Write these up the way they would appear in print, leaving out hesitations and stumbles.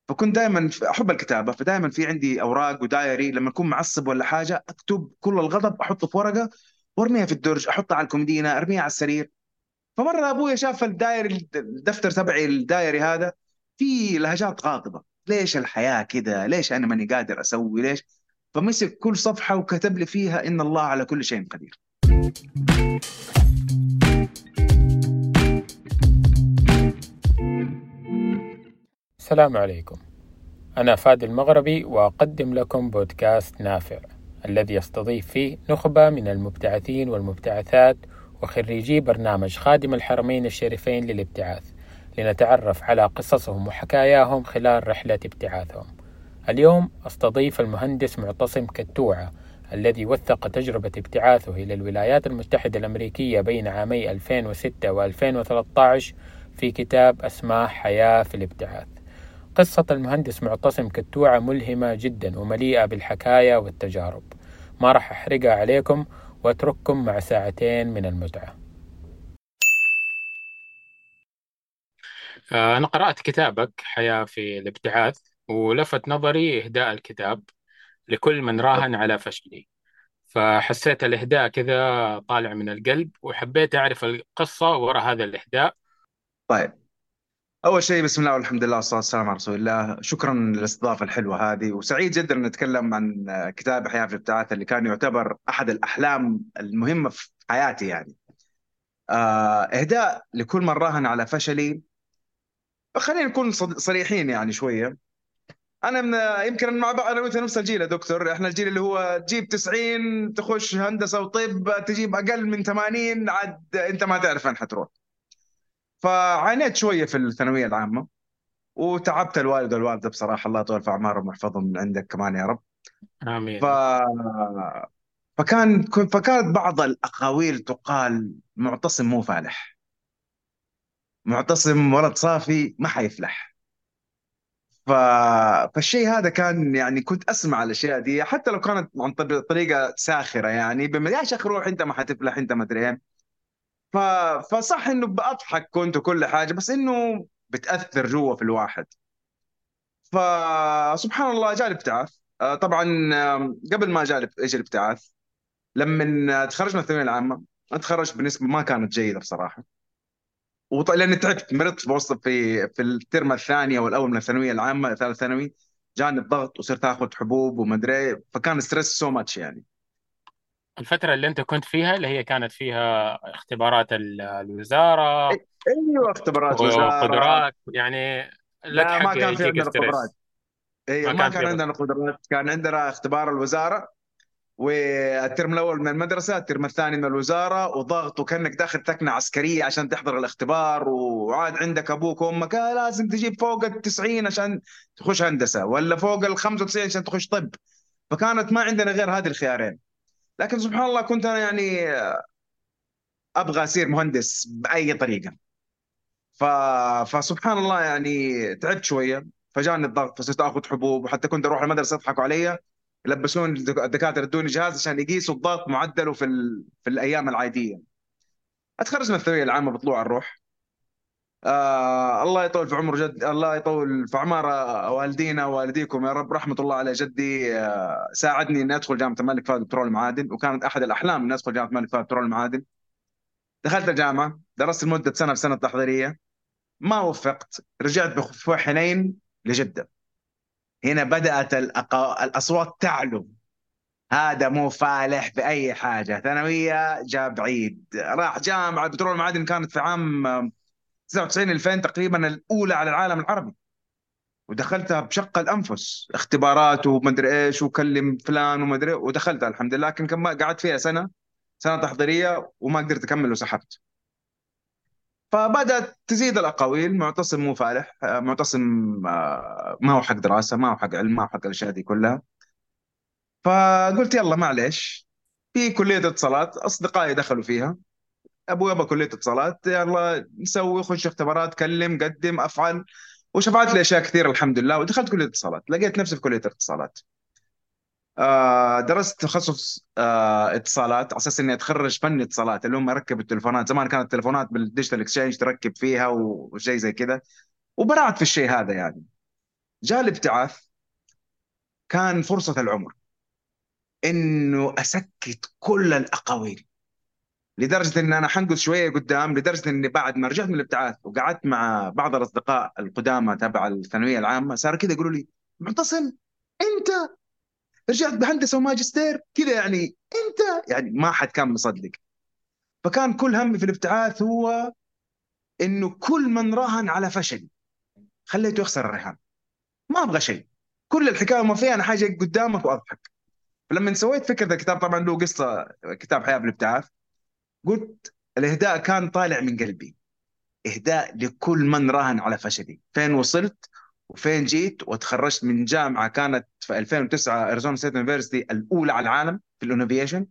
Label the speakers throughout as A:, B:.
A: فكنت دائما احب الكتابه، فدائما في عندي اوراق ودايري، لما اكون معصب ولا حاجه اكتب كل الغضب، احطه في ورقه وارميها في الدرج، احطها على الكومودينه، ارميها على السرير. فمره ابويا شاف الدايري، الدفتر تبعي الدايري هذا في لهجات غاضبه، ليش الحياه كذا، ليش انا ماني قادر اسوي، ليش؟ فمسك كل صفحه وكتب لي فيها ان الله على كل شيء قدير.
B: السلام عليكم. أنا فادي المغربي وأقدم لكم بودكاست نافع، الذي يستضيف فيه نخبة من المبتعثين والمبتعثات وخريجي برنامج خادم الحرمين الشريفين للابتعاث، لنتعرف على قصصهم وحكاياهم خلال رحلة ابتعاثهم. اليوم أستضيف المهندس معتصم كتوعة، الذي وثق تجربة ابتعاثه إلى الولايات المتحدة الأمريكية بين عامي 2006 و2013 في كتاب أسماه حياة في الابتعاث. قصة المهندس معتصم كتوعة ملهمة جدا ومليئة بالحكاية والتجارب. ما راح أحرقها عليكم وأترككم مع ساعتين من المتعة. أنا قرأت كتابك حياة في الابتعاث، ولفت نظري إهداء الكتاب لكل من راهن على فشله. فحسيت الإهداء كذا طالع من القلب، وحبيت أعرف القصة وراء هذا الإهداء.
A: طيب، اول شيء بسم الله والحمد لله والصلاه والسلام على رسول الله. شكرا للاستضافه الحلوه هذه، وسعيد جدا ان نتكلم عن كتاب حياه في الابتعاث اللي كان يعتبر احد الاحلام المهمه في حياتي يعني. اهداء لكل من راهن على فشلي. خلينا نكون صريحين يعني شويه. انا من يمكن مع بعض انا وانت نفس الجيل يا دكتور، احنا الجيل اللي هو تجيب 90 تخش هندسه وطب، تجيب اقل من 80 عاد انت ما تعرف وين حتروح. فعانيت شويه في الثانويه العامه، وتعبت الوالد والوالده بصراحه، الله يطول في اعمارهم ويحفظهم من عندك كمان يا رب. ف...
B: آمين.
A: فكانت بعض الاقاويل تقال: معتصم مو فالح، معتصم ولد صافي ما حيفلح. ف... فالشيء هذا كان يعني كنت اسمع الاشياء دي حتى لو كانت عن طريقه ساخره، يعني يا شيخ روح انت ما حتفلح انت ما ادري ايه. ف... فصح انه بضحك كنت وكل حاجه، بس انه بتاثر جوا في الواحد. فسبحان الله جاء الابتعاث. طبعا قبل ما يجي الابتعاث، لما تخرجنا من الثانويه العامه، اتخرجت بنسبه ما كانت جيده بصراحه. لاني تعبت، مرضت بوسط في الترم الثاني او الاول من الثانويه العامه، ثالث ثانوي. جاني الضغط وصرت اخذ حبوب وما ادري إيه، فكان ستريس سو ماتش يعني.
B: الفترة اللي أنت كنت فيها اللي هي كانت فيها اختبارات الوزارة
A: ايوه، اختبارات وزاره.
B: وقدرات، يعني لك
A: لا،
B: حق
A: ما كان في
B: يجيك
A: عندنا قدرات.
B: ستريس.
A: ايوه،
B: ما
A: ما
B: كان
A: كان
B: في
A: عندنا قدرات، كان عندنا اختبار الوزاره. والترم الاول من المدرسه، الترم الثاني من الوزاره، وضغط وكانك داخل ثكنه عسكريه عشان تحضر الاختبار، وعاد عندك ابوك وامك لازم تجيب فوق ال 90 عشان تخش هندسه، ولا فوق ال 95 عشان تخش طب. فكانت ما عندنا غير هذه الخيارين. لكن سبحان الله كنت انا يعني ابغى اصير مهندس باي طريقه. ف... فسبحان الله يعني تعبت شويه، فجاني الضغط فصرت اخذ حبوب، وحتى كنت اروح المدرسه يضحكوا علي، يلبسون الدكاتره ادوني جهاز عشان يقيسوا الضغط معدله في الايام العاديه. اتخرج من الثانويه العامه بطلوع الروح. الله يطول في عمر جد، الله يطول في اعمار والدينا ووالديكم يا رب، رحمه الله على جدي. ساعدني اني ادخل جامعه الملك فهد بترول المعادن، وكانت احد الاحلام اني ادخل جامعه الملك فهد بترول المعادن. دخلت الجامعه، درست لمده سنه في سنه تحضيريه، ما وفقت، رجعت بخفوع حنين لجده. هنا بدات الاصوات تعلو: هذا مو فالح باي حاجه، ثانويه جاب عيد، راح جامعه بترول المعادن، كانت في عام 99 2000 تقريبا، الاولى على العالم العربي. ودخلتها بشق الانفس، اختبارات ومدري ايش، وكلم فلان ومدري إيه، ودخلتها الحمد لله. لكن قعدت فيها سنه، سنه تحضيريه، وما قدرت اكمل وسحبت. فبدات تزيد الاقاويل: معتصم مو فالح، معتصم ما هو حق دراسه، ما هو حق علم، ما هو حق الاشياء دي كلها. فقلت يلا معليش، في كليه اتصالات اصدقائي دخلوا فيها، ابوي ابغى كليه اتصالات، يلا نسوي، خش اختبارات، كلم، قدم، افعل. وشفعت لي اشياء كثير الحمد لله، ودخلت كليه اتصالات، لقيت نفسي في كليه اتصالات. درست تخصص اتصالات على اساس اني اتخرج فني اتصالات، اللي هم اركب التليفونات. زمان كانت التليفونات بالديجيتال اكسشينج تركب فيها وشيء زي كذا، وبرعت في الشيء هذا يعني. جاء الابتعاث، كان فرصة العمر انه اسكت كل الاقاويل، لدرجة ان انا حنقص شوية قدام، لدرجة اني بعد ما رجعت من الابتعاث وقعدت مع بعض الاصدقاء القدامى تبع الثانوية العامة، صار كذا يقولوا لي: معتصم، انت رجعت بهندسة وماجستير كذا يعني، انت يعني ما حد كان مصدق. فكان كل همي في الابتعاث هو انه كل من راهن على فشلي خليته يخسر الرهان، ما ابغى شيء، كل الحكايه وما فيها انا حاجه قدامك واضحك. فلما سويت فكره الكتاب، طبعا له قصه، كتاب حياه بالابتعاث، قلت الاهداء كان طالع من قلبي، اهداء لكل من راهن على فشلي، فين وصلت وفين جيت. وتخرجت من جامعه كانت في 2009 اريزونا ستيت يونيفرستي الاولى على العالم في الانوفيشن،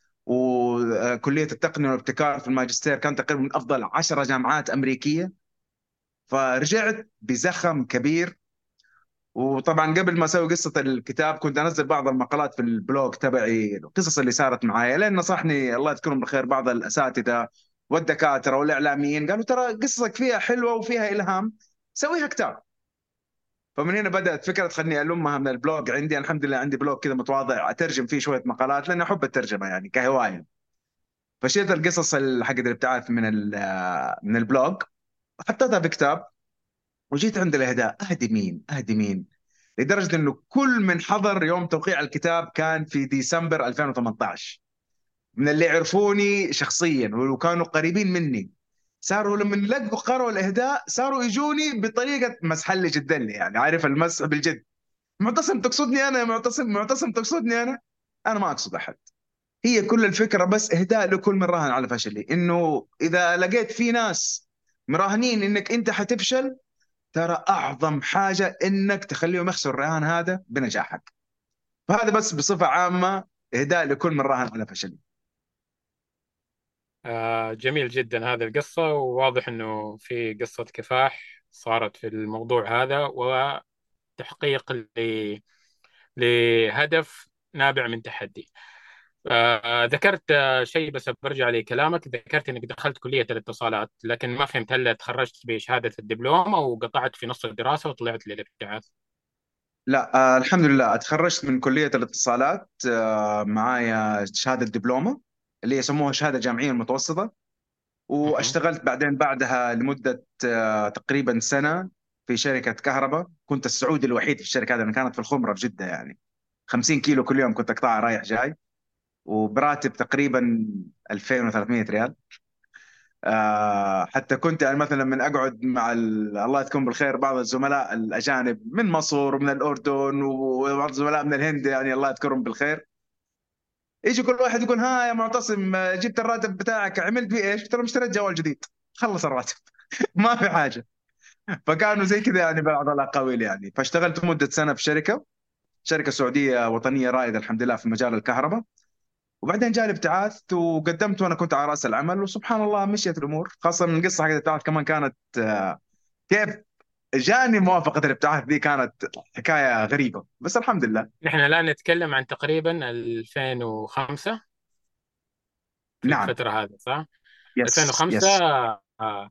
A: وكليه التقنيه والابتكار في الماجستير كانت تقريبا من افضل 10 جامعات امريكيه. فرجعت بزخم كبير. وطبعا قبل ما اسوي قصه الكتاب كنت انزل بعض المقالات في البلوج تبعي، القصص اللي صارت معايا، لان نصحني الله يذكرهم بالخير بعض الاساتذه والدكاتره والاعلاميين، قالوا ترى قصصك فيها حلوه وفيها الهام، سويها كتاب. فمن هنا بدات فكره خلني المها من البلوج عندي. أنا الحمد لله عندي بلوج كذا متواضع اترجم فيه شويه مقالات، لاني احب الترجمه يعني كهوايه. فشيت القصص حقت الابتعاث من البلوج، حطيتها في كتاب، وجيت عند الاهداء اهدي مين اهدي مين، لدرجه انه كل من حضر يوم توقيع الكتاب كان في ديسمبر 2018، من اللي يعرفوني شخصيا وكانوا قريبين مني، صاروا لما لقوا قرأوا الاهداء صاروا يجوني بطريقه مسح لي جدا لي، يعني عارف المسح بالجد. معتصم تقصدني انا يا معتصم، معتصم تقصدني انا ما اقصد احد. هي كل الفكره بس اهداء لكل من راهن على فشلي، انه اذا لقيت في ناس مراهنين انك انت حتفشل، ترى اعظم حاجه انك تخليهم يخسروا الرهان هذا بنجاحك. فهذا بس بصفه عامه اهداء لكل من راهن على فشل.
B: جميل جدا هذه القصة، وواضح أنه في قصة كفاح صارت في الموضوع هذا، وتحقيق لهدف نابع من تحدي. ذكرت شيء بس برجع لكلامك، ذكرت انك دخلت كلية الاتصالات، لكن ما فهمت هل تخرجت بشهادة الدبلوم او قطعت في نص الدراسة وطلعت للابتعاث؟
A: لا، الحمد لله اتخرجت من كليه الاتصالات، معايا شهاده دبلومه اللي يسموها شهاده جامعيه المتوسطه.
B: مهم.
A: واشتغلت بعدين بعدها لمده تقريبا سنه في شركه كهرباء. كنت السعودي الوحيد في الشركه هذه، أنا كانت في الخمره في جده يعني، 50 كيلو كل يوم كنت اقطعها رايح جاي، وبراتب تقريبا 2300 ريال. حتى كنت يعني مثلا من اقعد مع الله يذكرهم بالخير بعض الزملاء الاجانب من مصر ومن الاردن وبعض الزملاء من الهند، يعني الله يذكرهم بالخير، يجي كل واحد يقول: ها يا معتصم، جبت الراتب بتاعك عملت بيه ايش؟ ترى اشتريت جوال جديد، خلص الراتب. ما في حاجه. فكانوا زي كذا يعني بعض الاقاويل يعني. فاشتغلت مده سنه في شركه سعوديه وطنيه رائده الحمد لله في مجال الكهرباء. وبعدين جاني ابتعاث وقدمت وانا كنت على راس العمل، وسبحان الله مشيت الامور. خاصه إن القصه حقت الابتعاث كمان كانت كيف جاني موافقه الابتعاث دي، كانت حكايه غريبه بس الحمد لله.
B: نحن الآن نتكلم عن تقريبا 2005 في
A: نعم.
B: الفترة هذه، صح؟
A: يس
B: 2005.
A: يس.
B: آه،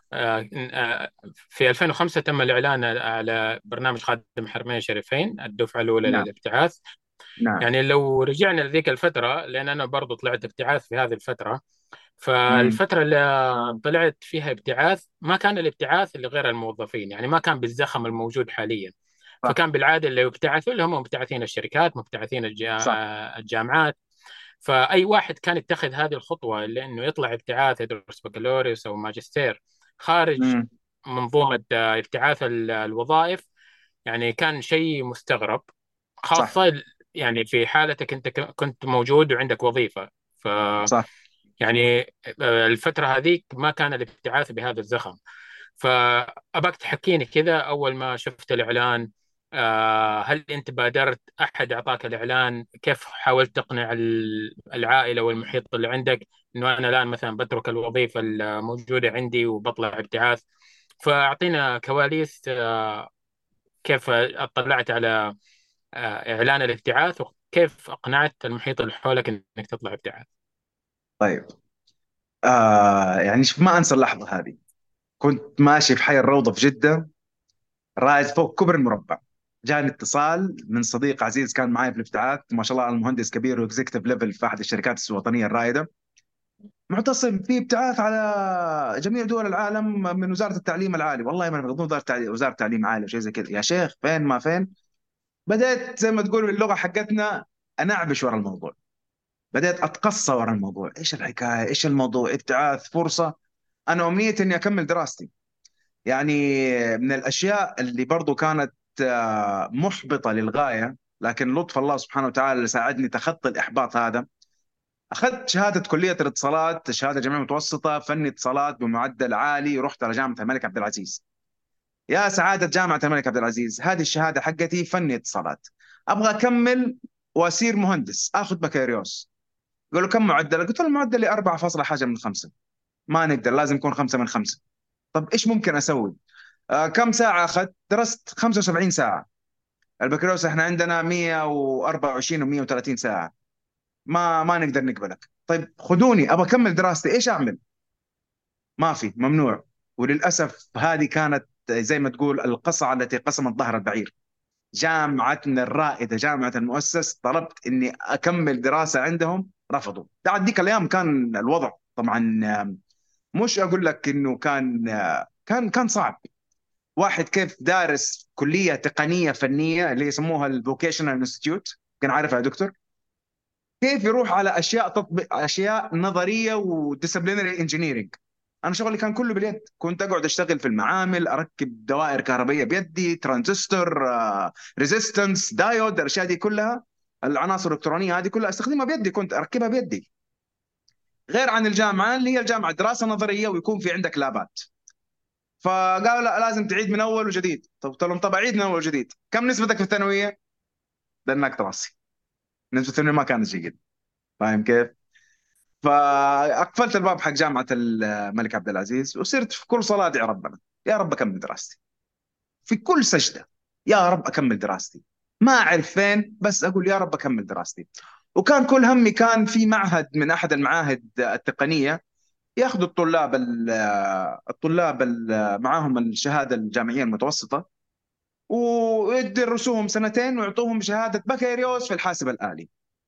B: في 2005 تم الإعلان على برنامج خادم حرمين شريفين الدفعة الأولى
A: نعم.
B: للابتعاث.
A: نعم.
B: يعني لو رجعنا لذيك الفترة، لأن أنا برضو طلعت ابتعاث في هذه الفترة،
A: امم.
B: فالفترة اللي طلعت فيها ابتعاث ما كان الابتعاث لغير الموظفين، يعني ما كان بالزخم الموجود حاليا.
A: صح.
B: فكان بالعادة اللي يبتعثوا اللي هم مبتعثين الشركات، مبتعثين
A: صح.
B: الجامعات. فأي واحد كان يتخذ هذه الخطوة لأنه يطلع ابتعاث يدرس بكالوريوس أو ماجستير خارج
A: امم.
B: منظومة ابتعاث الوظائف، يعني كان شيء مستغرب،
A: صح.
B: خاصة يعني في حالتك أنت كنت موجود وعندك وظيفة. ف
A: صح.
B: يعني الفترة هذيك ما كان الابتعاث بهذا الزخم. فأباك تحكيني كذا أول ما شفت الإعلان، هل أنت بادرت، أحد أعطاك الإعلان، كيف حاولت تقنع العائلة والمحيط اللي عندك إنه أنا الآن مثلا بترك الوظيفة الموجودة عندي وبطلع ابتعاث؟ فأعطينا كواليس، كيف اطلعت على إعلان الابتعاث، وكيف أقنعت المحيط اللي حولك إنك تطلع ابتعاث؟
A: طيب. يعني شوف، ما انسى اللحظه هذه. كنت ماشي في حي الروضه في جده، رايد فوق كبر المربع، جاني اتصال من صديق عزيز كان معي في الابتعاث، ما شاء الله المهندس كبير واكزيكتيف ليفل في احد الشركات الوطنيه الرائده، معتصم في ابتعاث على جميع دول العالم من وزاره التعليم العالي. والله ما أظن وزاره التعليم عالي وشيء زي كذا. يا شيخ فين ما فين، بدأت زي ما تقول باللغه حقتنا انعبش ورا الموضوع، بدأت اتقصى ورا الموضوع. ايش الحكايه، ايش الموضوع، ابتعاث فرصه. انا امنيتي اني اكمل دراستي. يعني من الاشياء اللي برضو كانت محبطه للغايه، لكن لطف الله سبحانه وتعالى اللي ساعدني تخطي الاحباط هذا. اخذت شهاده كليه الاتصالات، شهاده جامعه متوسطه فني اتصالات بمعدل عالي، رحت على جامعه الملك عبد العزيز. يا سعاده جامعه الملك عبد العزيز، هذه الشهاده حقتي فني اتصالات، ابغى اكمل واصير مهندس، اخذ بكالوريوس. قالوا كم معدلك؟ قلت لهم معدلي 4 فاصلة حاجه من 5. ما نقدر، لازم يكون 5 من 5. طب ايش ممكن اسوي؟ كم ساعه اخذت؟ درست 75 ساعه. البكالوريوس احنا عندنا 124 و130 ساعه. ما نقدر نقبلك. طيب خذوني ابغى اكمل دراستي، ايش اعمل؟ ما في، ممنوع. وللاسف هذه كانت زي ما تقول القصعه التي قسمت ظهر البعير. جامعتنا الرائده جامعه المؤسس، طلبت اني اكمل دراسه عندهم، رفضوا. بعد ذيك الايام كان الوضع طبعا مش اقول لك انه كان صعب. واحد كيف دارس كليه تقنيه فنيه اللي يسموها الفوكيشنال انستيتيوت، كان عارفها يا دكتور، كيف يروح على اشياء تطبيق، اشياء نظريه وديسبلينري انجينيرنج؟ انا شغلي كان كله باليد، كنت اقعد اشتغل في المعامل، اركب دوائر كهربائيه بيدي، ترانزستور، ريزيستنس، دايود، الاشياء دي كلها، العناصر الالكترونيه هذه كلها استخدمها بيدي، كنت اركبها بيدي. غير عن الجامعه اللي هي الجامعه دراسه نظريه ويكون في عندك لابات. فقالوا لا، لازم تعيد من اول وجديد. طب قلت لهم طب اعيد من اول وجديد، كم نسبتك في الثانويه؟ دنكت راسي، نسبه الثانويه ما كانت جيد. فاهم كيف؟ فاقفلت الباب حق جامعه الملك عبد العزيز، وصرت في كل صلاه ادعي ربنا يا رب اكمل دراستي. في كل سجده يا رب اكمل دراستي. ما اعرف فين، بس اقول يا رب اكمل دراستي. وكان كل همي كان في معهد من احد المعاهد التقنيه، ياخذوا معاهم الشهاده الجامعيه المتوسطه، ويدرسوهم سنتين ويعطوهم شهاده بكالوريوس في الحاسب الالي.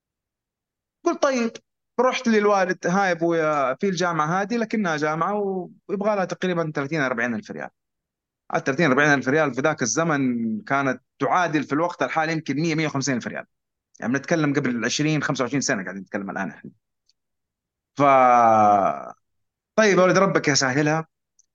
A: قلت طيب. رحت للوالد، هاي ابويا في الجامعه هذه لكنها جامعه ويبغى لها تقريبا 30 40 الف ريال. على 30 40 الف ريال في ذاك الزمن كانت تعادل في الوقت الحالي يمكن 100 150 الف ريال. يعني بنتكلم قبل 20 25 سنه قاعدين نتكلم الان احنا. ف طيب يا ولد ربك يسهلها.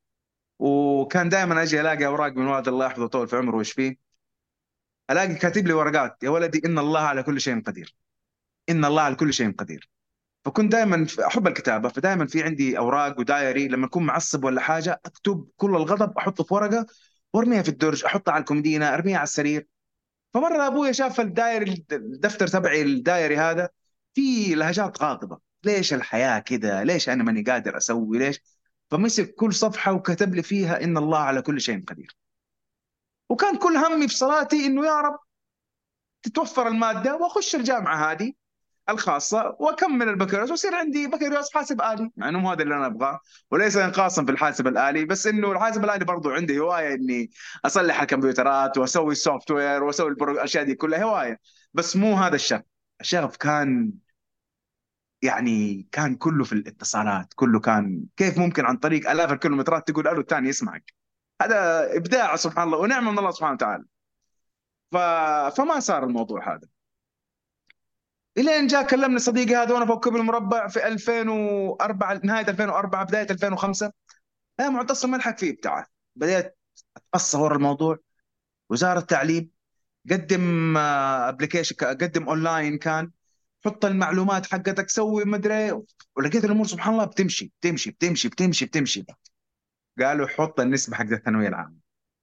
A: وكان دائما اجي الاقي اوراق من والد الله يحفظه ويطول في عمره ويشفيه، الاقي كاتب لي ورقات: يا ولدي ان الله على كل شيء قدير، ان الله على كل شيء قدير. فكنت دائما احب الكتابه، فدائما في عندي اوراق ودايري، لما اكون معصب ولا حاجه اكتب كل الغضب، احطه في ورقه وارميها في الدرج، احطها على الكومودينه، ارميها على السرير. فمره ابوي شاف الدايري، الدفتر تبعي الدايري هذا في لهجات غاضبه: ليش الحياه كذا، ليش انا ماني قادر اسوي، ليش؟ فمسك كل صفحه وكتب لي فيها ان الله على كل شيء قدير. وكان كل همي في صلاتي انه يا رب تتوفر الماده واخش الجامعه هذه الخاصه واكمل البكالوريوس ويصير عندي بكالوريوس حاسب الي، مع انه هذا اللي انا ابغاه. وليس انقاصا في الحاسب الالي، بس انه الحاسب الالي برضو عندي هوايه اني اصلح الكمبيوترات واسوي السوفت وير واسوي الاشياء دي كلها هوايه، بس مو هذا الشغف. الشغف كان يعني كان كله في الاتصالات، كله كان كيف ممكن عن طريق الاف الكيلومترات تقول الو الثاني يسمعك. هذا ابداع سبحان الله ونعمه من الله سبحانه وتعالى. ف... فما صار الموضوع هذا. الين جاء كلمني صديقي هذا وانا فوق كوب المربع في 2004، نهايه 2004 بدايه 2005: يا معتصم ملحق فيه ابتعاث. بديت اتصور الموضوع. وزاره التعليم، قدم ابلكيشن، قدم اونلاين، كان حط المعلومات حقتك، سوي مدري إيه. ولقيت الامور سبحان الله بتمشي بتمشي بتمشي بتمشي بتمشي. قالوا حط النسبه حقت الثانويه العامه.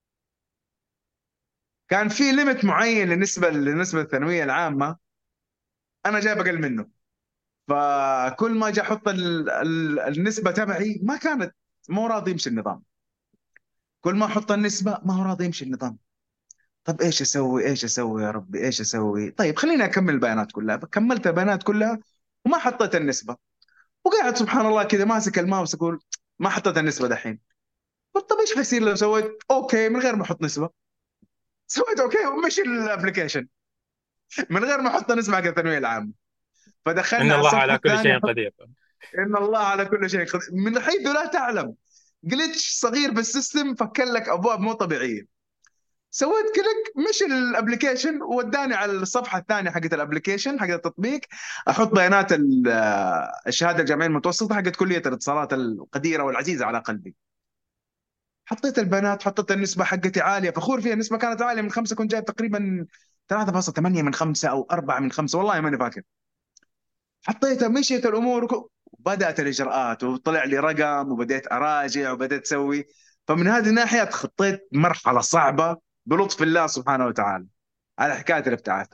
A: كان في ليمت معين لنسبه الثانويه العامه، انا جايب اقل منه. فكل ما اجي احط النسبه تبعي ما كانت، ما هو راضي يمشي النظام. كل ما احط النسبه ما هو راضي يمشي النظام. طب ايش اسوي، ايش اسوي يا ربي، ايش اسوي؟ طيب خليني اكمل البيانات كلها. كملت البيانات كلها وما حطيت النسبه. وقاعد سبحان الله كذا ماسك الماوس اقول ما حطيت النسبه دحين. قلت طب ايش حيصير لو سويت اوكي من غير ما احط نسبه؟ سويت اوكي ومشي الابلكيشن من غير ما احط نسبه حق الثانويه العامه.
B: ان
A: فدخلنا على
B: الله
A: الصفحه
B: على كل
A: الثانيه،
B: شيء قدير.
A: ان الله على كل شيء قدير من حيث لا تعلم. جلitch صغير بالسيستم فك لك ابواب مو طبيعيه. سويت كليك مش الابلكيشن وداني على الصفحه الثانيه حقت الابلكيشن حق التطبيق. احط بيانات الشهاده الجامعيه المتوسطه حقت كليه الاتصالات القديره والعزيزه على قلبي. حطيت البيانات، حطيت النسبه حقتي عاليه، فخور فيها. النسبه كانت عاليه، من خمسه كنت جايب تقريبا 3.8 من 5 او 4 من 5، والله ماني فاكر. حطيتها، مشيت الامور بدات الاجراءات وطلع لي رقم وبديت اراجع وبديت اسوي. فمن هذه الناحيه تخطيت مرحله صعبه بلطف الله سبحانه وتعالى على حكايه الابتعاث.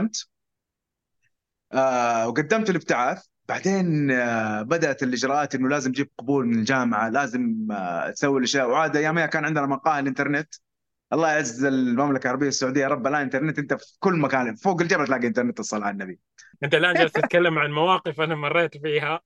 A: وقدمت الابتعاث. بعدين بدات الاجراءات انه لازم تجيب قبول من الجامعه، لازم تسوي الاشياء. وعاد ايامها كان عندنا مقاهي الانترنت. الله يعز المملكه العربيه السعوديه يا رب. لا انترنت انت في كل مكان، فوق الجبل تلاقي انترنت، الصلاه على النبي.
B: انت الان جالس تتكلم عن مواقف انا مريت فيها،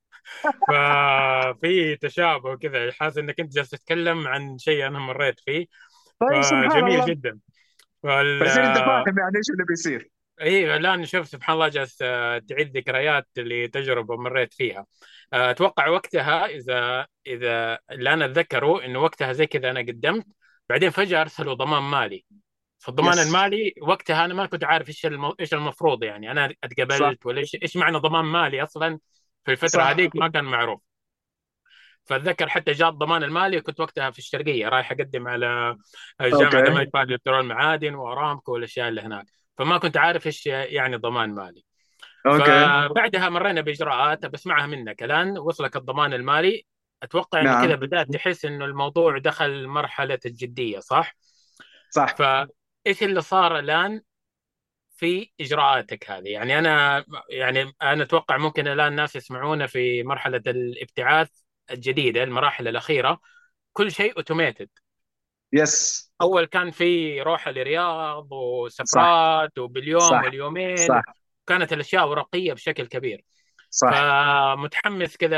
B: ففي تشابه كذا، حاسس انك انت جالس تتكلم عن شيء انا مريت فيه.
A: طيب سبحان
B: فجميل
A: الله.
B: جدا.
A: فيصير انت فاهم يعني ايش اللي بيصير.
B: اي الان شوف سبحان الله، جالس تعيد ذكريات لتجربه مريت فيها. اتوقع وقتها، اذا اللي انا اتذكره انه وقتها زي كذا انا قدمت، بعدين فجاه ارسلوا ضمان مالي. فالضمان
A: يس.
B: المالي وقتها انا ما كنت عارف ايش المفروض، يعني انا
A: صح.
B: اتقبلت ولا ايش معنى ضمان مالي اصلا. في الفتره
A: صح.
B: هذيك ما كان معروف. فاتذكر حتى جاء الضمان المالي، كنت وقتها في الشرقيه رايح اقدم على جامعه
A: اوكي.
B: الملك فهد للبترول المعادن وارامكو والاشياء اللي هناك. فما كنت عارف ايش يعني ضمان مالي.
A: اوكي.
B: فبعدها مرينا باجراءات بسمعها منك الان، وصلك الضمان المالي. اتوقع ان كذا
A: نعم.
B: بدات تحس انه الموضوع دخل مرحله الجديه، صح؟
A: صح.
B: فايش اللي صار الان في اجراءاتك هذه؟ يعني انا اتوقع ممكن الان الناس يسمعونا في مرحله الابتعاث الجديده، المراحل الاخيره، كل شيء اوتوميتد.
A: يس.
B: اول كان في روحه لرياض
A: صح.
B: وسفرات وباليوم
A: صح.
B: واليومين،
A: صح.
B: كانت الاشياء ورقيه بشكل كبير.
A: صح.
B: فمتحمس كذا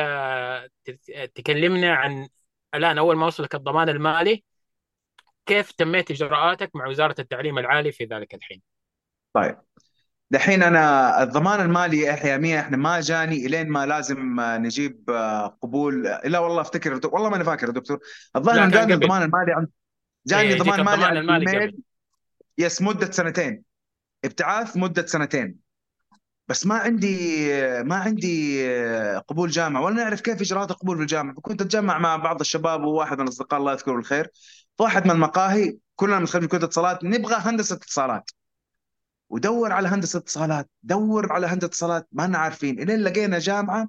B: تكلمنا عن الان اول ما وصلك الضمان المالي، كيف تميت اجراءاتك مع وزاره التعليم العالي في ذلك الحين؟
A: طيب دحين انا الضمان المالي يا ايامية احنا ما جاني الين ما لازم نجيب قبول. لا والله افتكر والله ماني فاكر يا دكتور. الظاهر
B: لا
A: انه
B: كان
A: جاني
B: قبل.
A: الضمان المالي جاني
B: إيه، يجيك
A: ضمان مالي
B: الضمان
A: على
B: المالي
A: الايميل.
B: قبل.
A: يس مدة سنتين. ابتعاث مدة سنتين. بس ما عندي قبول جامعه، ولا نعرف كيف اجراءات القبول في الجامعه. فكنت اتجمع مع بعض الشباب وواحد من الاصدقاء الله يذكره بالخير في واحد من المقاهي، كلنا متخرجين كليه اتصالات، نبغى هندسه اتصالات. ودور على هندسه اتصالات، دور على هندسه اتصالات، ما لنا عارفين الين لقينا جامعه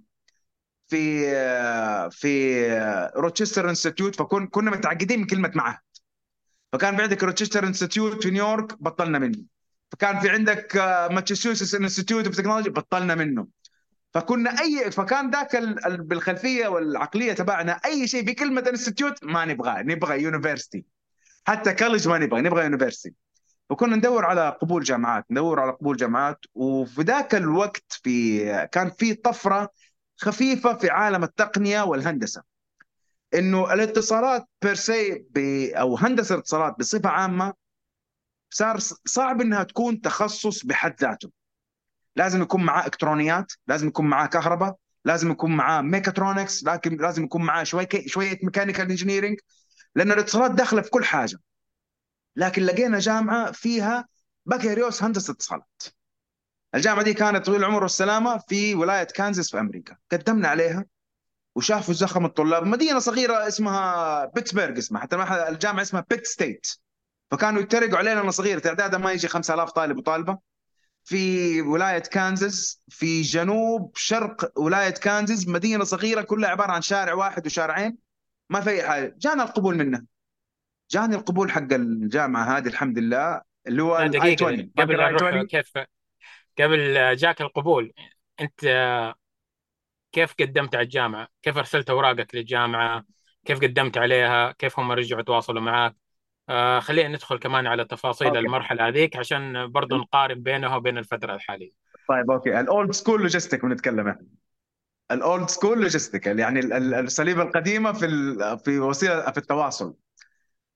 A: في روتشستر انستيتيوت. كنا متعقدين من كلمه معهد. فكان في عندك روتشستر انستيتيوت في نيويورك، بطلنا منه. فكان في عندك ماساتشوستس انستيتيوت اوف تكنولوجي، بطلنا منه. فكان ذاك بالخلفيه والعقليه تبعنا اي شيء بكلمه انستيتيوت ما نبغاه، نبغى يونيفرستي. حتى كولج ما نبغى، نبغى يونيفرستي. وكنا ندور على قبول جامعات، ندور على قبول جامعات. وفي ذاك الوقت كان في طفره خفيفه في عالم التقنيه والهندسه، انه الاتصالات بيرسي او هندسه الاتصالات بصفه عامه صار صعب انها تكون تخصص بحد ذاته. لازم يكون معاه الكترونيات، لازم يكون معاه كهرباء، لازم يكون معاه ميكاترونكس، لكن لازم يكون معاه شويه ميكانيكال انجينيرنج، لان الاتصالات داخله في كل حاجه. لكن لقينا جامعه فيها بكالوريوس هندسه اتصالات. الجامعه دي كانت طويل العمر والسلامه في ولايه كانزاس في امريكا. قدمنا عليها وشافوا زخم الطلاب. مدينه صغيره اسمها بيتسبرغ، اسمها حتى الجامعه اسمها بيت ستيت. فكانوا يتريقوا علينا انها صغيره، تعدادها ما يجي 5000 طالب وطالبه في ولاية كانزاس، في جنوب شرق ولاية كانزاس، مدينة صغيرة كلها عبارة عن شارع واحد وشارعين، ما في أي حاجة. جانا القبول منها. جاني القبول حق الجامعة هذه الحمد لله، اللي هو
B: لا
A: الاي
B: دقيقه،
A: 20.
B: قبل
A: فاكر
B: لا
A: اي
B: نروح
A: 20؟
B: كيف، قبل جاك القبول، انت كيف قدمت على الجامعه؟ كيف ارسلت اوراقك للجامعه؟ كيف قدمت عليها؟ كيف هم رجعوا تواصلوا معك؟ خلينا ندخل كمان على تفاصيل
A: اوكي.
B: المرحله هذيك عشان برضو نقارن بينها وبين الفتره الحاليه.
A: طيب اوكي، الاولد سكول لوجيستيك بنتكلم احنا. الاولد سكول لوجيستيك يعني الاساليب القديمه في وسيله في التواصل.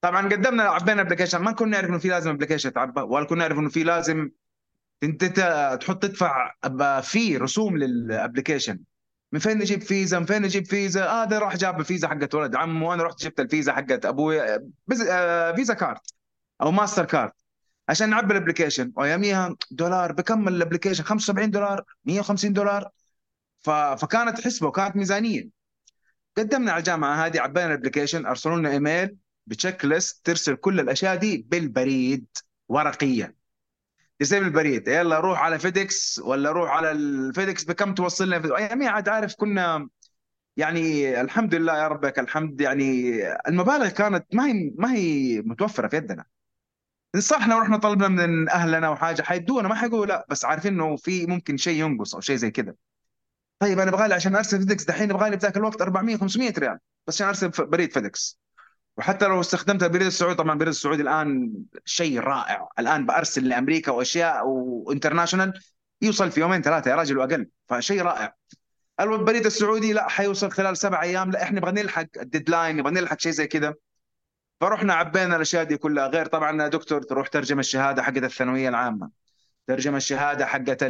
A: طبعا قدمنا عبينا ابلكيشن، ما كنا نعرف انه في لازم ابلكيشن تعبى، ولا كنا نعرف انه في لازم انت تحط تدفع في رسوم للابلكيشن. من فين نجيب فيزا؟ من فين نجيب فيزا؟ هذا راح جاب الفيزا حقت ولد عمه، وانا رحت جبت الفيزا حقت ابوي، فيزا كارد او ماستر كارد، عشان نعبي الابلكيشن. واياميها دولار بكمل الابلكيشن 75 دولار، 150 دولار. فكانت حسبه وكانت ميزانيه. قدمنا على الجامعه هذه، عبينا الابلكيشن، ارسلوا لنا ايميل بتشيك ليست ترسل كل الاشياء دي بالبريد ورقيا. ترسل بالبريد، يلا روح على فيديكس، ولا روح على الفيديكس بكم توصل لنا اياميها عاد عارف كنا يعني الحمد لله يا ربك الحمد، يعني المبالغ كانت ما هي متوفره في يدنا. صح لو رحنا طلبنا من اهلنا وحاجه حيدونا، ما حيقولوا لا، بس عارفين انه في ممكن شيء ينقص او شيء زي كده. طيب انا ابغى لي عشان ارسل فيديكس دحين، ابغى لي بذاك الوقت 400 500 ريال بس عشان ارسل بريد فيديكس. وحتى لو استخدمت البريد السعودي، طبعا البريد السعودي الان شيء رائع، الان برسل لامريكا واشياء وانترناشونال يوصل في يومين ثلاثه يا راجل واقل، فشيء رائع. البريد السعودي لا، حيوصل خلال 7 ايام، لا احنا نبغى نلحق الديدلاين، نبغى نلحق شيء زي كده. فرحنا عبينا الاشياء دي كلها، غير طبعا يا دكتور تروح ترجم الشهاده حقت الثانويه العامه، ترجم الشهاده حقت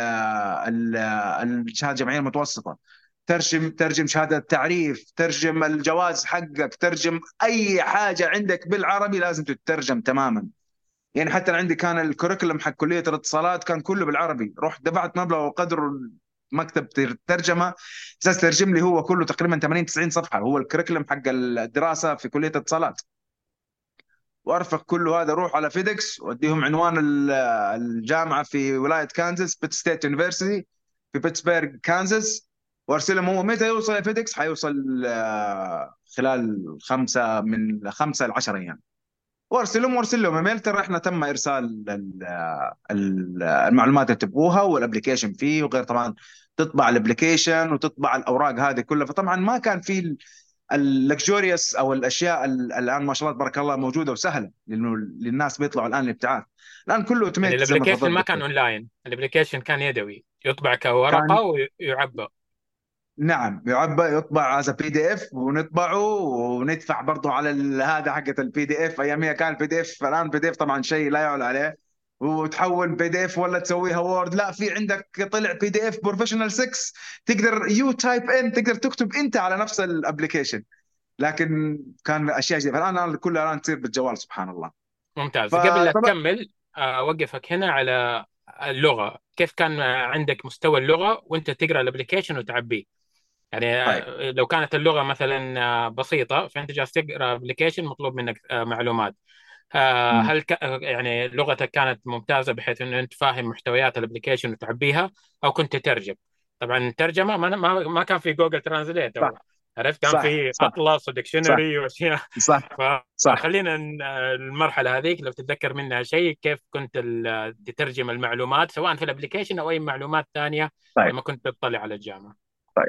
A: الشهاده الجامعيه المتوسطه، ترجم شهاده التعريف، ترجم الجواز حقك، ترجم اي حاجه عندك بالعربي لازم تترجم تماما. يعني حتى أنا عندي كان الكوريكولم حق كليه الاتصالات كان كله بالعربي، رحت دفعت مبلغ وقدره مكتب ترجمه اساس ترجم لي هو كله تقريبا 80 90 صفحه، هو الكوريكولم حق الدراسه في كليه الاتصالات. وارفق كل هذا، روح على فيديكس واديهم عنوان الجامعه في ولايه كانزاس، بيت ستيت يونيفرسيتي في بيتسبرغ كانزاس، وارسلهم. هو متى يوصل فيديكس؟ حيوصل خلال 5 ل10 ايام. وارسل لهم ايميل، ترى احنا تم ارسال المعلومات اللي تبغوها والابلكيشن فيه، وغير طبعا تطبع الابلكيشن وتطبع الاوراق هذه كلها. فطبعا ما كان في اللكجوريوس او الاشياء الان ما شاء الله تبارك الله موجوده وسهله، لانه للناس بيطلعوا الان الابتعاث. الان كله
B: يعني
A: اوتوميت زي ما
B: الابلكيشن
A: تفضلت
B: ما كان
A: دكتور.
B: اونلاين، الابلكيشن كان يدوي، يطبع
A: كان
B: كورقه ويعبى.
A: نعم يعبى، يطبع از بي دي اف ونطبعه وندفع برضه على هذا حقة البي دي اف. اياميها كان البي دي اف، الان البي دي اف طبعا شيء لا يعلى عليه. وتحول بي دي اف ولا تسويها وورد، لا في عندك طلع بي دي اف بروفيشنال 6 تقدر يو تايب ان، تقدر تكتب انت على نفس الابلكيشن. لكن كان اشياء جديده، فالان كلها الان تصير بالجوال سبحان الله.
B: ممتاز. قبل لا
A: فطبعا
B: تكمل اوقفك هنا على اللغه. كيف كان عندك مستوى اللغه وانت تقرا الابلكيشن وتعبيه؟ يعني
A: طيب.
B: لو كانت اللغه مثلا بسيطه، فانت جالس تقرا ابلكيشن مطلوب منك معلومات.
A: مم.
B: هل يعني لغتك كانت ممتازه بحيث انه انت فاهم محتويات الابلكيشن وتعبيها، او كنت تترجم؟ طبعا الترجمه ما كان في جوجل ترانزليت،
A: صح
B: او عرفت كان
A: صح
B: في
A: صح
B: اطلس
A: صح
B: وديكشنري واشياء.
A: صح صح.
B: فخلينا المرحله هذيك لو تتذكر منها شيء، كيف كنت تترجم المعلومات سواء في الابلكيشن او اي معلومات ثانيه
A: طيب
B: لما كنت تطلع على الجامعه؟
A: طيب.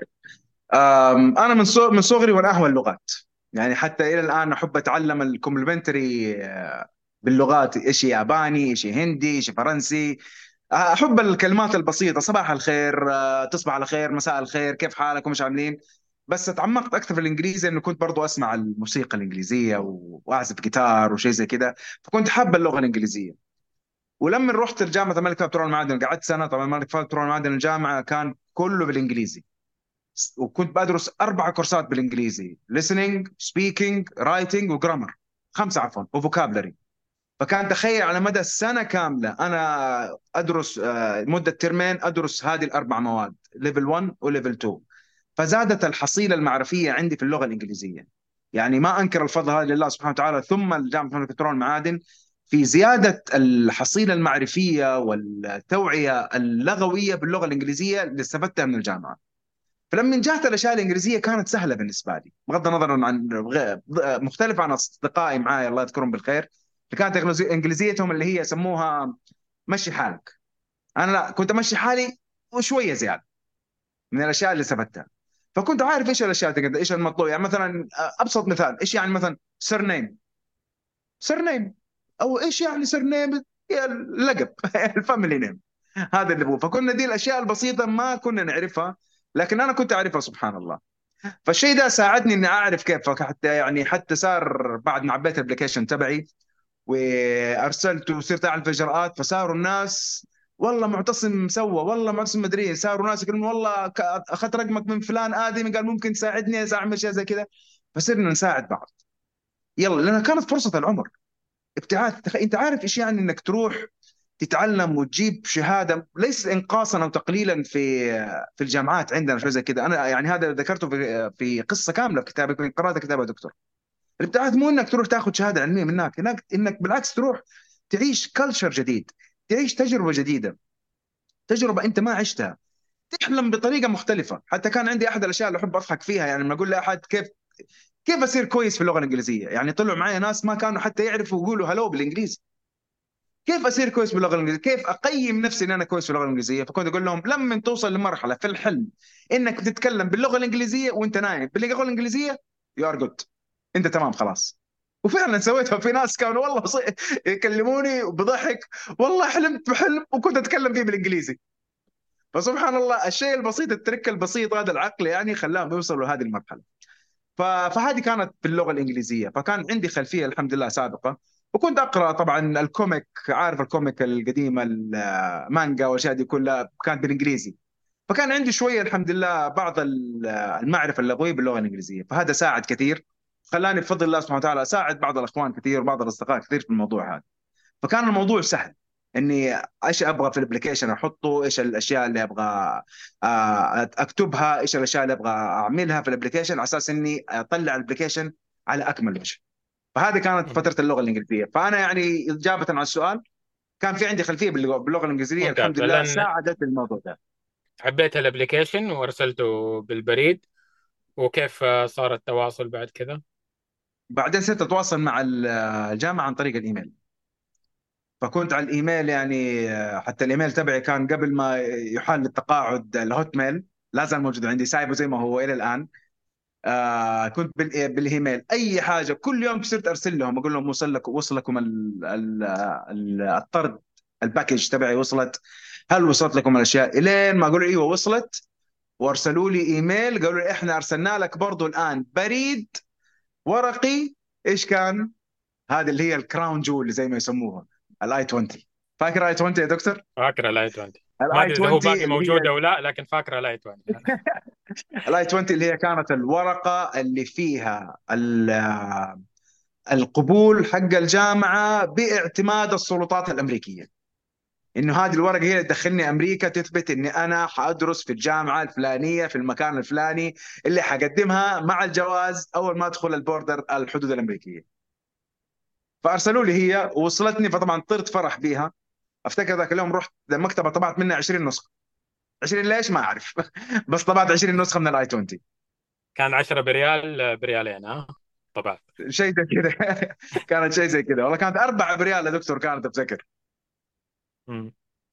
A: انا من صغري وانا اهوى اللغات، يعني حتى الى الان احب اتعلم الكومبلمنتري باللغات، شيء ياباني، شيء هندي، شيء فرنسي. احب الكلمات البسيطه، صباح الخير، تصبح على خير، مساء الخير، كيف حالكم، ايش عاملين. بس تعمقت اكثر في الانجليزي انه كنت برضو اسمع الموسيقى الانجليزيه واعزف جيتار وشيء زي كده، فكنت حابب اللغه الانجليزيه. ولما رحت لجامعه الملك فهد بترول المعادن قعدت سنه، طبعا الملك فهد بترول المعادن الجامعه كان كله بالانجليزي، وكنت بدرس 4 كورسات بالانجليزي: listening speaking writing وجرامر، 5 عفوا، وفوكابلري. فكان تخيل على مدى السنة كاملة أنا أدرس مدة ترمين أدرس هذه ال4 مواد، ليفل 1 وليفل 2. فزادت الحصيلة المعرفية عندي في اللغة الإنجليزية. يعني ما أنكر الفضل هذا لله سبحانه وتعالى، ثم الجامعة الملك بترول المعادن في زيادة الحصيلة المعرفية والتوعية اللغوية باللغة الإنجليزية اللي استفدتها من الجامعة. فلما جات الاشياء الانجليزيه كانت سهله بالنسبه لي، بغض النظر عن مختلف عن اصدقائي معاي الله يذكرهم بالخير، اللي كانت انجليزيتهم اللي هي يسموها مشي حالك. انا لا، كنت امشي حالي وشويه زياده من الاشياء اللي استفدتها. فكنت عارف ايش الاشياء ايش المطلوب. يعني مثلا ابسط مثال، ايش يعني مثلا سرنيم؟ سرنيم او ايش يعني سرنيم؟ هي اللقب الفاميلي نيم، هذا اللي هو. فكنا دي الاشياء البسيطه ما كنا نعرفها، لكن انا كنت اعرفها سبحان الله. فالشيء ده ساعدني اني اعرف كيف، حتى يعني حتى صار بعد ما عبيت الابلكيشن تبعي وارسلت وصرت اعرف اجراءات، فصاروا الناس والله معتصم سوى، والله معتصم مدري إيه. صاروا ناس يقولون والله اخذت رقمك من فلان ادمي قال ممكن تساعدني اعمل شيء زي كذا. فصرنا نساعد بعض. يلا، لانها كانت فرصه العمر. ابتعاث، انت عارف ايش يعني انك تروح تتعلم وتجيب شهاده، ليس انقاصا او تقليلا في الجامعات عندنا شوي زي كذا. انا يعني هذا ذكرته في قصه كامله في كتابي، كنت قرات كتابه دكتور. الابتعاث مو انك تروح تاخذ شهاده علميه من هناك، انك بالعكس تروح تعيش كلتشر جديد، تعيش تجربه جديده، تجربه انت ما عشتها، تحلم بطريقه مختلفه. حتى كان عندي احد الاشياء اللي احب اضحك فيها، يعني لما اقول لاحد كيف اصير كويس في اللغه الانجليزيه، يعني طلعوا معي ناس ما كانوا حتى يعرفوا يقولوا هلو بالانجليزي. كيف اصير كويس باللغه الانجليزيه؟ كيف اقيم نفسي ان انا كويس في اللغه الانجليزيه؟ فكنت اقول لهم لما توصل لمرحله في الحلم انك تتكلم باللغه الانجليزيه وانت نايم باللغه الانجليزيه، يو ار جود، انت تمام خلاص. وفعلا سويتها في ناس كانوا والله يكلموني بضحك، والله حلمت بحلم وكنت اتكلم فيه بالانجليزي. فسبحان الله، الشيء البسيط، الترك البسيط هذا العقل يعني خلاهم يوصلوا لهذه المرحله. فهذه كانت باللغه الانجليزيه، فكان عندي خلفيه الحمد لله سابقه. وكنت اقرا طبعا الكوميك، عارف الكوميك القديمه، المانجا والاشياء دي كلها كانت بالانجليزي. فكان عندي شويه الحمد لله بعض المعرفه اللغويه باللغه الانجليزيه، فهذا ساعد كثير. خلاني بفضل الله سبحانه وتعالى اساعد بعض الاخوان كثير وبعض الاصدقاء كثير في الموضوع هذا. فكان الموضوع سهل، اني ايش ابغى في الابلكيشن احطه، ايش الاشياء اللي ابغى اكتبها، ايش الاشياء اللي ابغى اعملها في الابلكيشن على اساس اني اطلع الابلكيشن على اكمل وجه. فهذه كانت
B: مم.
A: فتره اللغه الانجليزيه. فانا يعني اجابه على السؤال، كان في عندي خلفيه باللغه الانجليزيه
B: ممتاز.
A: الحمد لله،
B: لأن
A: ساعدت الموضوع ده.
B: حبيت الابليكيشن وارسلته بالبريد، وكيف صار التواصل بعد كذا؟
A: بعدين صرت اتواصل مع الجامعه عن طريق الايميل. فكنت على الايميل يعني حتى الايميل تبعي كان قبل ما يحال التقاعد الهوت ميل، لا زال موجود عندي، سايبه زي ما هو الى الان. كنت بالايميل اي حاجه كل يوم صرت ارسل لهم اقول لهم وصلكم الطرد، الباكج تبعي وصلت، هل وصلت لكم الاشياء؟ الين ما اقول ايوه وصلت، وارسلوا لي ايميل قالوا لي احنا ارسلنا لك برضو الان بريد ورقي. ايش كان؟ هذه اللي هي الكراون جول زي ما يسموها، الاي 20. فاكر اي 20 يا دكتور؟
B: فاكر الاي 20. ما
A: الاي
B: ادري اذا هو
A: 20
B: باقي
A: اللي
B: موجود
A: هي
B: او لا، لكن فاكر الاي 20 أنا.
A: الاي 20 اللي هي كانت الورقه اللي فيها القبول حق الجامعه باعتماد السلطات الامريكيه، انه هذه الورقه هي اللي تدخلني امريكا، تثبت اني انا حادرس في الجامعه الفلانيه في المكان الفلاني، اللي حقدمها مع الجواز اول ما ادخل البوردر الحدود الامريكيه. فارسلوا لي هي ووصلتني، فطبعا طرت فرح بيها. افتكر ذاك اليوم رحت المكتبه طبعت منها 20 نسخه. 20 ليش ما اعرف بس طبعت 20 نسخه من الاي 20.
B: كان 10 بريال، بريالين، ها؟ طبعا.
A: شيء زي كذا كانت شيء زي كذا والله، كانت 4 بريال يا دكتور كانت اتذكر.
B: مم.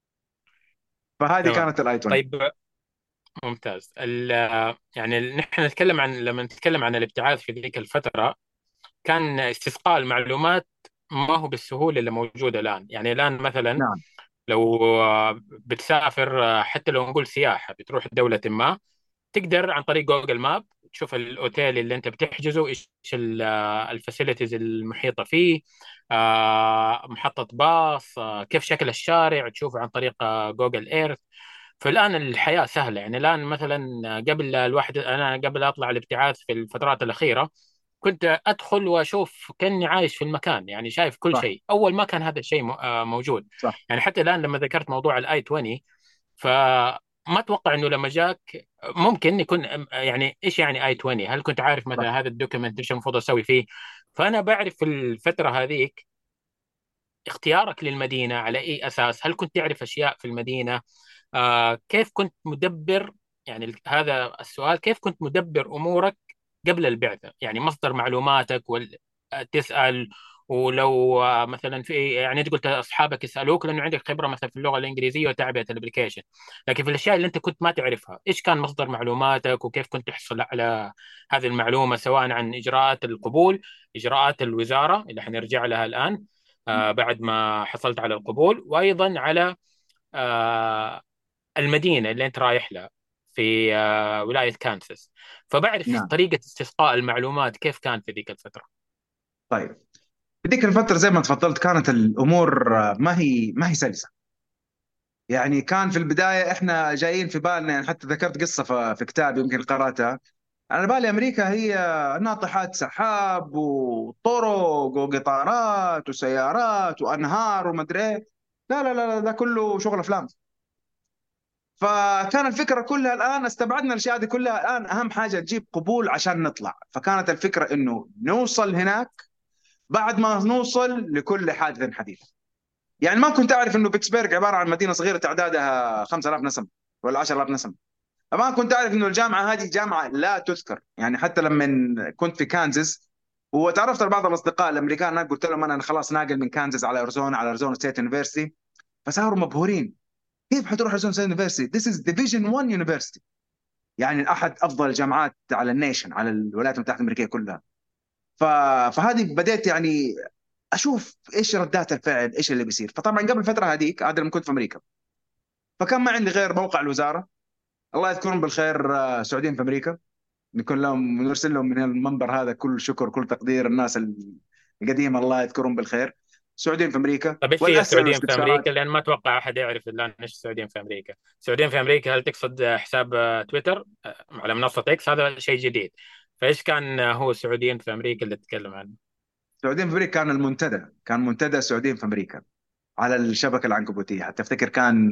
A: فهذه
B: تمام.
A: كانت الاي 20.
B: طيب، ممتاز. يعني نحن نتكلم عن، لما نتكلم عن الابتعاث في ذيك الفترة، كان استسقاء المعلومات ما هو بالسهولة اللي موجودة الآن. يعني الآن مثلا
A: نعم.
B: لو بتسافر، حتى لو نقول سياحة، بتروح دولة ما، تقدر عن طريق جوجل ماب تشوف الاوتيل اللي انت بتحجزه، ايش الفاسيلتيز المحيطه فيه، محطه باص، كيف شكل الشارع، تشوفه عن طريق جوجل ايرث. فالان الحياه سهله. يعني الان مثلا قبل الواحد، انا قبل اطلع الابتعاث في الفترات الاخيره كنت ادخل واشوف كاني عايش في المكان، يعني شايف كل
A: صح.
B: شيء. اول ما كان هذا الشيء موجود.
A: صح.
B: يعني حتى الان لما ذكرت موضوع الاي 20، فما اتوقع انه لما جاك ممكن يكون، يعني ايش يعني اي 20؟ هل كنت عارف
A: صح.
B: مثلا هذا الدوكيمنت ايش المفروض اسوي فيه؟ فانا بعرف في الفتره هذيك اختيارك للمدينه على اي اساس. هل كنت تعرف اشياء في المدينه؟ كيف كنت مدبر؟ يعني هذا السؤال، كيف كنت مدبر امورك قبل البعثه؟ يعني مصدر معلوماتك تسال. ولو مثلا في، يعني انت قلت اصحابك يسالوك لانه عندك خبره مثلا في اللغه الانجليزيه وتعبئه الابلكيشن، لكن في الاشياء اللي انت كنت ما تعرفها، ايش كان مصدر معلوماتك؟ وكيف كنت تحصل على هذه المعلومه، سواء عن اجراءات القبول، اجراءات الوزاره اللي حنرجع لها الان بعد ما حصلت على القبول، وايضا على المدينه اللي انت رايح لها. في ولاية كانساس. فبعرف
A: نعم.
B: طريقة استسقاء المعلومات كيف كان في ذيك الفترة.
A: طيب، في ذيك الفترة زي ما تفضلت كانت الأمور ما هي سلسة. يعني كان في البداية إحنا جايين في بالنا، يعني حتى ذكرت قصة في كتاب يمكن قرأتها. على بالي أمريكا هي ناطحات سحاب وطرق وقطارات وسيارات وأنهار ومدري إيه. لا لا لا لا، ده كله شغل أفلام. فكان الفكرة كلها الآن استبعدنا الأشياء دي كلها، الآن أهم حاجة تجيب قبول عشان نطلع. فكانت الفكرة إنه نوصل هناك، بعد ما نوصل لكل حادث حديث. يعني ما كنت أعرف إنه بيتسبرغ عبارة عن مدينة صغيرة تعدادها 5000 نسمة ولا 10000 نسمة. ما كنت أعرف إنه الجامعة هذه جامعة لا تذكر. يعني حتى لما كنت في كانزاس وتعرفت على بعض الأصدقاء الأمريكان هناك، قلت لهم أنا خلاص ناقل من كانزاس على أريزونا، على أريزونا ستيت يونيفرسيتي. فصاروا مبهورين، كيف حتروح أريزونا ستيت يونيفرسيتي؟ This is Division 1 University، يعني احد افضل الجامعات على النيشن، على الولايات المتحده الامريكيه كلها. ف... فهذه بديت يعني اشوف ايش ردات الفعل، ايش اللي بيصير. فطبعا قبل الفتره هذيك هذا لما كنت في امريكا، فكان ما عندي غير موقع الوزاره، الله يذكرهم بالخير، سعوديين في امريكا. نكون لهم نرسل لهم من المنبر هذا كل شكر كل تقدير، الناس القديمه الله يذكرهم بالخير، سعوديين في امريكا
B: طيب ايش هي
A: والاسئله
B: السعوديين في
A: والاستفسارات.
B: امريكا؟ لان ما اتوقع احد يعرف الان ايش السعوديين في امريكا. السعوديين في امريكا، هل تقصد حساب تويتر على منصة اكس؟ هذا شيء جديد. فايش كان هو السعوديين في امريكا اللي تتكلم عنه؟
A: السعوديين في امريكا كان المنتدى، كان منتدى السعوديين في امريكا على الشبكه العنكبوتيه. حتى افتكر كان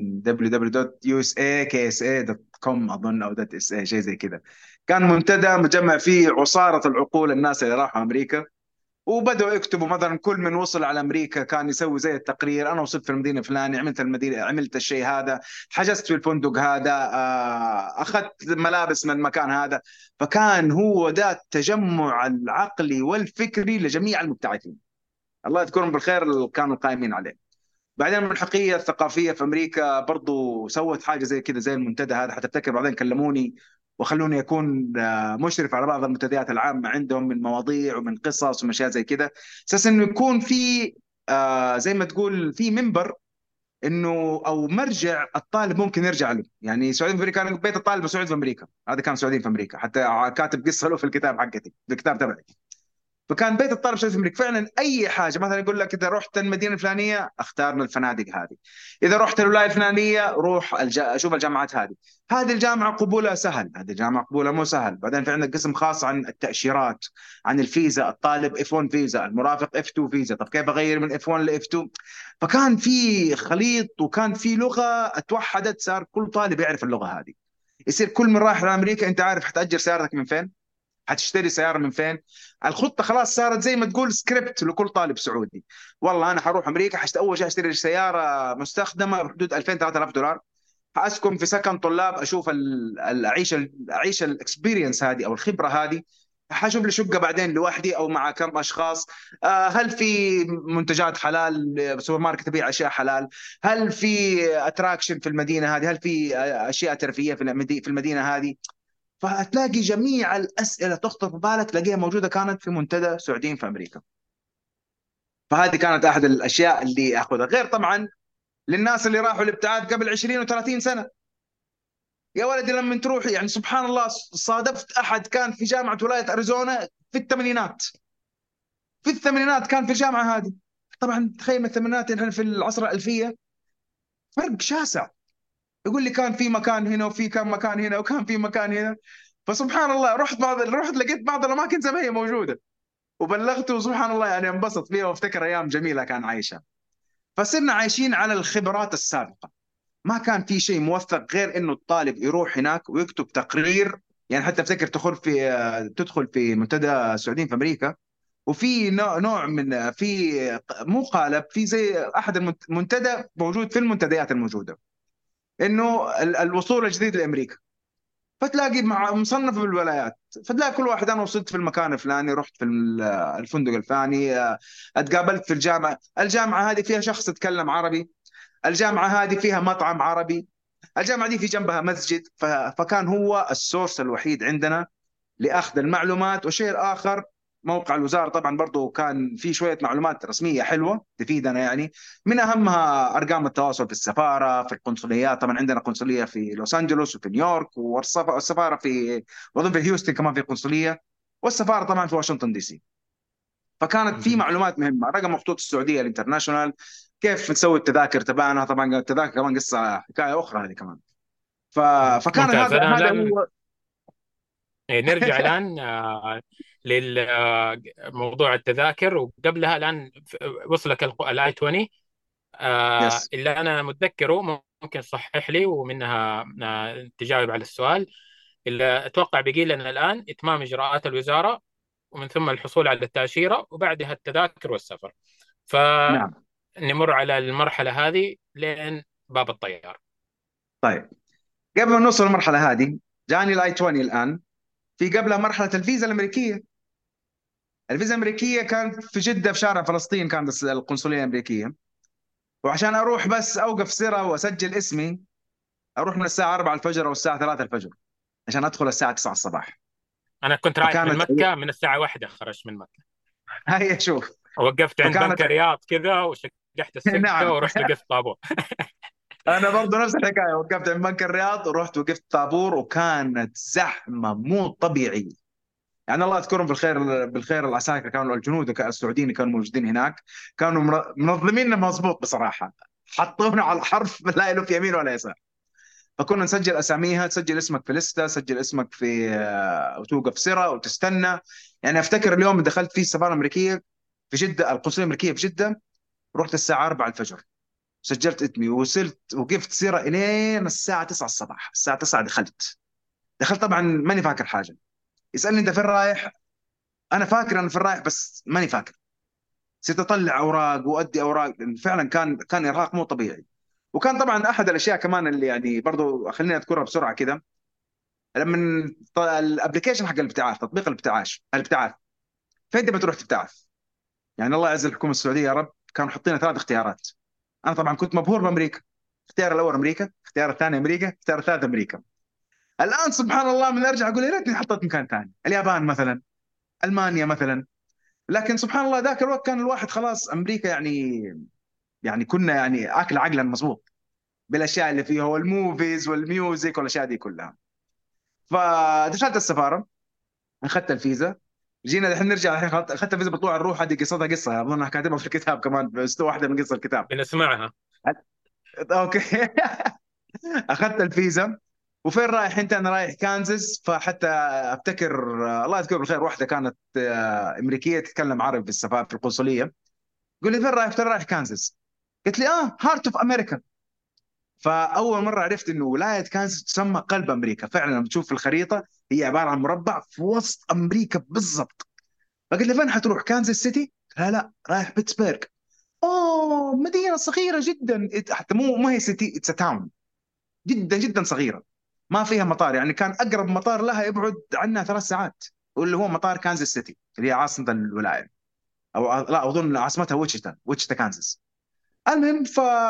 A: www.usaksa.com اظن او .sa شيء زي كذا. كان منتدى مجمع فيه عصاره العقول، الناس اللي راحوا امريكا وبدأوا يكتبوا. مثلا كل من وصل على امريكا كان يسوي زي التقرير، انا وصلت في المدينه الفلانيه، عملت المدينه، عملت الشيء هذا، حجزت في الفندق هذا، اخذت ملابس من المكان هذا. فكان هو ده التجمع العقلي والفكري لجميع المبتعثين، الله يذكرهم بالخير اللي كانوا قائمين عليه. بعدين الملحقيه الثقافيه في امريكا برضو سوت حاجه زي كذا زي المنتدى هذا. حتفتكر بعدين كلموني وخلوني اكون مشرف على بعض المنتديات العامه عندهم، من مواضيع ومن قصص ومن اشياء زي كذا، اساس انه يكون في زي ما تقول في منبر، انه او مرجع الطالب ممكن يرجع له. يعني سعوديين في امريكا، كان بيت الطالب السعودي في امريكا هذا كان سعوديين في امريكا، حتى كاتب قصه له في الكتاب حقتي، في الكتاب تبعي. فكان بيت الطالب شيء في امريكا فعلا. اي حاجه مثلا يقول لك اذا رحت المدينه الفلانيه اختار الفنادق هذه، اذا رحت الولايه الفلانيه روح اشوف الجامعات هذه، هذه الجامعه قبولها سهل، هذه الجامعه قبولها مو سهل. بعدين في عندك قسم خاص عن التاشيرات، عن الفيزا، الطالب اف 1 فيزا، المرافق اف 2 فيزا، طب كيف اغير من اف 1 لاف 2؟ فكان في خليط وكان في لغه اتوحدت، صار كل طالب يعرف اللغه هذه. يصير كل من رايح لامريكا انت عارف حتاجر سيارتك من فين، حتشتري سياره من فين. الخطه خلاص صارت زي ما تقول سكريبت لكل طالب سعودي. والله انا حروح امريكا، اول شيء اشتري سياره مستخدمه بحدود 2000 3000 دولار، حاسكن في سكن طلاب، اشوف اعيش الاكسبيرينس هذه او الخبره هذه. حاشوف لي شقه بعدين لوحدي او مع كم اشخاص. هل في منتجات حلال، سوبر ماركت ابيع اشياء حلال، هل في اتراكشن في المدينه هذه، هل في اشياء ترفيهيه في المدينه هذه. فهتلاقي جميع الاسئله تخطر في بالك تلاقيها موجوده كانت في منتدى سعوديين في امريكا. فهذه كانت احد الاشياء اللي اخذها، غير طبعا للناس اللي راحوا الابتعاث قبل 20 و30 سنه. يا ولدي لما تروح يعني سبحان الله صادفت احد كان في جامعه ولايه اريزونا في الثمانينات، في الثمانينات كان في الجامعه هذه. طبعا تخيل الثمانينات احنا في العصر الالفيه، فرق شاسع. يقول لي كان في مكان هنا وفي كان مكان هنا وكان في مكان هنا. فسبحان الله رحت لقيت بعض الاماكن زي ما هي موجوده وبلغته، وسبحان الله يعني انبسط فيها وافتكر ايام جميله كان عايشها. فصرنا عايشين على الخبرات السابقه، ما كان في شيء موثق غير انه الطالب يروح هناك ويكتب تقرير. يعني حتى افتكر تدخل في منتدى السعوديين في امريكا، وفي نوع من مو قالب، في زي احد المنتدى موجود في المنتديات الموجوده، انه الوصول الجديد لامريكا. فتلاقي مع مصنف بالولايات، فتلاقي كل واحد انا وصلت في المكان الفلاني، رحت في الفندق الفلاني، اتقابلت في الجامعه هذه فيها شخص يتكلم عربي، الجامعه هذه فيها مطعم عربي، الجامعه دي في جنبها مسجد. فكان هو السورس الوحيد عندنا لاخذ المعلومات. والشيء الاخر موقع الوزاره طبعا برضو كان في شويه معلومات رسميه حلوه تفيدنا يعني. من اهمها ارقام التواصل في السفاره، في القنصليات. طبعا عندنا قنصليه في لوس انجلوس وفي نيويورك، والسفاره في، واظن في هيوستن كمان في قنصليه، والسفاره طبعا في واشنطن دي سي. فكانت في
B: مهم.
A: معلومات مهمه، رقم خطوط السعوديه الانترناشونال، كيف نسوي التذاكر تبعنا. طبعا التذاكر كمان قصه حكايه اخرى هذه كمان. ف... فكان
B: ممتاز. أنا
A: هذا
B: الآن
A: هو.
B: نرجع الآن لموضوع التذاكر، وقبلها الآن وصلك الآي 20.
A: يس.
B: اللي أنا متذكره، ممكن تصحح لي ومنها تجاوب على السؤال. اللي أتوقع بقي لنا الآن إتمام إجراءات الوزارة، ومن ثم الحصول على التأشيرة، وبعدها التذاكر والسفر.
A: نعم.
B: فنمر على المرحلة هذه لين باب الطيار.
A: طيب، قبل ما نوصل للمرحله هذه، جاني الاي 20 الان. في قبلها مرحله الفيزا الامريكيه. الفيزا الامريكيه كانت في جده، في شارع فلسطين كانت القنصليه الامريكيه. وعشان اروح بس اوقف سيره واسجل اسمي، اروح من الساعه 4 الفجر او الساعه 3 الفجر عشان ادخل الساعه 9 الصباح.
B: أنا كنت رايح من
A: فكانت
B: مكة من الساعة 1، خرجت من مكة،
A: هي شوف.
B: وقفت عند
A: فكانت
B: بنك الرياض كذا وشقحت السكة
A: نعم.
B: ورحت وقفت طابور.
A: انا برضو نفس الحكايه، وقفت عند بنك الرياض ورحت وقفت طابور، وكانت زحمه مو طبيعيه. يعني الله يذكرهم بالخير، بالخير العساكر كانوا الجنود السعوديين اللي كانوا موجودين هناك. كانوا منظمين مضبوط بصراحه. حطونا على الحرف لا له في يمين ولا يسار. فكنا نسجل اساميها، تسجل اسمك في لسته، تسجل اسمك في وتوقف سرة وتستنى. يعني افتكر اليوم اللي دخلت فيه السفاره الامريكيه في جده، القنصليه الامريكيه في جده، رحت الساعه 4 الفجر، سجلت اسمي ووصلت، وقفت سيرة الين الساعه 9 الصباح. الساعه 9 دخلت طبعا ماني فاكر حاجه. يسالني انت فين رايح؟ انا فاكر انا فين رايح بس ماني فاكر. صرت اطلع اوراق وادي اوراق، لأن فعلا كان ارهاق مو طبيعي. وكان طبعا احد الاشياء كمان اللي يعني برضو خليني اذكرها بسرعه كذا. لما الابلكيشن حق الابتعاث، تطبيق الابتعاث، فين تبي تروح تبتعث؟ يعني الله يعز الحكومه السعوديه يا رب، كانوا حاطين 3 اختيارات. انا طبعا كنت مبهور بامريكا. اختيار الاول امريكا، اختيار الثاني امريكا، اختيار الثالث امريكا. الان سبحان الله من ارجع اقول يا ريتني حطيت مكان ثاني، اليابان مثلا، المانيا مثلا. لكن سبحان الله ذاك الوقت كان الواحد خلاص امريكا يعني، يعني كنا يعني اكل عقلا مظبوط بالاشياء اللي فيها والموفيز والميوزك والاشياء دي كلها. فدخلت السفاره، اخذت الفيزا. جينا الحين نرجع الحين، اخذت الفيزا بطلوع الروح، هذه قصتها قصه اظنها كاتبها في الكتاب كمان، بس واحده من قصص الكتاب.
B: بنسمعها.
A: اوكي. اخذت الفيزا. وفين رايح انت؟ انا رايح كانزاس. فحتى افتكر الله يذكره بالخير، واحده كانت امريكيه تتكلم عربي في السفاره في القنصليه. قول لي فين رايح؟ قلت لها رايح كانزاس. قلت لي هارت اوف امريكا. فاول مره عرفت انه ولايه كانزاس تسمى قلب امريكا. فعلا لما تشوف في الخريطه هي عباره عن مربع في وسط امريكا بالضبط. فقلت لي فين حتروح؟ كانزاس سيتي؟ لا رايح بيتسبرغ. اوه مدينه صغيره جدا، حتى مو هي سيتي، اتس تاون، جدا جدا صغيره. ما فيها مطار، يعني كان اقرب مطار لها يبعد عنها 3 ساعات، واللي هو مطار كانزاس سيتي اللي هي عاصمه الولايه. او لا اظن عاصمتها ويتشتا كانزاس. المهم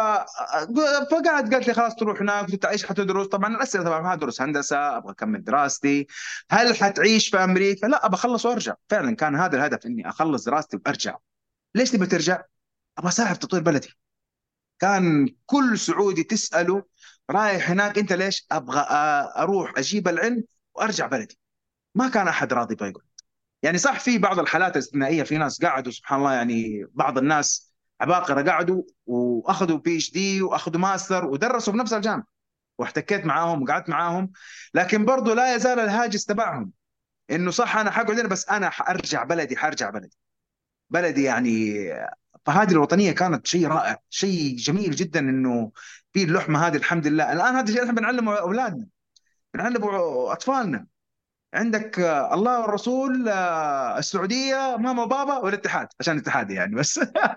A: فقعد قالت لي خلاص تروح هناك. قلت ايش حتدرس؟ طبعا الاسئله طبعا ما ادرس هندسه، ابغى اكمل دراستي. هل حتعيش في امريكا؟ لا، ابغى اخلص وارجع. فعلا كان هذا الهدف، اني اخلص دراستي وارجع. ليش تبي ترجع؟ ابغى اساعد في تطوير بلدي. كان كل سعودي تساله رايح هناك انت ليش؟ ابغى اروح اجيب العلم وارجع بلدي. ما كان احد راضي بيقول. يعني صح في بعض الحالات الاستثنائيه، في ناس قعدوا سبحان الله، يعني بعض الناس عباقره قعدوا واخذوا PhD واخذوا ماستر ودرسوا بنفس الجامعه، واحتكيت معاهم وقعدت معاهم. لكن برضو لا يزال الهاجس تبعهم انه صح انا حقعد هنا بس انا حارجع بلدي، حارجع بلدي يعني. فهذه الوطنيه كانت شيء رائع، شيء جميل جدا انه في اللحمه هذه. الحمد لله الان هذا الشيء احنا بنعلمه اولادنا، بنعلمه اطفالنا. عندك الله والرسول، السعوديه ماما وبابا، والاتحاد عشان الاتحاد يعني بس.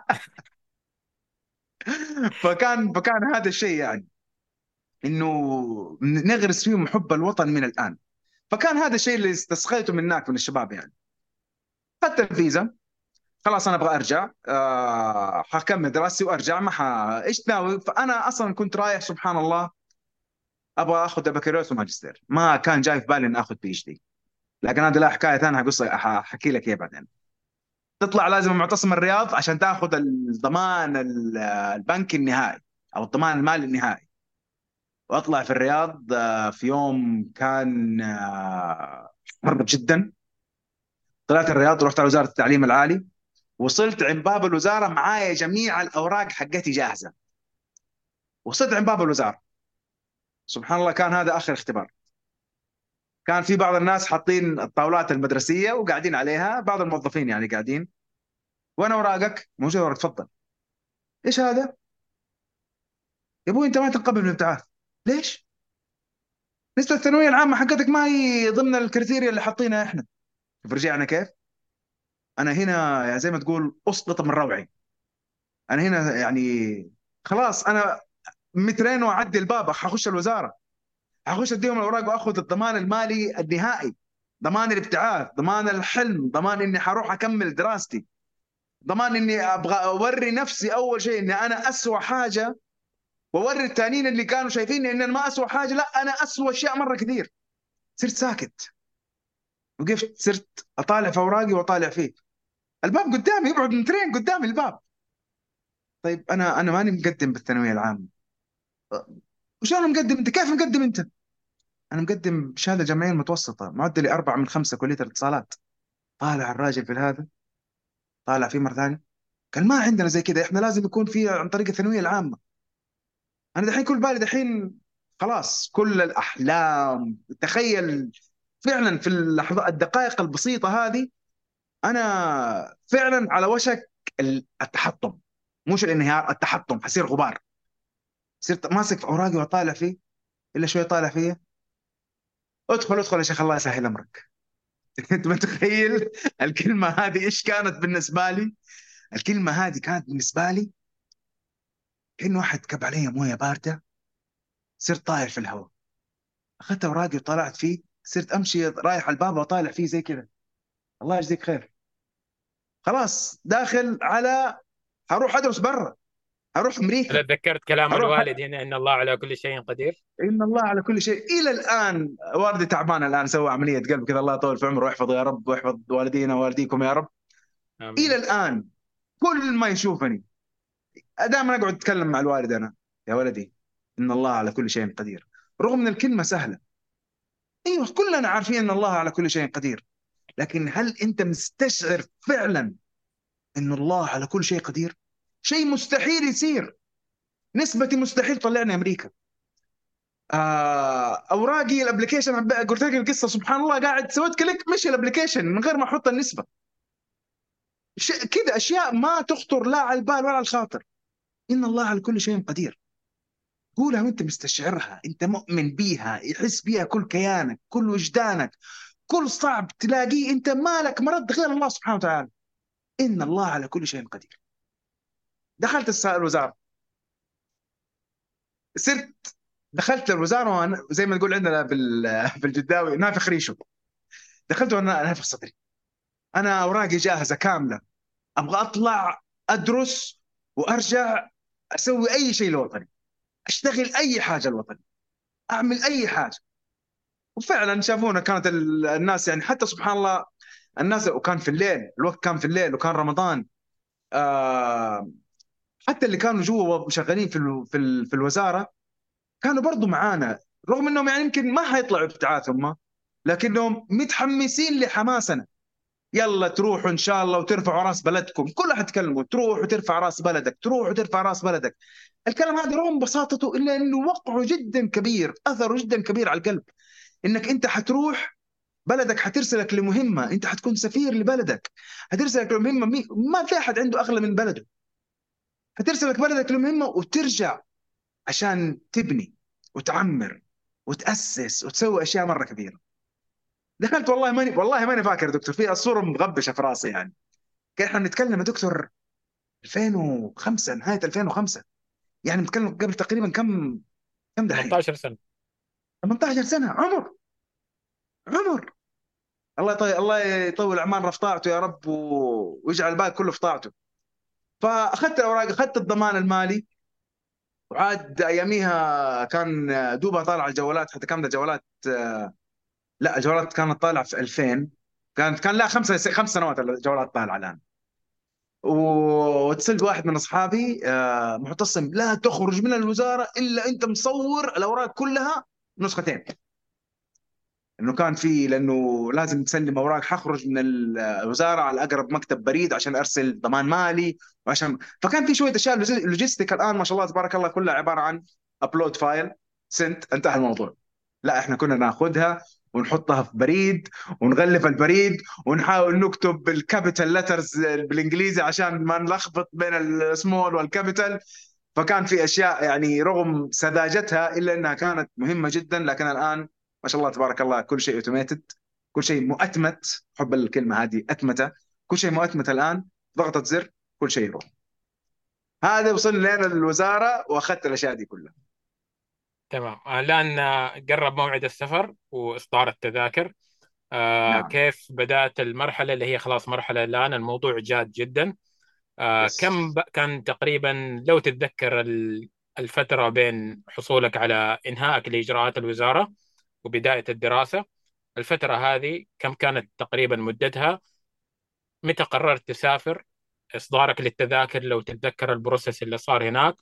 A: فكان هذا الشيء يعني انه نغرس فيهم حب الوطن من الان. فكان هذا الشيء اللي استسقيته من هناك من الشباب يعني. اخذت الفيزا، خلاص انا ابغى ارجع، حكمل دراستي وارجع. ما ايش ناوي؟ فانا اصلا كنت رايح سبحان الله ابغى اخذ بكالوريوس وماجستير، ما كان جاي في بالي اني اخذ PhD. لكن هذه لا حكايه ثانيه، حقص احكي لك اياها بعدين. تطلع لازم معتصم الرياض عشان تاخذ الضمان البنكي النهائي او الضمان المالي النهائي. واطلع في الرياض في يوم كان حر جدا. طلعت الرياض ورحت على وزاره التعليم العالي. وصلت عند باب الوزاره معايا جميع الاوراق حقتي جاهزه. وصلت عند باب الوزاره، سبحان الله كان هذا اخر اختبار. كان في بعض الناس حاطين الطاولات المدرسيه وقاعدين عليها، بعض الموظفين يعني قاعدين. وانا اوراقك موجوده ورا، تفضل. ايش هذا؟ يا ابوي انت ما تنقبل بالابتعاث. ليش؟ نسبه الثانويه العامه حقتك ما هي ضمن الكريتيريا اللي حاطينها احنا. شوف رجعنا كيف. انا هنا يعني زي ما تقول اسقط من روعي. انا هنا يعني خلاص، انا مترين واعدي الباب حخش الوزاره، حخش اديهم الاوراق واخذ الضمان المالي النهائي، ضمان الابتعاث، ضمان الحلم، ضمان اني حروح اكمل دراستي، ضمان اني ابغى اوري نفسي اول شيء اني انا اسوء حاجه، واوري التانيين اللي كانوا شايفيني ان انا ما اسوء حاجه، لا انا اسوء اشياء مره كثير. صرت ساكت، وقفت صرت اطالع في اوراقي واطالع فيه. الباب قدامي، يبعد مترين قدامي الباب. طيب انا ماني مقدم بالثانويه العامه. وشلون مقدم انت؟ كيف مقدم انت؟ انا مقدم شهاده جامعيه متوسطه معدلي 4 من 5 كليه الاتصالات. طالع الراجل في هذا، طالع فيه مره ثانيه. قال ما عندنا زي كذا، احنا لازم يكون في عن طريق الثانويه العامه. انا دحين كل بالي دحين خلاص كل الاحلام، تخيل فعلا في اللحظات الدقائق البسيطه هذه انا فعلا على وشك التحطم. مش الانهيار، التحطم، حصير غبار. صرت ماسك في اوراقي واطالع فيه. الا شوي طالع فيا، ادخل ادخل يا شيخ الله يسهل امرك. انت متخيل الكلمه هذه ايش كانت بالنسبه لي؟ الكلمه هذه كانت بالنسبه لي كأنه واحد كب علي مويه بارده. صرت طاير في الهواء. اخذت اوراقي وطلعت فيه، صرت امشي رايح على الباب واطالع فيه زي كذا. الله يجزيك خير. خلاص داخل على، هروح ادرس برا، هروح
B: هل
A: امريكا،
B: تذكرت كلام
A: هروح.
B: الوالد هنا ان الله على كل شيء قدير؟
A: ان الله على كل شيء. الى الان والدي تعبان، الان سوى عمليه قلب كذا، الله يطول في عمره ويحفظه يا رب، ويحفظ والدينا ووالديكم يا رب. الى
B: امين.
A: الان كل ما يشوفني دائما اقعد اتكلم مع الوالد انا: يا ولدي ان الله على كل شيء قدير. رغم ان الكلمه سهله، ايوه كلنا عارفين ان الله على كل شيء قدير، لكن هل انت مستشعر فعلا ان الله على كل شيء قدير؟ شيء مستحيل يصير. نسبتي مستحيل طلعني امريكا. اوراقي الابلكيشن، قلت لك القصه سبحان الله، قاعد سويت كليك مشي الابلكيشن من غير ما احط النسبه. كذا اشياء ما تخطر لا على البال ولا على الخاطر. ان الله على كل شيء قدير. قولها وانت مستشعرها، انت مؤمن بيها، يحس بيها كل كيانك، كل وجدانك. كل صعب تلاقيه انت مالك مرد غير الله سبحانه وتعالى. ان الله على كل شيء قدير. دخلت الوزاره، صرت دخلت الوزاره وانا زي ما نقول عندنا بالجداوي نافخ ريشه. دخلت وانا نافخ صدري. انا اوراقي جاهزه كامله، ابغى اطلع ادرس وارجع اسوي اي شيء لوطني، اشتغل اي حاجه لوطني، اعمل اي حاجه. وفعلا شافونا، كانت الناس يعني حتى سبحان الله الناس، وكان في الليل، الوقت كان في الليل وكان رمضان. آه حتى اللي كانوا جوا شغالين في الوزاره كانوا برضو معانا، رغم انهم يعني يمكن ما حيطلعوا ابتعاث هم، لكنهم متحمسين لحماسنا. يلا تروحوا ان شاء الله وترفعوا راس بلدكم. كلها حتكلموا تروح وترفع راس بلدك، تروح وترفع راس بلدك. الكلام هذا رغم بساطته الا انه وقعه جدا كبير، اثره جدا كبير على القلب. انك انت حتروح بلدك، حترسلك لمهمه، انت حتكون سفير لبلدك، حترسلك لمهمه ما في احد عنده اغلى من بلده. حترسلك بلدك لمهمه وترجع عشان تبني وتعمر وتاسس وتسوي اشياء مره كبيره. دخلت والله ماني فاكر دكتور، في الصوره مغبشه في راسي يعني. كان احنا بنتكلم يا دكتور 2005، نهايه 2005. يعني بنتكلم قبل تقريبا كم دحين؟
B: 18 سنه.
A: 18 سنه. عمر. الله يطول اعمارنا في طاعته يا رب، ويجعل الباقي كله في طاعته. فاخذت الاوراق، اخذت الضمان المالي. وعاد اياميها كان دوبها طالع الجوالات، حتى كانت الجوالات لا الجوالات كانت طالعه في 2000. كان لا 5 سنوات الجوالات طالعه الان. واتصلت واحد من اصحابي معتصم، لا تخرج من الوزاره الا انت مصور الاوراق كلها نسختين. انه كان في، لانه لازم تسلم اوراق، حخرج من الوزاره على اقرب مكتب بريد عشان ارسل ضمان مالي، وعشان فكان في شويه اشياء لوجيستيك. الان ما شاء الله تبارك الله كلها عباره عن ابلود فايل، سنت، انتهى الموضوع. لا احنا كنا ناخذها ونحطها في بريد ونغلف البريد ونحاول نكتب بالكابيتال لترز بالانجليزي عشان ما نلخبط بين السمول والكابيتال. فكان في اشياء يعني رغم سذاجتها الا انها كانت مهمه جدا. لكن الان ما شاء الله تبارك الله كل شيء اوتوميتد، كل شيء مؤتمت، حب الكلمه هذه اتمته، كل شيء مؤتمت الان، ضغطه زر كل شيء يروح. هذا وصلنا لين الوزاره واخذت الاشياء دي كلها.
B: تمام. الآن قرب موعد السفر وإصدار التذاكر.
A: نعم.
B: كيف بدأت المرحلة اللي هي خلاص مرحلة الآن الموضوع جاد جدا؟
A: يس.
B: كان تقريبا لو تتذكر الفترة بين حصولك على إنهائك لإجراءات الوزارة وبداية الدراسة، الفترة هذه كم كانت تقريبا مدتها؟ متى قررت تسافر؟ إصدارك للتذاكر لو تتذكر البروسيس اللي صار هناك.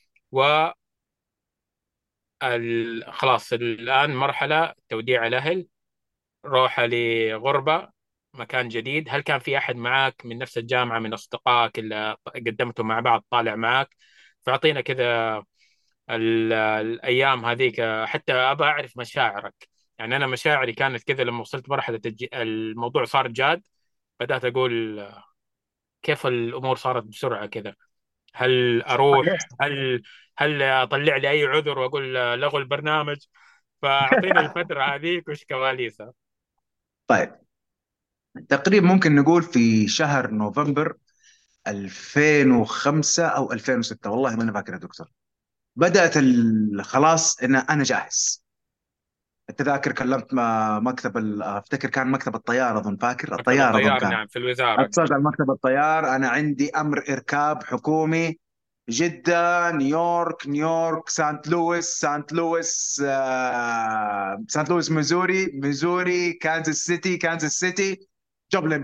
B: خلاص الآن مرحلة توديع الأهل، روحة لغربة، مكان جديد. هل كان في أحد معك من نفس الجامعة من أصدقائك اللي قدمتوا مع بعض طالع معك؟ فأعطينا كذا الأيام هذيك، حتى أبى أعرف مشاعرك. يعني أنا مشاعري كانت كذا لما وصلت مرحلة الموضوع صار جاد، بدأت أقول كيف الأمور صارت بسرعة كذا؟ هل أروح؟ هل أطلع لي أي عذر وأقول لغوا البرنامج؟ فأعطينا الفترة هذيك وش كواليسها.
A: طيب، تقريبا ممكن نقول في شهر نوفمبر 2005 او 2006، والله ما انا فاكر يا دكتور، بدات خلاص ان انا جاهز. التذاكر كلمت مكتب افتكر كان مكتب الطيار، اظن فاكر
B: مكتب
A: الطيار، اظن
B: الطيار،
A: كان.
B: نعم، في الوزارة.
A: اتصلت على مكتب الطيار، انا عندي امر اركاب حكومي جدة، نيويورك، سانت لويس، سانت لويس ميزوري، كانزاس سيتي، جوبلين،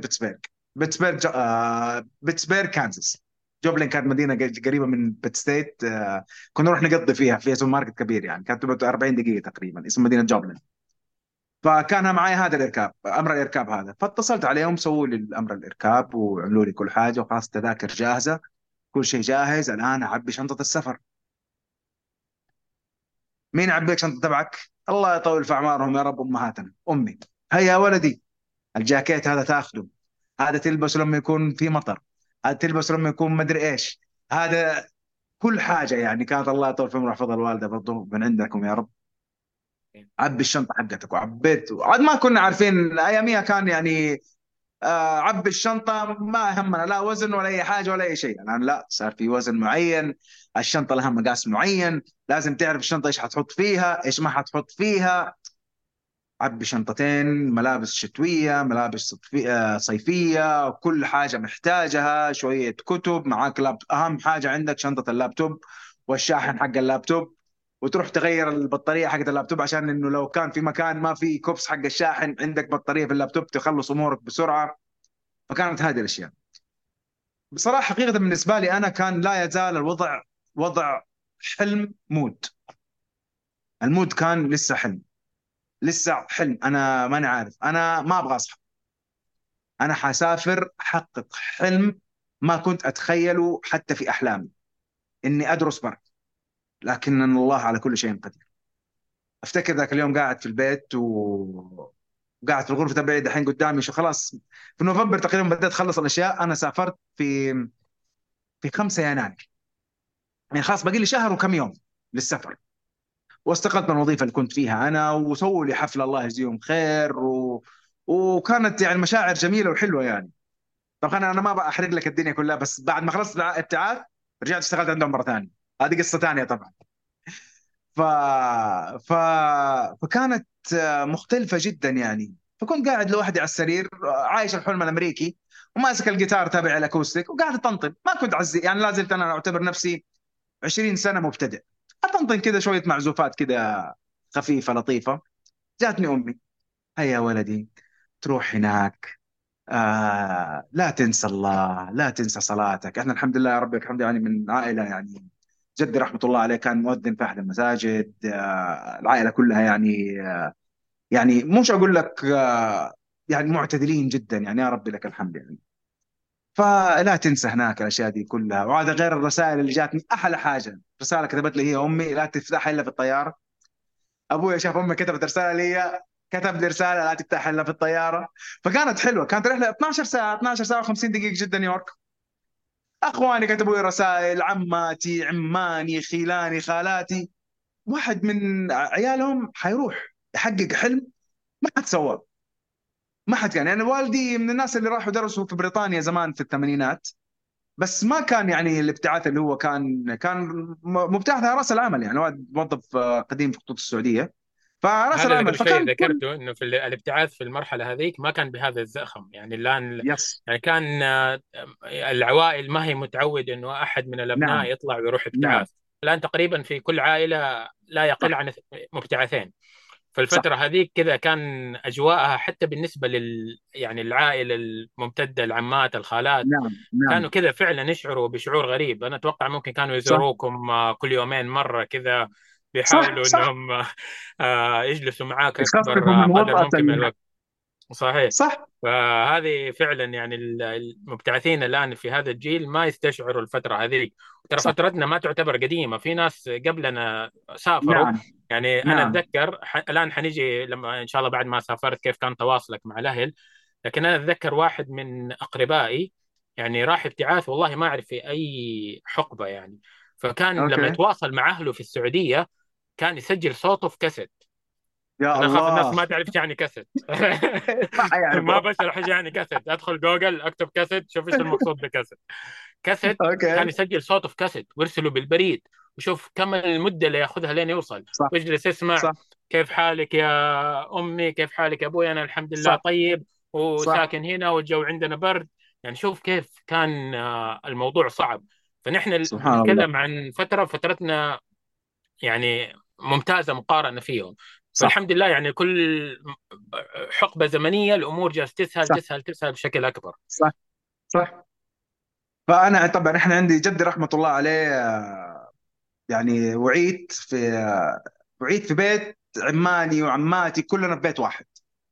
A: بيتسبرغ كانزاس. جوبلين كانت مدينة قريبة من بيت ستيت. كنا نروح نقضي فيها سوبر ماركت كبير يعني، كانت تبعد 40 دقيقة تقريبا، اسم مدينة جوبلين. فكان معي هذا الاركاب، امر الاركاب هذا. فاتصلت عليهم، سووا لي امر الاركاب وعملوا لي كل حاجه، وخلاص التذاكر جاهزه، كل شيء جاهز. الان اعبي شنطه السفر. مين يعبي لك شنطه تبعك؟ الله يطول في اعمارهم يا رب، امهاتنا، امي. هيا يا ولدي، الجاكيت هذا تاخذه، هذا تلبسه لما يكون في مطر، هذا تلبسه لما يكون مدري ايش، هذا كل حاجه يعني. كانت الله يطول في عمرها ويحفظها الوالده برضو من عندكم يا رب. عبي الشنطه حقتك، وعبيت. عاد ما كنا عارفين اياميها، كان يعني عبي الشنطة ما همنا لا وزن ولا أي حاجة ولا أي شيء. الآن لا، صار في وزن معين، الشنطة لها مقاس معين، لازم تعرف الشنطة إيش حتحط فيها إيش ما حتحط فيها. عبي شنطتين، ملابس شتوية، ملابس صيفية، كل حاجة محتاجها، شوية كتب معاك، أهم حاجة عندك شنطة اللابتوب والشاحن حق اللابتوب، وتروح تغير البطارية حقت اللابتوب عشان إنه لو كان في مكان ما في كوبس حق الشاحن، عندك بطارية في اللابتوب تخلص أمورك بسرعة. فكانت هذه الاشياء. بصراحه حقيقه بالنسبه لي انا كان لا يزال الوضع وضع حلم مود. المود كان لسه حلم، لسه حلم. انا ماني عارف، انا ما ابغى اصحى، انا حاسافر احقق حلم ما كنت اتخيله حتى في احلامي، اني ادرس برا. لكن الله على كل شيء قدير. افتكر ذاك اليوم قاعد في البيت وقاعد في الغرفه تبعي دحين قدامي شو، خلاص في نوفمبر تقريبا بديت اخلص الاشياء. انا سافرت في 5 يناير، يعني خلاص باقي لي شهر وكم يوم للسفر. واستقلت من الوظيفه اللي كنت فيها انا، وسووا لي حفله الله يجزيهم خير وكانت يعني مشاعر جميله وحلوه يعني. طبعا انا ما بحرق لك الدنيا كلها، بس بعد ما خلصت الابتعاث رجعت اشتغلت عندهم مره ثانيه. هذه قصه ثانيه طبعا. ف... ف... فكانت مختلفه جدا يعني. فكنت قاعد لوحدي على السرير، عايش الحلم الامريكي، وماسك الجيتار تابع الاكوستيك وقاعد اطنطن. ما كنت عزي يعني، لا زلت انا اعتبر نفسي 20 سنه مبتدئ، اطنطن كذا شويه معزوفات كذا خفيفه لطيفه. جاتني امي، هيا ولدي تروح هناك، لا تنسى الله، لا تنسى صلاتك. احنا الحمد لله يا رب لك الحمد، يعني من عائله يعني جدي رحمه الله عليه كان مؤذن في احد المساجد. العائله كلها يعني يعني مش اقول لك يعني معتدلين جدا يعني، يا رب لك الحمد يعني. فلا تنسى هناك الاشياء دي كلها. وهذا غير الرسائل اللي جاتني. احلى حاجه رساله كتبت لي هي امي: لا تفتحها الا في الطياره. ابوي شاف امي كتبت رساله لي، كتب لي رساله: لا تفتحها الا في الطياره. فكانت حلوه، كانت رحله 12 ساعه، 12 ساعه و50 دقيقه جدا نيويورك. اخواني كتبوا لي رسائل، عماتي، عماني، خيلاني، خالاتي. واحد من عيالهم حيروح يحقق حلم ما حد سواه. ما حد كان يعني. والدي من الناس اللي راحوا درسوا في بريطانيا زمان في الثمانينات، بس ما كان يعني الابتعاث اللي هو كان مبتعث على راس العمل يعني. هو موظف قديم في خطوط السعوديه، فراس
B: هذا اللي
A: العمل.
B: قبل شوي
A: فكان كل
B: ذكرته، انه في الابتعاث في المرحله هذيك ما كان بهذا الزخم، يعني الان
A: يس.
B: يعني كان العوائل ما هي متعوده انه احد من الابناء
A: نعم.
B: يطلع ويروح
A: نعم.
B: ابتعاث. الان تقريبا في كل عائله لا يقل
A: صح.
B: عن مبتعثين.
A: صح.
B: فالفتره هذيك كذا كان اجواءها حتى بالنسبه يعني العائله الممتده، العمات، الخالات،
A: نعم. نعم.
B: كانوا كذا فعلا يشعروا بشعور غريب. انا اتوقع ممكن كانوا
A: صح.
B: يزوروكم كل يومين مره كذا،
A: صح.
B: بيحاولوا
A: صح.
B: انهم يجلسوا معاك
A: يخففوا
B: اكبر
A: من
B: قدر
A: وطأة
B: ممكن من الوقت. صحيح.
A: صح.
B: فهذه فعلا يعني المبتعثين الان في هذا الجيل ما يستشعروا الفتره هذه. ترى
A: صح.
B: فترتنا ما تعتبر قديمه، في ناس قبلنا سافروا.
A: نعم.
B: يعني انا
A: نعم.
B: اتذكر الان حنيجي لما ان شاء الله بعد ما سافرت كيف كان تواصلك مع الاهل. لكن انا اتذكر واحد من اقربائي يعني راح ابتعاث، والله ما اعرف في اي حقبه يعني. فكان لما
A: اوكي.
B: يتواصل مع اهله في السعوديه كان يسجل صوته في كاسيت.
A: يا
B: انا اخاف الناس
A: الله.
B: ما تعرف ايش يعني كاسيت.
A: ما
B: ما
A: حيعرفوا.
B: بشرح ايش يعني كاسيت، ادخل جوجل اكتب كاسيت شوف ايش المقصود بكاسيت. كاسيت. كان
A: اوكي.
B: يسجل صوته في كاسيت ويرسله بالبريد، وشوف كم المده اللي ياخذها لين يوصل،
A: صح.
B: واجلس يسمع:
A: صح.
B: كيف حالك يا امي، كيف حالك يا ابوي، انا الحمد لله
A: صح.
B: طيب
A: صح.
B: وساكن هنا والجو عندنا برد. يعني شوف كيف كان الموضوع صعب. فنحن
A: سبحان الله.
B: بنتكلم عن فترتنا يعني ممتازه مقارنه فيهم.
A: صح.
B: فالحمد لله يعني كل حقبه زمنيه الامور جالس تسهل
A: صح.
B: تسهل تسهل بشكل اكبر.
A: صح. صح. فانا طبعا احنا عندي جدي رحمه الله عليه يعني وعيت في بيت عماني وعماتي كلنا في بيت واحد.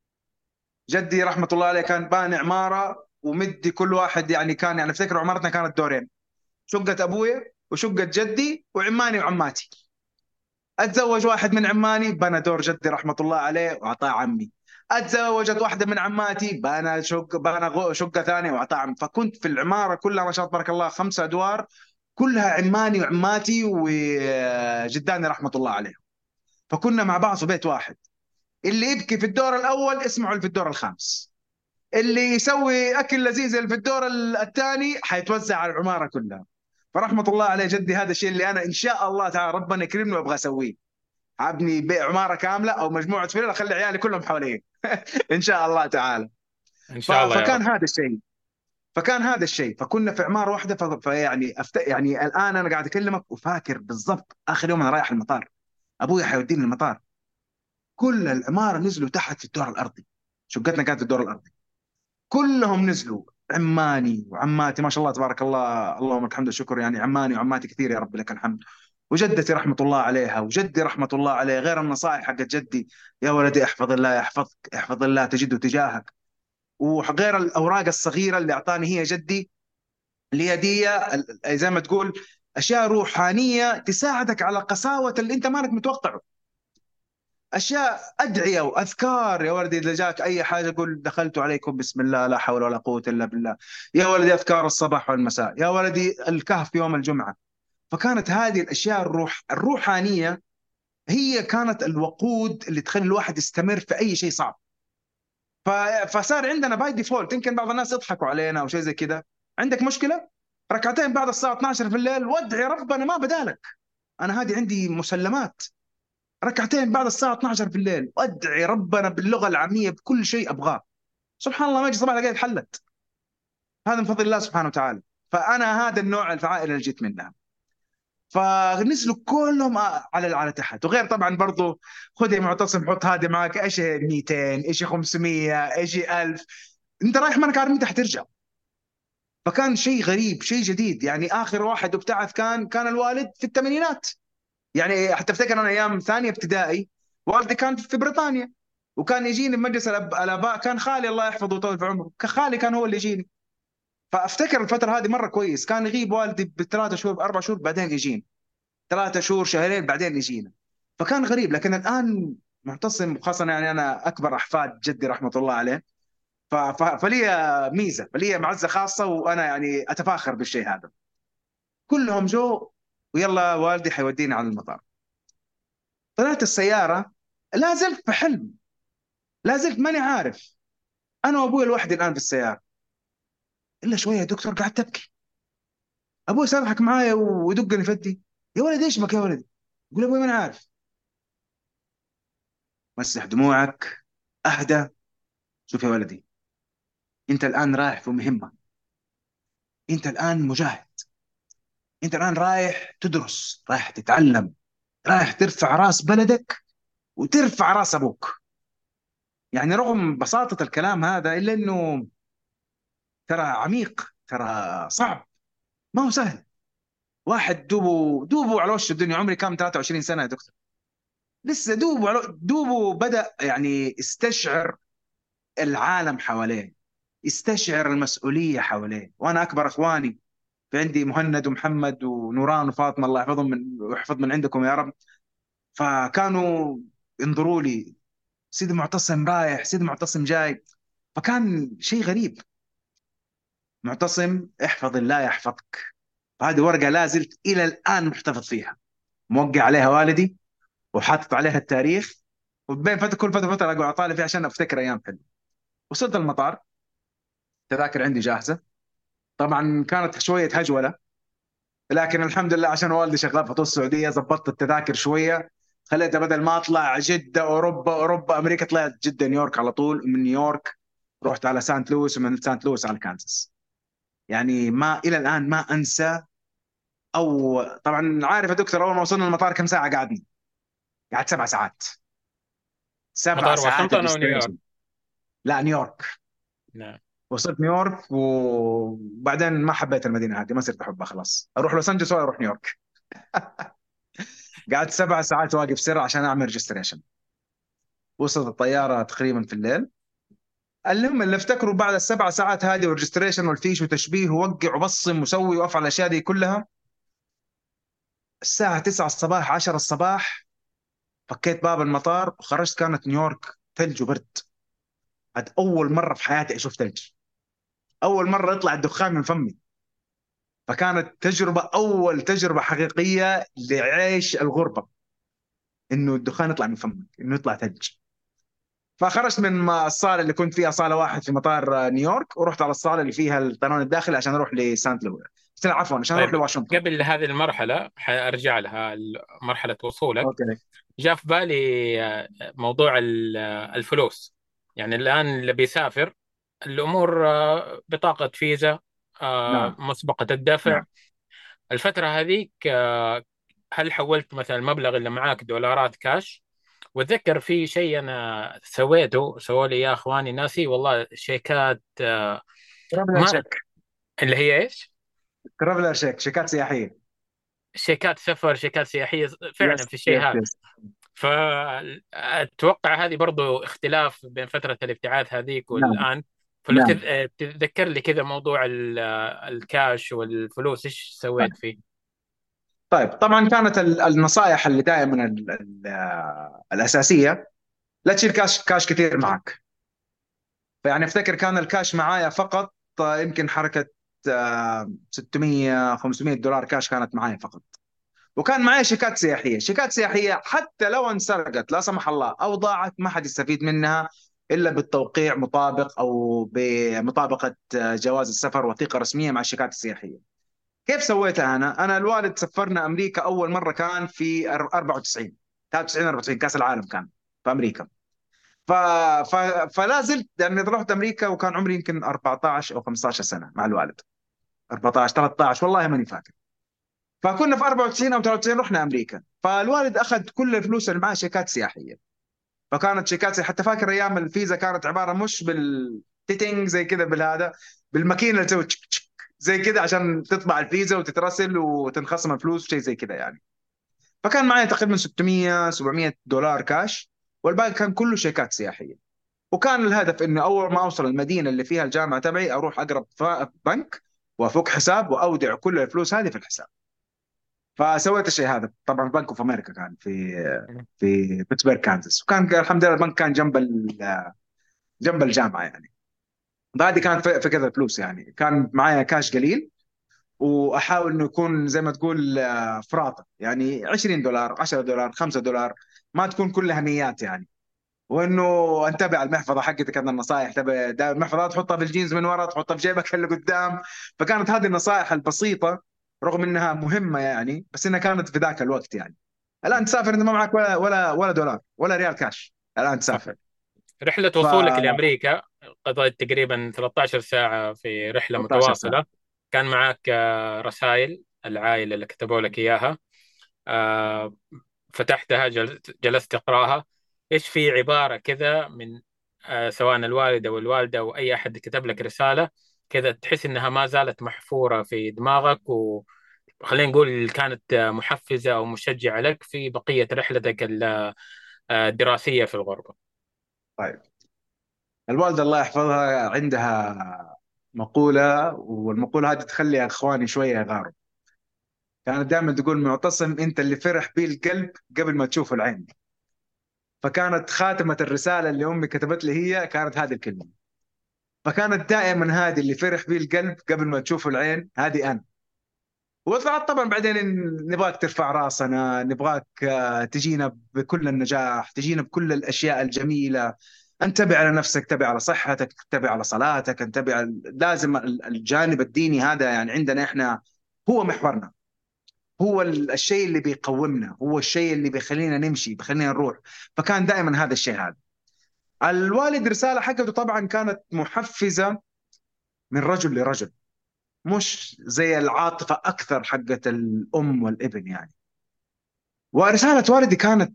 A: جدي رحمه الله عليه كان باني عماره ومدي كل واحد يعني، كان يعني افتكر عمارتنا كانت دورين: شقه ابويا وشقه جدي وعماني وعماتي. اتزوج واحد من عماني بنى دور جدي رحمه الله عليه واعطاه عمي. اتزوجت واحده من عماتي بنى شقه ثانيه واعطاه عمي. فكنت في العماره كلها ما شاء الله تبارك الله 5 ادوار، كلها عماني وعماتي وجداني رحمه الله عليهم. فكنا مع بعض في بيت واحد. اللي يبكي في الدور الاول اسمعوا اللي في الدور الخامس. اللي يسوي اكل لذيذ اللي في الدور الثاني حيتوزع على العماره كلها. فرحمه الله عليه جدي هذا الشيء اللي انا ان شاء الله تعالى ربنا يكرمني وابغى اسويه. ابني عماره كامله او مجموعه فلل اخلي عيالي كلهم حواليه ان شاء الله تعالى.
B: ان شاء الله يا رب.
A: فكان هذا الشيء. فكنا في عماره واحده. فيعني يعني الان انا قاعد اكلمك وفاكر بالضبط اخر يوم انا رايح المطار، ابوي حيوديني المطار. كل العماره نزلوا تحت في الدور الارضي. شقتنا كانت في الدور الارضي. كلهم نزلوا، عماني وعماتي ما شاء الله تبارك الله، اللهم الحمد والشكر يعني. عماني وعماتي كثير يا رب لك الحمد. وجدتي رحمة الله عليها وجدي رحمة الله عليه. غير النصائح حقت جدي: يا ولدي احفظ الله يحفظك، احفظ الله تجده تجاهك. وغير الأوراق الصغيرة اللي أعطاني هي جدي، اللي هي دي زي ما تقول أشياء روحانية تساعدك على قساوة اللي أنت مانك متوقعه. اشياء ادعيه واذكار: يا ولدي اذا جاك اي حاجه قل دخلت عليكم بسم الله لا حول ولا قوه الا بالله. يا ولدي اذكار الصباح والمساء. يا ولدي الكهف يوم الجمعه. فكانت هذه الاشياء الروحانيه هي كانت الوقود اللي تخلي الواحد يستمر في اي شيء صعب. ف... فصار عندنا باي ديفولت. يمكن بعض الناس يضحكوا علينا او شيء زي كذا: عندك مشكله ركعتين بعد الساعه 12 في الليل وادعي ربنا ما بدالك. انا هذه عندي مسلمات: ركعتين بعد الساعة 12 في الليل وادعي ربنا باللغة العامية بكل شيء ابغاه. سبحان الله ما يجي صباح الاقيها اتحلت. هذا من فضل الله سبحانه وتعالى. فانا هذا النوع العائلة اللي جيت منها. فنزلوا كلهم على تحت. وغير طبعا برضو: خذ يا معتصم حط هذه معك، ايش هي 200، ايش 500، ايش 1000. انت رايح ما انك عارف متى حترجع. فكان شيء غريب، شيء جديد. يعني اخر واحد ابتعث كان الوالد في الثمانينات. يعني حتى افتكر انا ايام ثانيه ابتدائي والدي كان في بريطانيا، وكان يجيني بمجلس الاباء. كان خالي الله يحفظه ويطول في عمره، خالي كان هو اللي يجيني. فافتكر الفتره هذه مره كويس، كان يغيب والدي بثلاثة شهور باربع شهور بعدين يجينا، ثلاثة شهور شهرين بعدين يجينا. فكان غريب. لكن الان معتصم، خاصه يعني انا اكبر احفاد جدي رحمه الله عليه، فلي ميزه، فلي معزه خاصه، وانا يعني اتفاخر بالشيء هذا. كلهم جو، ويلا والدي حيودينا على المطار. طلعت السياره، لا زلت في حلم، لا زلت ماني عارف. انا وابوي لوحدي الان في السياره. الا شويه يا دكتور قاعد تبكي. ابوي سامحك معايا ويدقني فدي. يا ولد ايش بك يا ولد؟ يقول ابوي ماني عارف. مسح دموعك، اهدى. شوف يا ولدي، انت الان رايح في مهمه، انت الان مجاهد، انت الان رايح تدرس، رايح تتعلم، رايح ترفع راس بلدك وترفع راس ابوك. يعني رغم بساطه الكلام هذا الا انه ترى عميق، ترى صعب، ما هو سهل. واحد دوبه على وش الدنيا. عمري كام؟ 23 سنه يا دكتور. لسه دوبه بدأ يعني يستشعر العالم حواليه، يستشعر المسؤوليه حواليه. وانا اكبر اخواني، في عندي مهند ومحمد ونوران وفاطمه، الله يحفظهم ويحفظ من عندكم يا رب. فكانوا ينظروا لي، سيدي معتصم رايح، سيدي معتصم جاي. فكان شيء غريب. معتصم احفظ الله يحفظك. هذه ورقه لا زلت الى الان محتفظ فيها، موقع عليها والدي وحاطط عليها التاريخ. وبين فتره، كل فتره اقعد اطالع فيها عشان افتكر ايام حلوه. وصلت المطار، التذاكر عندي جاهزه. طبعا كانت شويه هجوله، لكن الحمد لله عشان والدي شغال في طول السعوديه ضبطت التذاكر شويه. خليتها بدل ما اطلع جده اوروبا اوروبا امريكا، طلعت جده نيويورك على طول. ومن نيويورك رحت على سانت لويس، ومن سانت لويس على كانزاس. يعني ما الى الان ما انسى. او طبعا عارف يا دكتور، اول ما وصلنا المطار كم ساعه قعدنا؟ قعدت 7 ساعات. سبع
B: مطار
A: ساعات
B: واشنطن او نيويورك؟
A: ريجستريشن. لا، نيويورك.
B: نعم.
A: وصلت نيويورك وبعدين ما حبيت المدينه هذه، ما صرت احبها خلاص. اروح لوس انجلوس ولا اروح نيويورك. قعدت 7 ساعات واقف سر عشان اعمل ريجستريشن. وصلت الطياره تقريبا في الليل. المهم اللي افتكره بعد ال7 ساعات هذه والريجستريشن والفيش وتشبيه ووقع وبصم وسوي وافعل الاشياء دي كلها، الساعه 9 الصباح 10 الصباح فكيت باب المطار وخرجت. كانت نيويورك ثلج وبرد. هذا اول مره في حياتي اشوف ثلج، اول مره يطلع الدخان من فمي. فكانت تجربه، اول تجربه حقيقيه لعيش الغربه، انه الدخان يطلع من فمك، انه يطلع ثلج. فخرجت من الصاله اللي كنت فيها، صاله واحد في مطار نيويورك، ورحت على الصاله اللي فيها الطيران الداخلي عشان اروح لسانت لويس. عفوا، عشان اروح
B: طيب،
A: لواشنطن.
B: قبل هذه المرحلة حأرجع لها، مرحلة وصولك،
A: اوكي.
B: جاء في بالي موضوع الفلوس. يعني الآن اللي بيسافر الأمور بطاقة فيزا،
A: نعم.
B: مسبقة الدفع.
A: نعم.
B: الفترة هذيك هل حولت مثلا المبلغ اللي معاك دولارات كاش؟ واتذكر في شيء انا سويته، سووا لي يا اخواني ناسي والله، شيكات
A: ترافلر
B: ما
A: شيك.
B: اللي هي ايش؟
A: ترافلر شيك، شيكات سياحيه.
B: شيكات سفر، شيكات سياحيه، فعلا
A: يس
B: في الشيء
A: يس
B: هذا.
A: يس.
B: فاتوقع هذه برضو اختلاف بين فتره الابتعاث هذيك
A: نعم.
B: والان. فلو
A: نعم.
B: تتذكر لي كذا موضوع الكاش والفلوس، ايش
A: طيب.
B: سويت فيه؟
A: طيب، طبعا كانت النصائح اللي دائما الاساسيه، لا تشيل كاش كثير معك. فيعني افتكر كان الكاش معايا فقط يمكن حركه 600 500 دولار كاش كانت معايا فقط. وكان معي شيكات سياحيه. شيكات سياحيه حتى لو انسرقت لا سمح الله او ضاعت ما حد يستفيد منها الا بالتوقيع مطابق او بمطابقه جواز السفر، وثيقه رسميه مع الشيكات السياحيه. كيف سويتها انا؟ الوالد سفرنا امريكا اول مره كان في 94، 93 94 كاس العالم كان في امريكا. ف... ف... فلا زلت يعني رحت امريكا وكان عمري يمكن 14 او 15 سنه مع الوالد. 14 13 والله ماني فاكر. فكنا في 94 او 93 رحنا امريكا. فالوالد اخذ كل الفلوس اللي معاه شيكات سياحيه. فكانت شيكات حتى فاكر ايام الفيزا كانت عباره مش تيتنج زي كذا بالهذا، بالماكينه اللي تسوي تشك تشك زي كذا عشان تطبع الفيزا وتترسل وتنخصم الفلوس شيء زي كذا يعني. فكان معي تقريبا 600 700 دولار كاش، والباقي كان كله شيكات سياحيه. وكان الهدف انه اول ما اوصل المدينه اللي فيها الجامعه تبعي اروح اقرب بنك وافك حساب واودع كل الفلوس هذه في الحساب. فسويت الشيء هذا. طبعا بنك اوف امريكا كان في بيتسبرغ كانزاس، وكان الحمد لله البنك كان جنب الجامعه يعني. بعدي كانت في كذا فلوس يعني، كان معايا كاش قليل، واحاول انه يكون زي ما تقول فراطه يعني 20 دولار 10 دولار 5 دولار، ما تكون كلها ميات يعني. وانه انتبه على المحفظه حقتك، هذا النصائح، انتبه دائما المحفظه تحطها في الجينز من ورا، تحطها في جيبك اللي قدام. فكانت هذه النصائح البسيطه رغم انها مهمه يعني، بس انها كانت في ذاك الوقت يعني. الان تسافر انت ما معك ولا دولار ولا ريال كاش الان
B: صح.
A: تسافر.
B: رحلة
A: ف
B: وصولك لأمريكا قضيت تقريبا 13 ساعة في رحلة
A: 13 ساعه.
B: متواصلة. كان معك رسائل العائلة اللي كتبوا لك إياها، آه، فتحتها جلست تقرأها. إيش في عبارة كذا من سواء الوالد أو الوالدة أو أي أحد كتب لك رسالة كذا تحس إنها ما زالت محفورة في دماغك، وخلينا نقول كانت محفزة أو مشجعة لك في بقية رحلتك الدراسية في الغربة؟
A: طيب، الوالده الله يحفظها عندها مقوله، والمقوله هذه تخلي اخواني شويه يغاروا. كانت دائما تقول: معتصم، انت اللي فرح بيه القلب قبل ما تشوف العين. فكانت خاتمه الرساله اللي امي كتبت لي هي كانت هذه الكلمه. فكانت دائما هذه اللي فرح بيه القلب قبل ما تشوف العين هذه انا. وطلعت طبعا بعدين نبغاك ترفع راسنا، نبغاك تجينا بكل النجاح، تجينا بكل الاشياء الجميله. انتبه على نفسك، انتبه على صحتك، انتبه على صلاتك، انتبه لازم الجانب الديني هذا يعني عندنا احنا هو محورنا، هو الشيء اللي بيقومنا، هو الشيء اللي بيخلينا نمشي، بيخلينا نروح. فكان دائما هذا الشيء هذا. الوالد رسالة حقته طبعا كانت محفزة من رجل لرجل، مش زي العاطفة أكثر حقت الأم والابن يعني. ورسالة والدي كانت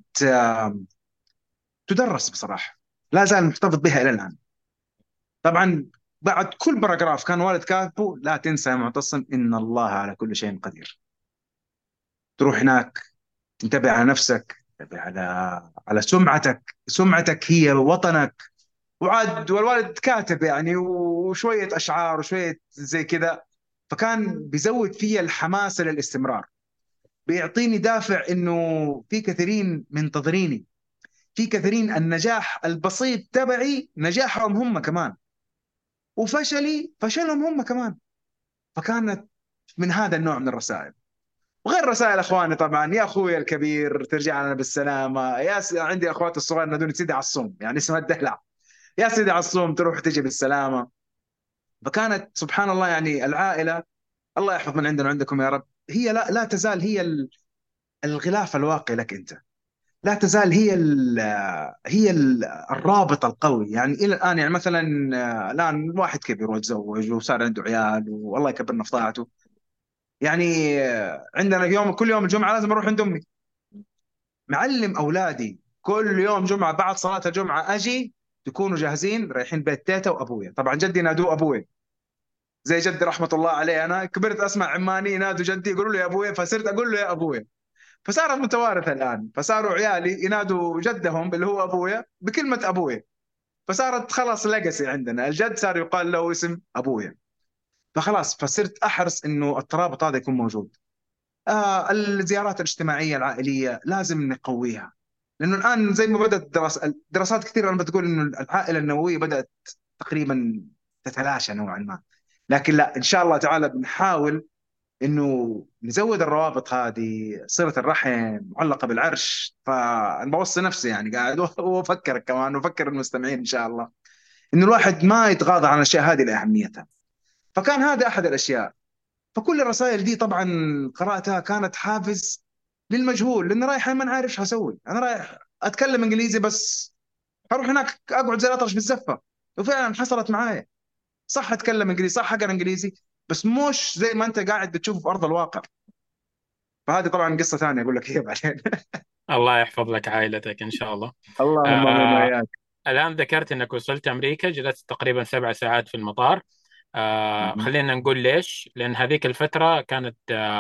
A: تدرس بصراحة، لا زال محتفظ بها إلى الآن. طبعا بعد كل باراجراف كان والد كاتبه: لا تنسى يا معتصم إن الله على كل شيء قدير. تروح هناك، تنتبه على نفسك، تنتبه على سمعتك، سمعتك هي وطنك. وعاد والوالد كاتب يعني، وشوية أشعار وشوية زي كذا. فكان بيزود فيا الحماسة للاستمرار، بيعطيني دافع إنه في كثيرين منتظريني، في كثيرين النجاح البسيط تبعي نجاحهم هم كمان، وفشلي فشلهم هم كمان. فكانت من هذا النوع من الرسائل. وغير رسائل اخواني طبعا: يا اخوي الكبير ترجع لنا بالسلامه، عندي اخواتي الصغار نادوني سيدي عصوم، يعني اسمها الدلع، يا سيدي عصوم تروح تجي بالسلامه. فكانت سبحان الله يعني العائله، الله يحفظ من عندنا وعندكم يا رب، هي لا تزال هي الغلاف الواقي لك انت. لا تزال هي الرابط القوي يعني الى الان. يعني مثلا الان الواحد كبر وتزوج وصار عنده عيال والله يكبرنا في طاعته يعني. عندنا كل يوم الجمعه لازم اروح عند امي، معلم اولادي كل يوم جمعه بعد صلاه الجمعه اجي تكونوا جاهزين رايحين بيت تيتا وابويا. طبعا جدي ينادوه ابويا زي جدي رحمه الله عليه، انا كبرت اسمع عماني ينادوا جدي يقولوا له يا ابويا، فصرت اقول له يا ابويا. فصارت متوارثه الان، فصاروا عيالي ينادوا جدهم اللي هو ابويا بكلمه ابويا. فصارت خلاص ليجاسي عندنا، الجد صار يقال له اسم ابويا. فخلاص فصرت احرص انه الترابط هذا يكون موجود. الزيارات الاجتماعيه العائليه لازم نقويها، لانه الان زي ما بدات دراسات كثيره الان بتقول انه العائله النوويه بدات تقريبا تتلاشى نوعا ما. لكن لا، ان شاء الله تعالى بنحاول انه نزود الروابط هذه، صلة الرحم معلقة بالعرش. فانا بوصي نفسي يعني قاعد وافكرك كمان وافكر المستمعين ان شاء الله انه الواحد ما يتغاضى عن الاشياء هذه لاهميتها. فكان هذا احد الاشياء. فكل الرسائل دي طبعا قراتها كانت حافز للمجهول، لاني رايح ما عارف ايش هسوي. انا رايح اتكلم انجليزي بس، اروح هناك اقعد زي الاطرش بالزفه. وفعلا حصلت معايا، صح اتكلم انجليزي، صح اقرا انجليزي، بس مش زي ما انت قاعد بتشوفه في ارض الواقع. فهذه طبعا قصه ثانيه اقول لك هي بعدين.
B: الله يحفظ لك عائلتك إن شاء الله.
A: اللهم امين
B: آه
A: واياك.
B: الآن ذكرت أنك وصلت أمريكا، جلست تقريبا 7 ساعات في المطار.
A: مهم.
B: خلينا نقول ليش. لأن هذيك الفترة كانت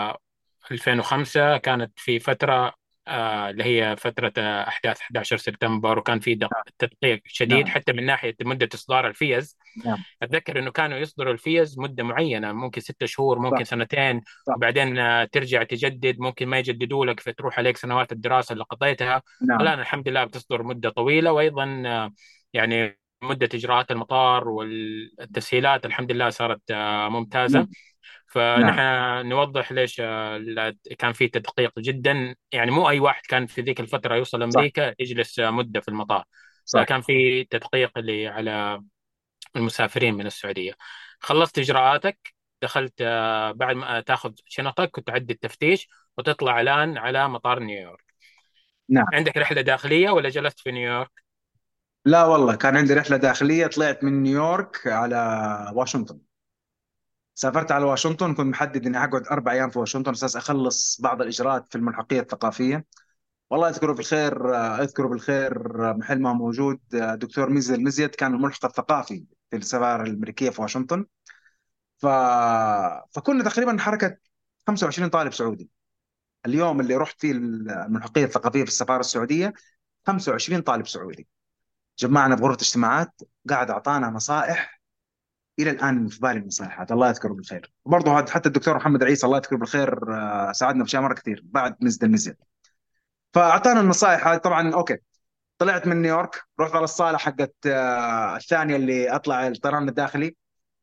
B: 2005، كانت في فترة اللي هي فترة أحداث 11 سبتمبر، وكان في تدقيق شديد
A: نعم.
B: حتى من ناحية مدة إصدار الفيز.
A: نعم.
B: أتذكر أنه كانوا يصدروا الفيز مدة معينة، ممكن 6 شهور، ممكن
A: صح.
B: سنتين،
A: صح.
B: وبعدين ترجع تجدد، ممكن ما يجددوا لك فتروح عليك سنوات الدراسة اللي قضيتها.
A: نعم.
B: الآن الحمد لله بتصدر مدة طويلة، وأيضا يعني مدة إجراءات المطار والتسهيلات الحمد لله صارت ممتازة.
A: نعم.
B: فنحن
A: نعم.
B: نوضح ليش كان في تدقيق جدا. يعني مو أي واحد كان في ذيك الفترة يوصل
A: صح.
B: أمريكا يجلس مدة في المطار. لا،
A: صح.
B: كان في تدقيق اللي على المسافرين من السعودية. خلصت إجراءاتك، دخلت بعد ما تاخذ شنطك وتعدي التفتيش وتطلع الآن على مطار نيويورك.
A: نعم.
B: عندك رحلة داخلية ولا جلست في نيويورك؟
A: لا والله، كان عندي رحلة داخلية، طلعت من نيويورك على واشنطن. سافرت على واشنطن، كنت محدد اني اقعد 4 ايام في واشنطن اساس اخلص بعض الاجراءات في الملحقية الثقافية. والله يذكره بالخير، اذكره بالخير، محل ما موجود، دكتور ميزي المزيد كان الملحق الثقافي في السفارة الأمريكية في واشنطن. ف... فكنا تقريبا حركة 25 طالب سعودي. اليوم اللي رحت فيه الملحقية الثقافية في السفارة السعودية، 25 طالب سعودي. جمعنا في غرفة اجتماعات، قاعد أعطانا نصائح. إلى الآن في بالي النصائح هذه، الله يذكره بالخير. برضه هذا حتى الدكتور محمد عيسى الله يذكره بالخير، ساعدنا في أشياء مرة كثير بعد مزد المزيد. فأعطانا النصائح هذه طبعا. أوكي، طلعت من نيويورك، رحت على الصالة حقت الثانية اللي أطلع الطيران الداخلي.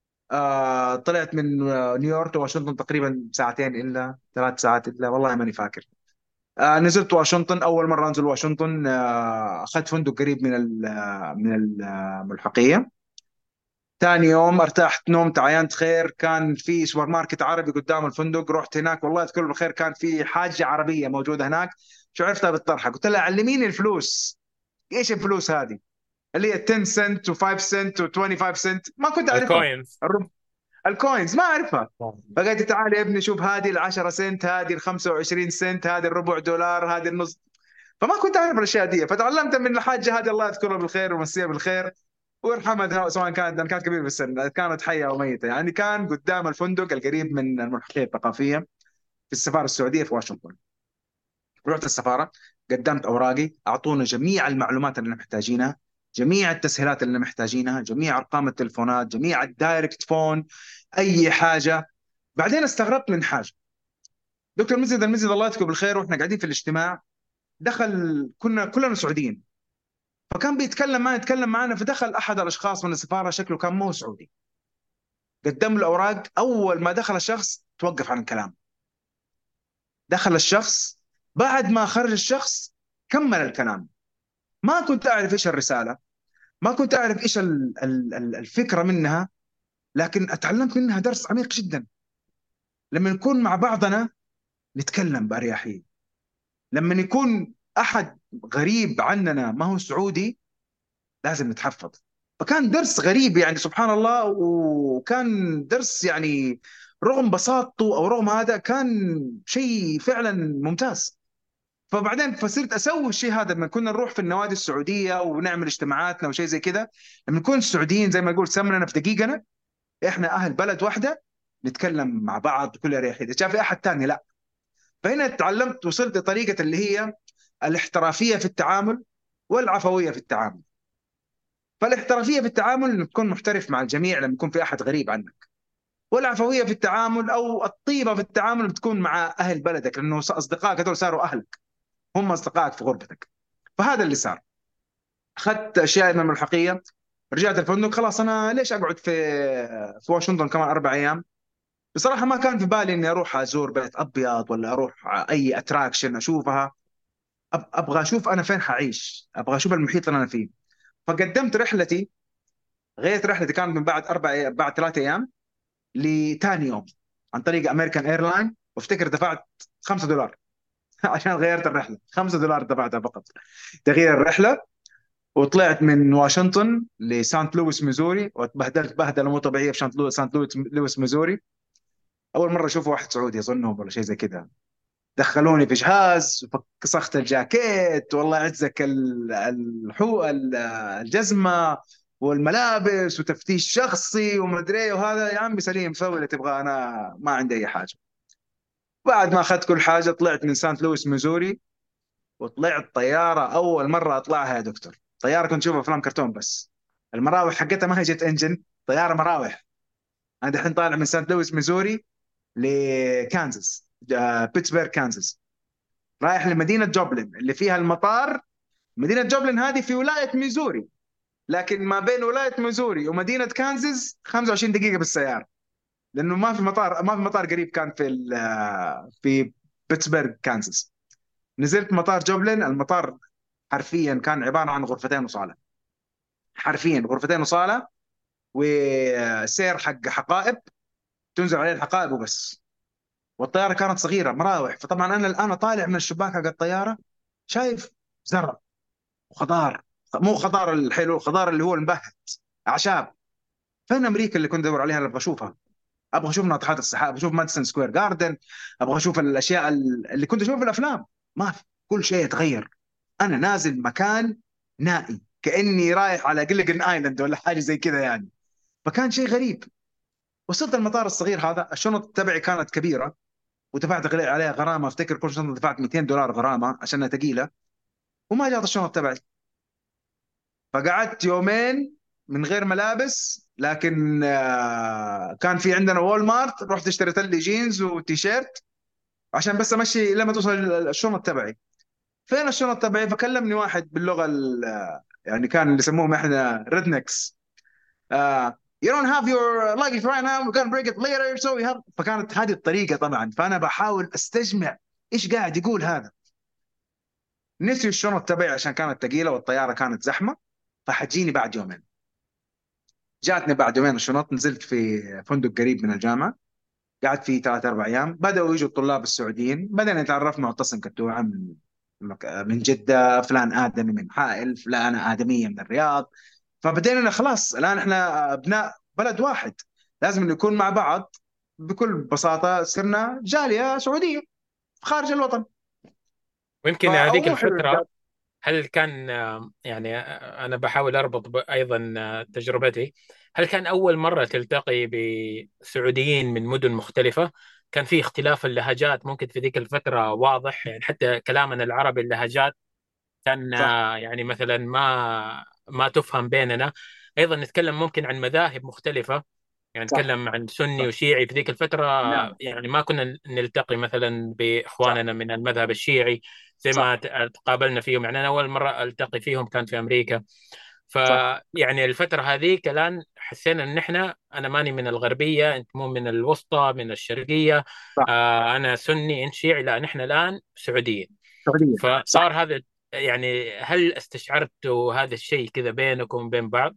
A: طلعت من نيويورك لواشنطن تقريبا ساعتين إلا 3 ساعات إلا، والله ماني فاكر. نزلت واشنطن، أول مرة أنزل واشنطن. أخذت فندق قريب من الملحقية. ثاني يوم ارتحت، نمت، عينت خير، كان في سوبر ماركت عربي قدام الفندق، رحت هناك، والله يذكر بالخير كان في حاجة عربية موجودة هناك. شو عرفتها بالطرحة، قلت لها علميني الفلوس. ايش الفلوس هذه اللي هي 10 سنت و5 سنت و25 سنت؟ ما كنت اعرفها.
B: الكوينز.
A: الكوينز ما اعرفها. فقالت تعالي يا ابني شوف، هذه ال10 سنت، هذه ال25 سنت، هذه الربع دولار، هذه النص. فما كنت اعرف الاشياء دي، فتعلمت من الحاجه هذه، الله يذكرها بالخير ويمسيها بالخير ويرحمها، سواء كانت كبيره بالسن، كانت حيه او ميته يعني. كان قدام الفندق القريب من الملحقيه الثقافيه في السفاره السعوديه في واشنطن. رحت السفاره، قدمت اوراقي، اعطونا جميع المعلومات اللي محتاجينها، جميع التسهيلات اللي محتاجينها، جميع ارقام التلفونات، جميع الدايركت فون، اي حاجه. بعدين استغربت من حاجه. دكتور المزيد الله يذكره بالخير، واحنا قاعدين في الاجتماع، دخل، كنا كلنا سعوديين، فكان يتكلم معنا، فدخل احد الاشخاص من السفاره شكله كان مو سعودي، قدم له الاوراق. اول ما دخل الشخص توقف عن الكلام. دخل الشخص، بعد ما خرج الشخص كمل الكلام. ما كنت اعرف ايش الرساله، ما كنت اعرف ايش الفكره منها، لكن اتعلمت منها درس عميق جدا. لما نكون مع بعضنا نتكلم باريحيه. لما يكون احد غريب عننا ما هو سعودي لازم نتحفظ. فكان درس غريب يعني، سبحان الله، وكان درس يعني رغم بساطته او رغم هذا كان شيء فعلا ممتاز. فبعدين فصرت اسوي الشيء هذا لما كنا نروح في النوادي السعوديه ونعمل اجتماعاتنا وشيء زي كذا. لما نكون السعوديين زي ما يقول سمننا في دقيقنا، احنا اهل بلد واحده، نتكلم مع بعض بكل اريحيه، اذا شاف في احد ثاني لا. فهنا تعلمت، وصلت لطريقه اللي هي الاحترافيه في التعامل والعفويه في التعامل. فالاحترافيه في التعامل انك تكون محترف مع الجميع لما يكون في احد غريب عنك، والعفويه في التعامل او الطيبه في التعامل بتكون مع اهل بلدك، لانه اصدقائك هذول صاروا اهلك، هم اصدقائك في غربتك. فهذا اللي صار. اخذت اشياء من الملحقيه، رجعت الفندق، خلاص انا ليش اقعد في واشنطن كمان 4 ايام. بصراحه ما كان في بالي اني اروح ازور بيت ابيض ولا اروح اي اتراكشن اشوفها. ابغى اشوف انا فين حعيش، ابغى اشوف المحيط اللي انا فيه. فقدمت رحلتي، غيرت رحلتي، كانت من بعد 3 ايام لثاني يوم عن طريق امريكان ايرلاين، وافتكر دفعت $5 عشان غيرت الرحله. $5 دفعتها فقط تغيير الرحله. وطلعت من واشنطن لسانت لويس ميزوري، وتبهدلت بهدله مو طبيعيه في سانت لويس ميزوري. اول مره اشوف واحد سعودي اظنهم ولا شيء زي كذا. دخلوني في جهاز وفسخت الجاكيت، والله يعزك الجزمه والملابس وتفتيش شخصي ومدري إيه، وهذا يا عمي سليم سوي اللي تبغاه، انا ما عندي اي حاجه. بعد ما اخذت كل حاجه طلعت من سانت لويس ميزوري، وطلعت طياره اول مره اطلعها يا دكتور. طياره كنت اشوفها افلام كرتون بس. المراوح حقتها ما هي جت انجن، طياره مراوح. انا دحين طالع من سانت لويس ميزوري لكانزاس، بيتسبرغ كانزاس، رايح لمدينه جوبلin اللي فيها المطار. مدينه جوبلin هذه في ولايه ميزوري، لكن ما بين ولايه ميزوري ومدينه كانزاس 25 دقيقه بالسياره، لانه ما في مطار قريب كان في بيتسبرغ كانزاس. نزلت مطار جوبلin. المطار حرفيا كان عباره عن غرفتين وصاله، حرفيا غرفتين وصاله، وسير حق حقائب، تنزل عليه الحقائب وبس. والطياره كانت صغيره مراوح. فطبعا انا الان طالع من الشباك حق الطياره شايف زرع وخضار، مو خضار الحلو، الخضار اللي هو المبهت، اعشاب. فين امريكا اللي كنت ادور عليها اللي ابغى اشوفها؟ ابغى اشوف ناطحات السحاب، ابغى اشوف ماديسون سكوير جاردن، ابغى اشوف الاشياء اللي كنت اشوفها في الافلام. ما في، كل شيء يتغير. انا نازل مكان نائي، كاني رايح على جليجن ايلاند ولا حاجه زي كذا يعني. فكان شيء غريب. وصلت المطار الصغير هذا، الشنط تبعي كانت كبيره، ودفعت عليها غرامه. افتكر كل شنطه دفعت $200 غرامه عشانها ثقيله، وما جات الشنط تبعي. فقعدت يومين من غير ملابس. لكن كان في عندنا وول مارت، رحت اشتريت لي جينز وتيشيرت عشان بس امشي لما توصل الشنط تبعي. فين الشنط تبعي؟ فكلمني واحد باللغه يعني كان اللي يسموهم احنا ريدنكس. You don't have your luggage right now, we're gonna bring it later, so we have. فكانت هذه الطريقه طبعا. فانا بحاول استجمع ايش قاعد يقول هذا. نسي الشنط تبعي عشان كانت ثقيله والطياره كانت زحمه. فحجيني بعد يومين. جاتني بعد يومين الشنط. نزلت في فندق قريب من الجامعه، قعدت فيه 3 4 ايام. بداوا يجوا الطلاب السعوديين، بدأنا نتعرف. معتصم كتوعه من جده، فلان ادمي من حائل، فلانه ادميه من الرياض. فبدينا خلاص الان احنا ابناء بلد واحد، لازم نكون مع بعض. بكل بساطه صرنا جاليه سعوديه خارج الوطن.
B: ويمكن هذيك
A: فامور حلوه
B: الفترة، هل كان يعني أنا بحاول أربط أيضا تجربتي، هل كان أول مرة تلتقي بسعوديين من مدن مختلفة؟ كان في اختلاف اللهجات ممكن في ذيك الفترة واضح، يعني حتى كلامنا العربي اللهجات كان
A: صح.
B: يعني مثلا ما تفهم بيننا. أيضا نتكلم ممكن عن مذاهب مختلفة، يعني
A: صح.
B: نتكلم عن سني
A: صح.
B: وشيعي في ذيك الفترة.
A: نعم.
B: يعني ما كنا نلتقي مثلا
A: صح.
B: بإخواننا من المذهب الشيعي زي
A: صح.
B: ما تقابلنا فيهم. يعني أنا أول مرة ألتقي فيهم كان في أمريكا.
A: صح.
B: فيعني الفترة هذيك الآن حسينا إن إحنا، أنا ماني من الغربية، أنت مو من الوسطى، من الشرقية،
A: صح.
B: أنا سني أنت شيعي، لا نحن الآن سعوديين.
A: سعوديه.
B: فصار
A: صح.
B: هذا، يعني هل استشعرتوا هذا الشيء كذا بينكم وبين بعض؟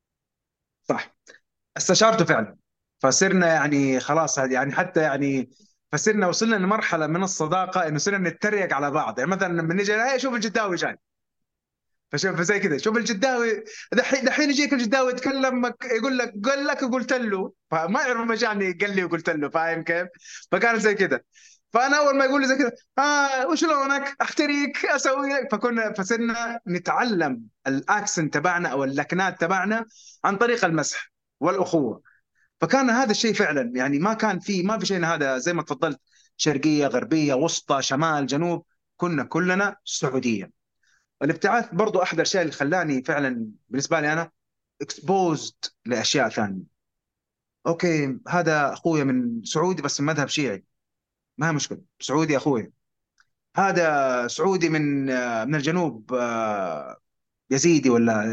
A: صح. استشارته فعلا. فصرنا يعني خلاص هذه يعني حتى يعني فصرنا وصلنا لمرحله من الصداقه انه صرنا نتريق على بعض. يعني مثلا لما نيجي هي شوف الجداوي جاي، فشوف زي كذا شوف الجداوي. دحين يجيك الجداوي يتكلم يقول لك قال لك وقلت له، فما يعرف ما جاني قال لي وقلت له، فاهم كيف؟ فكان زي كذا. فانا اول ما يقول لي زي كذا وشلونك احتريك اسوي لك. فصرنا نتعلم الاكسنت تبعنا او اللكنات تبعنا عن طريق المسح والاخوه. فكان هذا الشيء فعلا يعني ما في شيء هذا زي ما تفضلت، شرقيه غربيه وسطى شمال جنوب، كنا كلنا سعوديه. الابتعاث برضو احد الاشياء اللي خلاني فعلا بالنسبه لي انا اكسبوزد لاشياء ثانيه. اوكي هذا اخويا من سعودي بس من مذهب شيعي، ما هي مشكله، سعودي اخويا. هذا سعودي من الجنوب، يزيدي ولا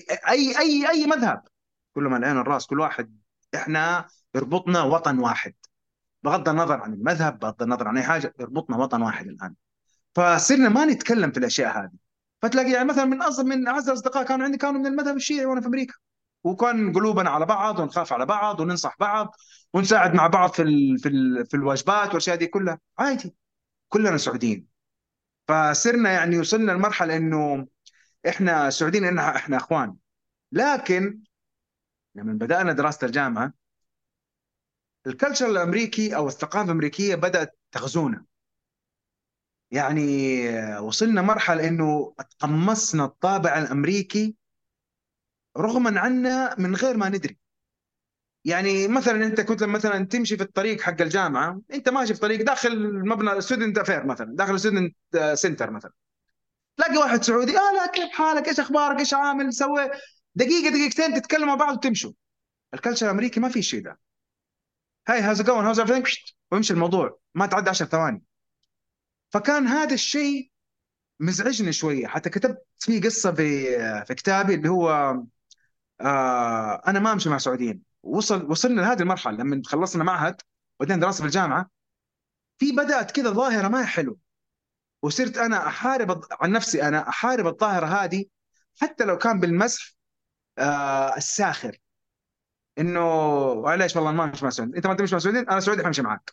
A: اي مذهب، كله من العين والراس، كل واحد. احنا يربطنا وطن واحد، بغض النظر عن المذهب، بغض النظر عن اي حاجه، يربطنا وطن واحد الان. فصرنا ما نتكلم في الاشياء هذه. فتلاقي يعني مثلا من اعز الاصدقاء كانوا عندي كانوا من المذهب الشيعي وانا في امريكا، وكان قلوبنا على بعض ونخاف على بعض وننصح بعض ونساعد مع بعض في الواجبات والاشياء دي كلها عادي. كلنا سعوديين. فصرنا يعني وصلنا لمرحله انه احنا سعوديين، احنا اخوان. لكن لما بدانا دراسه الجامعه، الكلتشر الامريكي او الثقافه الامريكيه بدات تغزونا. يعني وصلنا مرحلة إنه تقمصنا الطابع الأمريكي رغما عنا من غير ما ندري. يعني مثلا انت كنت لما مثلا تمشي في الطريق حق الجامعه، انت ماشي في طريق داخل مبنى ستودنت افير مثلا، داخل ستودنت سنتر مثلا، تلاقي واحد سعودي: لا كيف حالك، ايش اخبارك، ايش عامل، سوي دقيقه دقيقتين تتكلموا مع بعض وتمشوا. الكلتشر الامريكي ما في شيء ده. هاي هاوز جوين، هاوز everything، ويمشي الموضوع ما تعدى 10 ثواني. فكان هذا الشيء مزعجني شويه، حتى كتبت فيه قصه في كتابي اللي هو انا ما امشي مع سعوديين. وصلنا لهذه المرحله لما خلصنا معهد وبعدين دراسه في الجامعه، في بدات كذا ظاهره ما هي حلو، وصرت انا احارب عن نفسي، انا احارب الظاهره هذه حتى لو كان بالمزح الساخر، انه معليش والله ما امشي مع سعوديين، انت ما تمشي مع سعوديين، انا سعودي حمشي معك،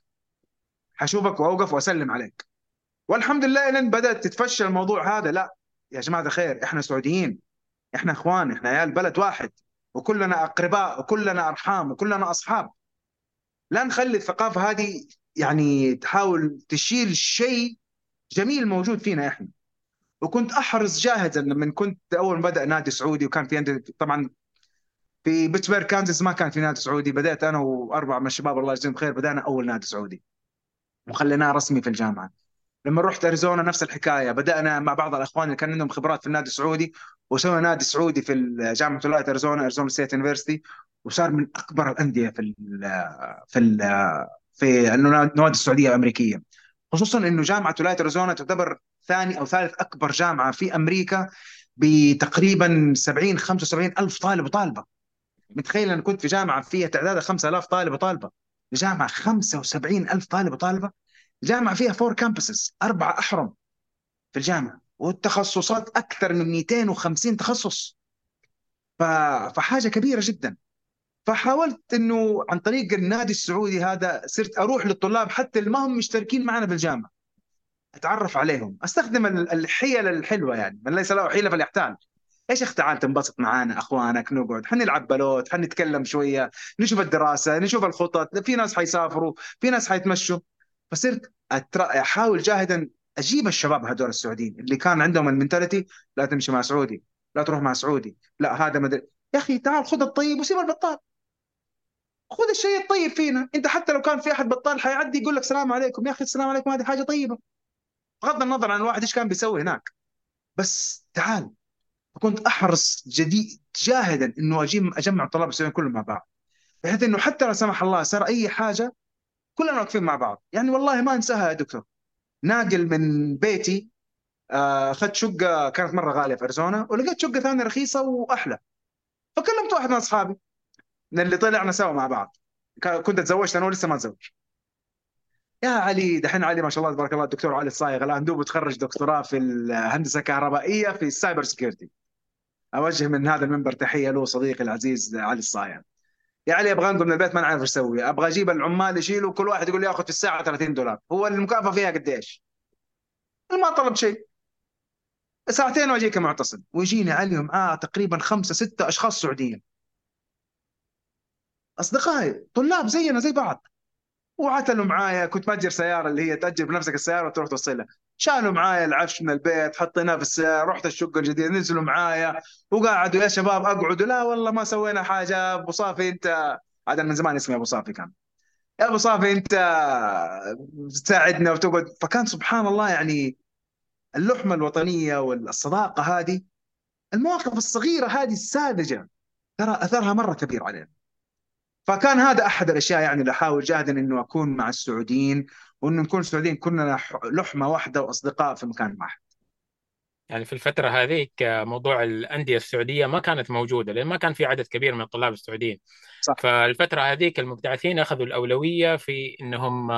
A: حشوفك واوقف واسلم عليك. والحمد لله لين بدات تتفشى الموضوع هذا، لا يا جماعه الخير، احنا سعوديين، احنا اخوان، احنا عيال بلد واحد، وكلنا اقرباء وكلنا ارحام وكلنا اصحاب. لا نخلي الثقافه هذه يعني تحاول تشيل شيء جميل موجود فينا احنا. وكنت احرص جاهدا لما كنت اول ما بدا نادي سعودي، وكان في عندي طبعا في بيتسبرغ كانزاس ما كان في نادي سعودي، بدات انا واربعه من الشباب الله يجزيهم خير، بدانا اول نادي سعودي وخليناه رسمي في الجامعه. لما رحت اريزونا نفس الحكايه، بدانا مع بعض الاخوان اللي كان عندهم خبرات في النادي السعودي، وسوينا نادي سعودي في جامعه ولايه اريزونا، اريزونا ستيت يونيفرستي، وصار من اكبر الانديه في ال في النوادي السعوديه الامريكيه. خصوصا انه جامعه ولايه اريزونا تعتبر ثاني او ثالث اكبر جامعه في امريكا، بتقريبا 70 75 الف طالب وطالبه. متخيل انا كنت في جامعه فيها تعدادها 5000 طالب وطالبه، جامعه 75 الف طالب وطالبه، جامعه فيها فور كامبسز، اربع احرم في الجامعه، والتخصصات اكثر من 250 تخصص. ف... فحاجه كبيره جدا. فحاولت انه عن طريق النادي السعودي هذا صرت اروح للطلاب حتى اللي ما هم مشتركين معنا بالجامعه، اتعرف عليهم، استخدم الحيل الحلوه، يعني من ليس له حيله فليحتال. ايش اخ، تعال تنبسط معانا اخوانك، نقعد حنلعب بلوت، حنتكلم شويه، نشوف الدراسه، نشوف الخطط، في ناس حيسافروا، في ناس حيتمشوا. فصرت احاول جاهدا اجيب الشباب هذول السعوديين اللي كان عندهم المنتاليتي: لا تمشي مع سعودي، لا تروح مع سعودي، لا هذا مدري. يا اخي تعال خذ الطيب وسيب البطال، خذ الشيء الطيب فينا. انت حتى لو كان في احد بطال حيعدي يقول لك السلام عليكم، يا اخي السلام عليكم هذه حاجه طيبه، بغض النظر عن الواحد ايش كان بيسوي هناك، بس تعال. فكنت احرص جاهدا انه اجمع الطلاب السعوديين كلهم مع بعض، بحيث انه حتى لا سمح الله صار اي حاجه كلنا واقفين مع بعض. يعني والله ما انساها يا دكتور، ناقل من بيتي، اخذت شقه كانت مره غاليه في اريزونا، ولقيت شقه ثانيه رخيصه واحلى، فكلمت واحد من اصحابي من اللي طلعنا سوا مع بعض، كنت اتزوجت انا ولسه ما اتزوج. يا علي دحين علي ما شاء الله تبارك الله، الدكتور علي الصايغ الان دوب تخرج دكتوراه في الهندسه الكهربائيه في السايبر سكيورتي. اوجه من هذا المنبر تحيه له صديقي العزيز علي الصايغ. يا علي ابغى انقل من البيت ما نعرف ايش اسوي، ابغى اجيب العمال يشيلوا، كل واحد يقول لي ياخذ في الساعه $30، هو المكافاه فيها قديش؟ أنا ما طلبت شيء، ساعتين واجيك معتصم، ويجيني علي معاه تقريبا خمسه سته اشخاص سعوديين، اصدقائي طلاب زينا زي بعض، وعتلوا معايا. كنت مأجر سياره اللي هي تأجر بنفسك السياره وتروح توصلها، شالوا معايا العفش من البيت حطيناه في السياره، رحت الشقه الجديده نزلوا معايا وقعدوا: يا شباب اقعدوا، لا والله ما سوينا حاجه، ابو صافي انت، هذا من زمان اسمي ابو صافي كان، يا ابو صافي انت تساعدنا وتقعد. فكان سبحان الله يعني اللحمه الوطنيه والصداقه هذه، المواقف الصغيره هذه الساذجه ترى اثرها مره كبير علينا. فكان هذا احد الاشياء يعني اللي احاول جاهدا انه اكون مع السعوديين، وانه نكون سعوديين كلنا لحمه واحده واصدقاء في مكان واحد.
B: يعني في الفترة هذيك موضوع الأندية السعودية ما كانت موجودة، لأن ما كان في عدد كبير من الطلاب السعوديين.
A: صح.
B: فالفترة هذيك المبتعثين أخذوا الأولوية في أنهم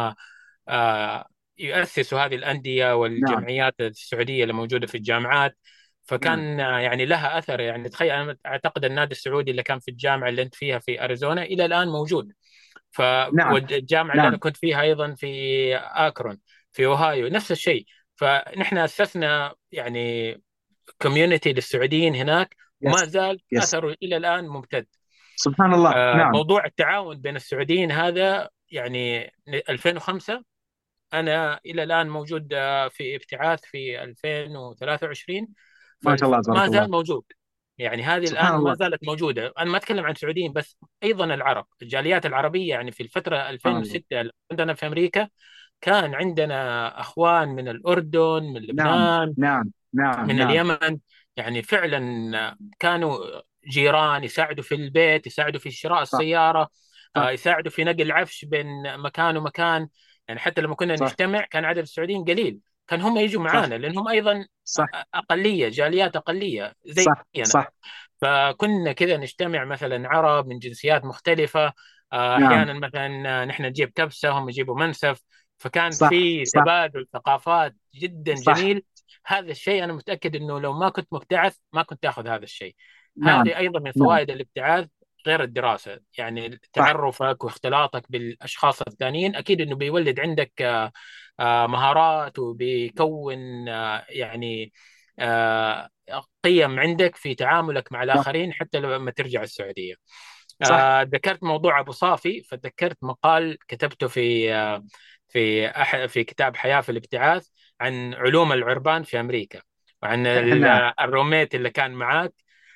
B: يؤسسوا هذه الأندية
A: نعم.
B: والجمعيات السعودية اللي موجودة في الجامعات.
A: نعم.
B: فكان يعني لها أثر. يعني تخيل، أنا أعتقد النادي السعودي اللي كان في الجامعة اللي أنت فيها في أريزونا إلى الآن موجود.
A: نعم.
B: والجامعة اللي أنا
A: نعم.
B: كنت فيها أيضا في آكرون في أوهايو نفس الشيء. فنحن أسسنا يعني كوميونتي للسعوديين هناك، وما
A: يس.
B: زال
A: يس.
B: أثره إلى الآن ممتد.
A: سبحان الله. نعم.
B: موضوع التعاون بين السعوديين هذا يعني 2005 أنا إلى الآن موجود في ابتعاث في 2023،
A: ما شاء الله
B: فما
A: تبارك الله.
B: زال موجود. يعني هذه
A: سبحان
B: الآن ما
A: الله.
B: زالت موجودة. أنا ما أتكلم عن السعوديين بس، أيضا العرب، الجاليات العربية. يعني في الفترة
A: سبحان الله.
B: 2006 عندنا في أمريكا، كان عندنا أخوان من الأردن، من
A: نعم
B: لبنان،
A: نعم نعم
B: من
A: نعم.
B: اليمن. يعني فعلا كانوا جيران، يساعدوا في البيت، يساعدوا في شراء
A: صح
B: السيارة،
A: صح
B: يساعدوا في نقل العفش بين مكان ومكان. يعني حتى لما كنا
A: صح
B: نجتمع كان عدد السعوديين قليل، كان هم يجوا
A: صح
B: معانا لأنهم أيضا
A: صح
B: أقلية، جاليات أقلية
A: صح
B: زينا.
A: صح.
B: فكنا كذا نجتمع، مثلا عرب من جنسيات مختلفة،
A: نعم.
B: أحيانا مثلا نحن نجيب كبسة، هم يجيبوا منسف. فكان
A: صح
B: في
A: صح
B: تبادل ثقافات جدا
A: صح.
B: جميل. هذا الشيء أنا متأكد أنه لو ما كنت مبتعث ما كنت تأخذ هذا الشيء.
A: نعم
B: هذه أيضا من
A: نعم.
B: فوائد الابتعاث، غير الدراسة. يعني
A: صح
B: تعرفك واختلاطك بالأشخاص الثانيين أكيد أنه بيولد عندك مهارات، وبيكون يعني آه، قيم عندك في تعاملك مع
A: صح
B: الآخرين حتى لما ترجع السعودية.
A: صح.
B: ذكرت موضوع أبو صافي، فتذكرت مقال كتبته في كتاب حياة في الابتعاث، عن علوم العربان في أمريكا، وعن
A: نعم.
B: الروميت اللي كان معاك.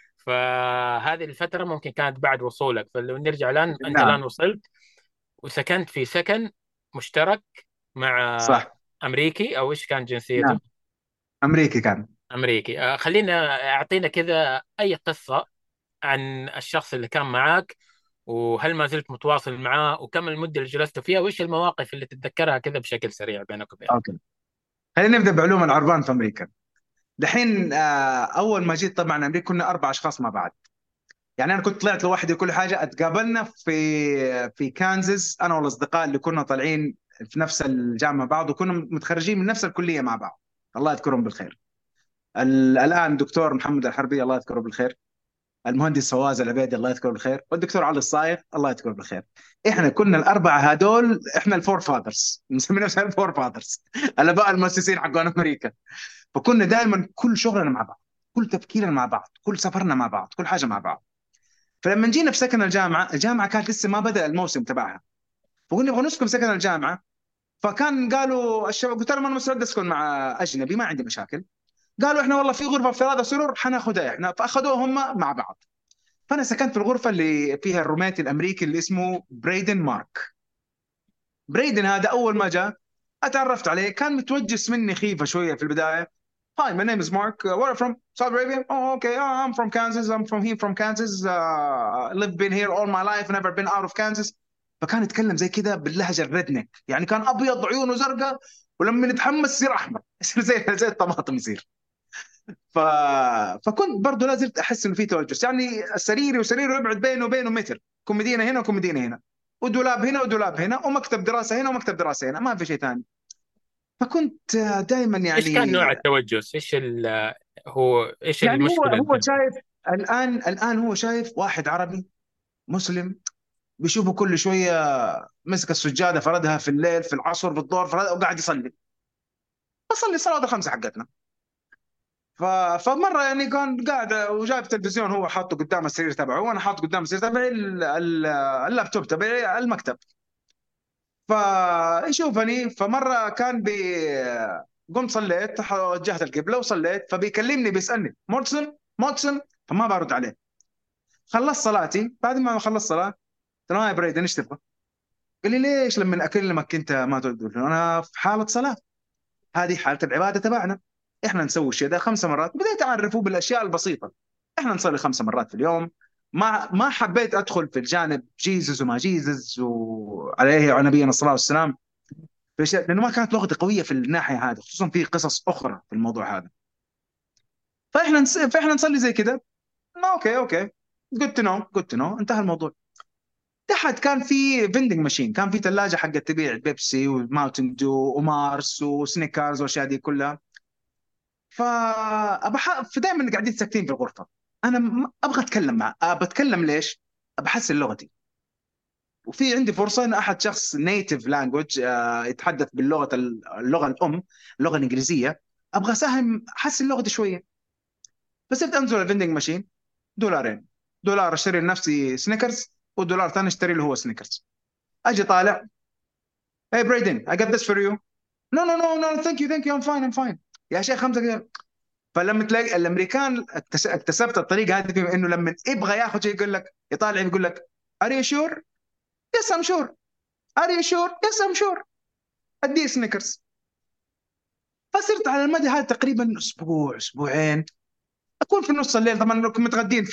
B: فهذه الفترة ممكن كانت بعد وصولك. فلو نرجع الآن، أنت
A: نعم.
B: الآن وصلت وسكنت في سكن مشترك مع
A: صح.
B: أمريكي، أو إيش كان
A: نعم.
B: جنسيته؟
A: أمريكي كان.
B: أمريكي. خلينا أعطينا كذا أي قصة عن الشخص اللي كان معاك، وهل ما زلت متواصل معاه، وكم المدة اللي جلستوا فيها، وإيش المواقف اللي تتذكرها كذا بشكل سريع بينك وبينه.
A: أوكي، خلينا نبدأ بعلوم العربان في أمريكا. دحين أول ما جيت طبعا أمريكا كنا 4 أشخاص مع بعض. يعني أنا كنت طلعت لوحدي وكل حاجة. اتقابلنا في كانزاس، أنا والأصدقاء اللي كنا طالعين في نفس الجامعة مع بعض، وكنا متخرجين من نفس الكلية مع بعض. الله يذكرهم بالخير. الآن دكتور محمد الحربي الله يذكره بالخير، المهندس فواز العبيدي الله يذكره بالخير، والدكتور علي الصايغ الله يذكره بالخير. احنا كنا الاربعه هذول احنا الفور فاذرز، نسمي نفسنا الفور فاذرز، الاباء المؤسسين حقون امريكا. فكنا دائما كل شغلنا مع بعض، كل تفكيرنا مع بعض، كل سفرنا مع بعض، كل حاجه مع بعض. فلما جينا في سكن الجامعه كانت لسه ما بدا الموسم تبعها، فقلنا نبغى نسكن في سكن الجامعه. فكان قالوا الشباب، قلت لهم انا مستعد اسكن مع اجنبي ما عندي مشاكل. قالوا احنا والله في غرفه في هذا سرور حناخذها احنا، فاخذوها هم مع بعض. فانا سكنت في الغرفه اللي فيها الروميت الامريكي اللي اسمه بريدن مارك. بريدن هذا اول ما جاء اتعرفت عليه، كان متوجس مني خيفه شويه في البدايه. Hi, my name is Mark. Where are you from? Saudi Arabia. Oh, okay. I'm from Kansas. I'm from here, from Kansas. Live been here all my life. Never been out of Kansas. فكان يتكلم زي كذا باللهجه الريدنك، يعني كان ابيض عيونه زرقاء، ولما يتحمس يصير احمر يصير زي الطماطم يصير. ف... فكنت برضه لا زلت احس انه في توجس. يعني سريري وسريره يبعد بينه وبينه متر، كوميدينا هنا وكوميدينا هنا، ودولاب هنا ودولاب هنا، ومكتب دراسه هنا ومكتب دراسه هنا، ما في شيء ثاني. فكنت دائما
B: إيش كان
A: يعني.
B: نوع التوجس؟ إيش
A: يعني هو
B: المشكلة اللي
A: هو
B: كان؟
A: شايف الان هو شايف واحد عربي مسلم، بيشوفه كل شويه مسك السجاده فردها في الليل في العصر في الظهر فردها وقاعد يصلي، اصلي الصلاه الخمسه حقتنا. فمره يعني كان قاعد وجايب تلفزيون هو حاطه قدام السرير تبعه، وانا حاطط قدام السرير تبعي اللابتوب تبعي المكتب. فيشوفني، فمره قمت صليت، وجهت القبله وصليت، فبيكلمني بيسالني مورسون مورسون، فما برد عليه. خلصت صلاتي، بعد ما خلصت صلاه قلت له يا بريدن ايش تبغى؟ قال لي ليش لما اكلمك انت ما ترد؟ قلت له انا في حاله صلاه، هذه حالة العبادة تبعنا، احنا نسوي الشيء ده 5 مرات. بديت اعرفه بالاشياء البسيطة، احنا نصلي 5 مرات في اليوم. ما حبيت ادخل في الجانب جيزس وما جيزس وعليه وعلى نبينا الصلاة والسلام في شيء، لانه ما كانت لغتي قوية في الناحية هذه، خصوصا في قصص اخرى في الموضوع هذا. فاحنا نصلي زي كده. اوكي اوكي، جود تو نو، انتهى الموضوع. تحت كان في فيندنج ماشين، كان في ثلاجة حقت تبيع بيبسي وماونتن دو ومارس وسنيكرز والاشياء دي كلها. فدائما قاعدين ساكتين في الغرفه. انا ابغى اتكلم معه، بتكلم ليش؟ بحسن لغتي، وفي عندي فرصه ان احد شخص نيتيف لانجوج يتحدث اللغه الام، اللغه الانجليزيه، ابغى اساهم احسن لغتي شويه. فصرت انزل الفندنج ماشين، دولارين، دولار اشتري لنفسي سنيكرز، ودولار ثاني اشتري له هو سنيكرز. اجي طالع، hey Brayden I got this for you. نو نو نو نو ثانك يو ام فاين ام فاين يا شيخ 5 كيلو. فلما تلاقي الامريكان اكتسبت الطريقه هذه فيهم، انه لما يبغى ياخذ شيء يقول لك، يطالع يقول لك ار يو شور؟ يس ام شور. ار يو شور؟ يس ام شور. اديه سنيكرز. فصرت على المدى هذا تقريبا اسبوع اسبوعين اكون في نص الليل، طبعا كنا متغدين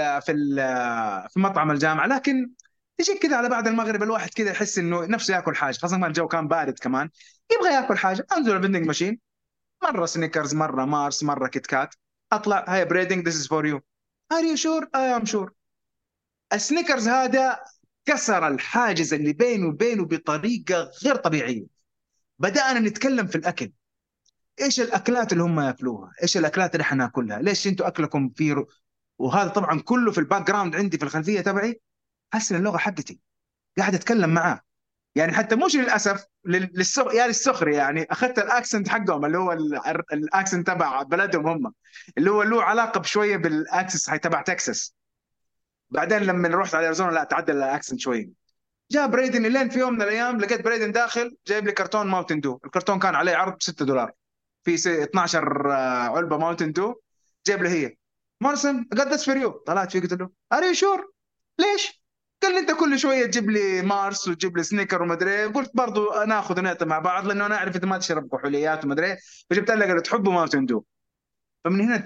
A: في مطعم الجامعه، لكن تجي كذا على بعد المغرب الواحد كذا يحس انه نفسه ياكل حاجه، خاصه ما الجو كان بارد كمان، يبغى ياكل حاجه. انزل الفندنج ماشين، مره سنيكرز، مره مارس، مره كيت كات، اطلع هاي بريدنج ذيس از فور يو. ار يو شور؟ اي ام شور. السنيكرز هذا كسر الحاجز اللي بيني وبينه بطريقه غير طبيعيه. بدانا نتكلم في الاكل، ايش الاكلات اللي هم ياكلوها، ايش الاكلات اللي احنا ناكلها، ليش انتوا اكلكم فيه. وهذا طبعا كله في الباك جراوند عندي في الخلفيه تبعي، حسن اللغه حقتي، قاعد اتكلم معاه. يعني حتى مش للاسف يعني السخري، يعني اخذت الاكسنت حقهم اللي هو الاكسنت تبع بلدهم هم، اللي هو له علاقه بشويه بالاكسس تبع تكساس. بعدين لما رحت على اريزونا لا تعدل الاكسنت شويه. جاء بريدن لين في يوم من الايام لقيت بريدن داخل جايب لي كرتون ماونتن دو، الكرتون كان عليه عرض ب 6 دولار، في 12 علبه ماونتن دو. جايب لي هي. مارسن قد ذس فور يو. طلعت فيه قلت له ار يو شور؟ ليش؟ قال لي انت كل شويه تجيب لي مارس وتجيب لي سنيكر ومدري ايه. قلت برضو ناخذ ونعطي مع بعض، لانه انا اعرف انت ما تشرب كحوليات ومدري ايه. فجبت لك قال تحبوا ماونتن دو. فمن هنا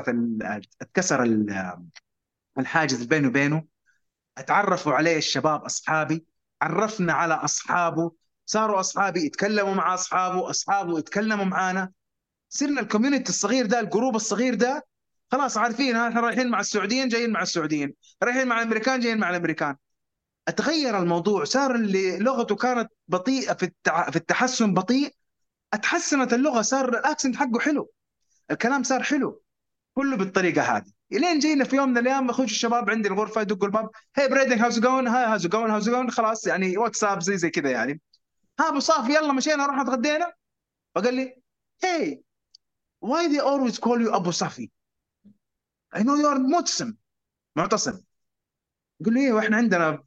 A: اتكسر الحاجز اللي بيني وبينه. اتعرفوا عليه الشباب اصحابي، عرفنا على اصحابه، صاروا اصحابي يتكلموا مع اصحابه، اصحابه يتكلموا معانا. صرنا الكوميونتي الصغير ده، الجروب الصغير ده، خلاص عارفين احنا رايحين مع السعوديين جايين مع السعوديين، رايحين مع الامريكان جايين مع الامريكان. اتغير الموضوع، صار اللي لغته كانت بطيئه في التحسن بطيء، اتحسنت اللغه، صار الاكسنت حقه حلو، الكلام صار حلو، كله بالطريقه هذه. الين جينا في يوم من الايام اخوش الشباب عندي الغرفه يدقوا الباب، هي بريدنج هاوز جون، هاي هاوز جون، هاوز جون، خلاص يعني واتساب زي كذا يعني. ها ابو صافي يلا مشينا رحنا اتغدينا. فقال لي hey why they always call you ابو صافي I know you are معتصم. يقول لي ايه، واحنا عندنا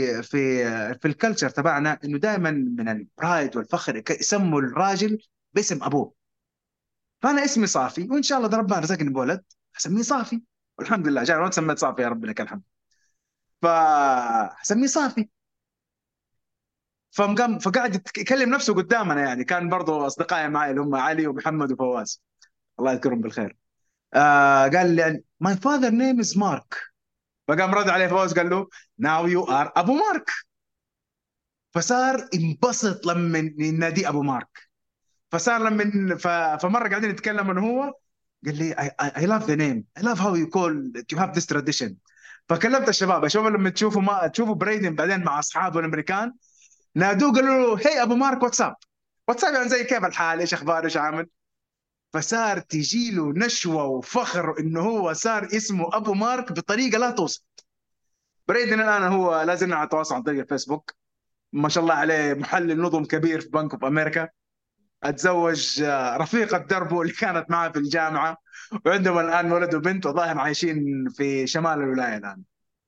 A: في الكلتشر تبعنا انه دائما من البرايد والفخر يسموا الراجل باسم ابوه. فانا اسمي صافي، وان شاء الله ربنا رزقني بولد اسميه صافي، والحمد لله جاء الولد سميت صافي يا رب لك الحمد. فسميه صافي. فقعد يكلم نفسه قدامنا، يعني كان برضو اصدقائي معي اللي هم علي ومحمد وفواز، الله يذكرهم بالخير. قال لي ماي فاذر نيم از مارك. فقام رد عليه فوز قال له ناو يو ار ابو مارك. فصار انبسط لما ينادي ابو مارك. فصار فمره قاعدين نتكلم انا هو، قال لي I love the name I love how you have this tradition. فكلمت الشباب، لما تشوفوا ما تشوفوا بريدن بعدين مع اصحابه الامريكان نادوه قالوا له هي ابو مارك واتساب. واتساب يعني زي كيف الحال، ايش اخبار، ايش عامل. فصار تجي له نشوه وفخر انه هو صار اسمه ابو مارك بطريقه لا توصف. بريدن الان هو لازلنا على تواصل عن طريق الفيسبوك، ما شاء الله عليه محلل نظم كبير في بنك اوف امريكا، اتزوج رفيقة دربه اللي كانت معه في الجامعة، وعندهم الآن ولد وبنت، وظاهر عايشين في شمال الولاية الآن.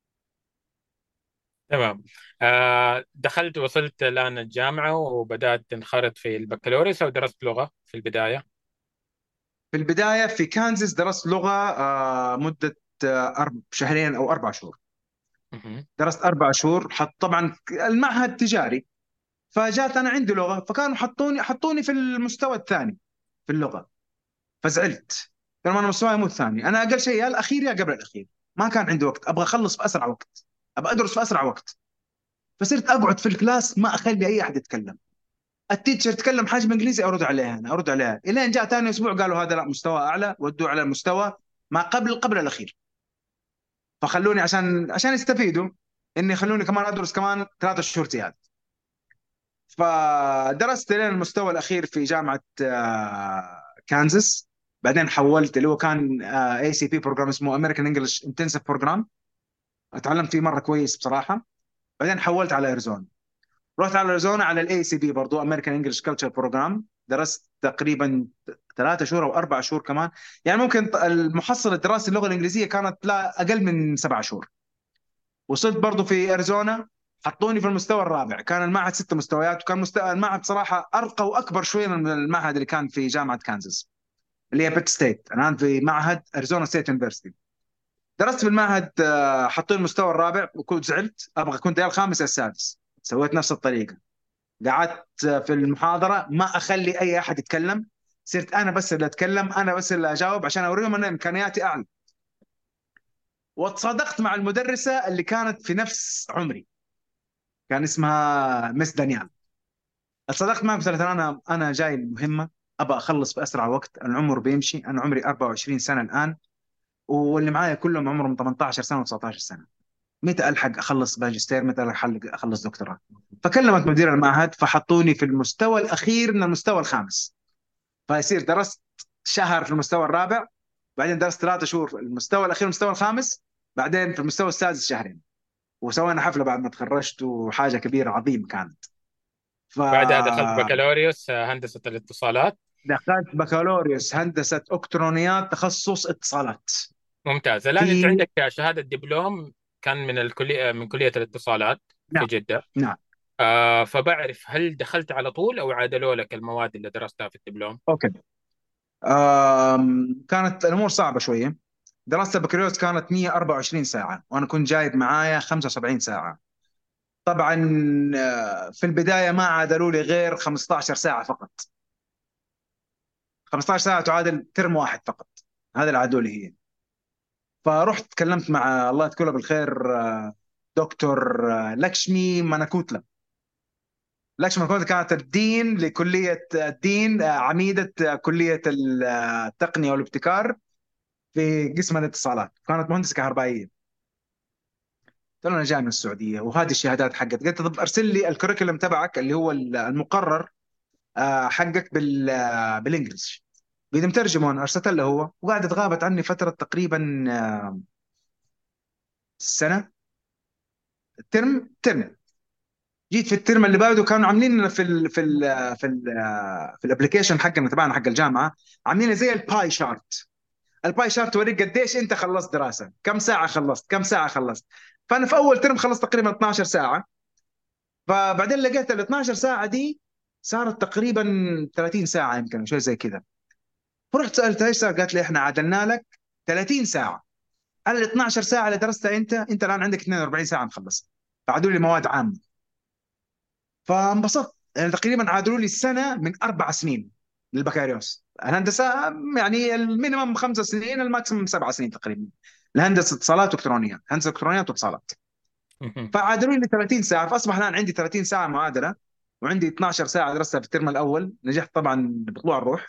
B: تمام. دخلت وصلت الآن الجامعة وبدأت تنخرط في البكالوريوس، أو درست لغة في البداية؟
A: في البداية في كانزاس درست لغة مدة شهرين أو 4 شهور.
B: مهم.
A: درست 4 شهور، طبعا المعهد تجاري، فجات أنا عندي لغة، فكانوا حطوني في المستوى الثاني في اللغة. فزعلت، قالوا أنا مستواي مو الثاني، أنا أقل شيء يا الأخير يا قبل الأخير. ما كان عندي وقت، أبغى أخلص في أسرع وقت، أبغى أدرس في أسرع وقت. فصرت اقعد في الكلاس ما اخلي اي احد يتكلم. التيتشر تكلم حاجه بالانجليزي ارد عليها، انا ارد عليها، الين جاء ثاني اسبوع قالوا هذا لا مستوى اعلى، ودوا على المستوى ما قبل الاخير. فخلوني عشان يستفيدوا، اني خلوني كمان ادرس كمان 3 شهور زياده. فدرست لين المستوى الاخير في جامعه كانزاس. بعدين حولت اللي هو كان اي سي بي بروجرام اسمه امريكان انجلش انتنسيف بروجرام، اتعلمت فيه مره كويس بصراحه. بعدين حولت على اريزونا، رحت على اريزونا على الاي سي بي برضو امريكان انجلش كلتشر بروجرام. درست تقريبا 3 شهور او 4 شهور كمان، يعني ممكن المحصله الدراسي اللغه الانجليزيه كانت لا اقل من 7 شهور. وصلت برضو في اريزونا، حطوني في المستوى الرابع. كان المعهد 6 مستويات، وكان مستوى المعهد صراحه ارقى واكبر شويه من المعهد اللي كان في جامعه كانزاس اللي هي بيت ستيت. انا في معهد اريزونا ستيت يونيفرستي. درست في المعهد، حطوني المستوى الرابع وكنت زعلت، ابغى كنت يا الخامس يا السادس. سويت نفس الطريقه، قعدت في المحاضره ما اخلي اي احد يتكلم، صرت انا بس اللي اتكلم، انا بس اللي اجاوب عشان اوريهم ان امكانياتي اعلى. وتصادقت مع المدرسه اللي كانت في نفس عمري، كان اسمها مس دانيال. اتصادقت معها، قلت لها انا جاي المهمه، ابى اخلص في اسرع وقت، العمر بيمشي، انا عمري 24 سنه الان، واللي معايا كلهم عمرهم 18 سنه و19 سنه. متى الحق اخلص ماجستير؟ متى الحق اخلص دكتوراه؟ فكلمت مدير المعهد فحطوني في المستوى الاخير من المستوى الخامس. فيصير درست شهر في المستوى الرابع، بعدين درست 3 شهور في المستوى الاخير المستوى الخامس، بعدين في المستوى السادس شهرين. وسوينا حفله بعد ما تخرجت، وحاجه كبيره عظيمه كانت.
B: بعدها دخلت
A: فدخلت
B: بكالوريوس هندسة الاتصالات.
A: بكالوريوس هندسه الكترونيات تخصص اتصالات.
B: ممتاز. الآن أنت
A: في
B: عندك شهادة دبلوم كان من الكلية، من كلية الاتصالات في
A: نعم.
B: جدة.
A: نعم.
B: فبعرف، هل دخلت على طول أو عادلوا لك المواد اللي درستها في الدبلوم؟
A: اوكي. كانت الامور صعبه شويه. دراسه البكالوريوس كانت 124 ساعه، وانا كنت جايب معايا 75 ساعه. طبعا في البدايه ما عادلوا لي غير 15 ساعه فقط. 15 ساعه تعادل ترم واحد فقط، هذا اللي عادوا لي هي. فرحت تكلمت مع الله يذكره بالخير، دكتور لكشمي ماناكوتلا. لكشمي ماناكوتلا كانت الدين لكليه الدين، عميده كليه التقنيه والابتكار في قسم الاتصالات، كانت مهندسه كهربائيه. قلت له انا جاي من السعوديه وهذه الشهادات حقت. قلت طب ارسل لي الكوريكولم تبعك اللي هو المقرر حقك بالانجلش. بدي مترجمه. انا ارسلت له هو، وقعدت غابت عني فتره تقريبا سنه. ترم. جيت في الترم اللي بعده، كانوا عاملين لنا في الابلكيشن حقنا تبعنا حق الجامعه، عاملين زي الباي شارت. الباي شارت توريك قديش انت خلصت دراسه، كم ساعه خلصت، كم ساعه خلصت. فانا في اول ترم خلصت تقريبا 12 ساعه. فبعدين لقيت ال 12 ساعه دي صارت تقريبا 30 ساعه يمكن، شيء زي كذا. فرحت سالتها ايش صار؟ قالت لي احنا عدلنا لك 30 ساعه على ال 12 ساعه اللي درستها انت الان عندك 42 ساعه مخلص. فعادوا لي مواد عامه. فانبسطت، يعني تقريبا عادلوا لي السنه من 4 سنين للبكالوريوس. الهندسه يعني المينيمم 5 سنين، الماكسيمم 7 سنين تقريبا. الهندسه اتصالات والكترونيات، هندسه الكترونيات واتصالات. فعادلوا لي 30 ساعه، فاصبح الان عندي 30 ساعه معادله، وعندي 12 ساعه درستها في الترم الاول، نجحت طبعا بطلوع الروح.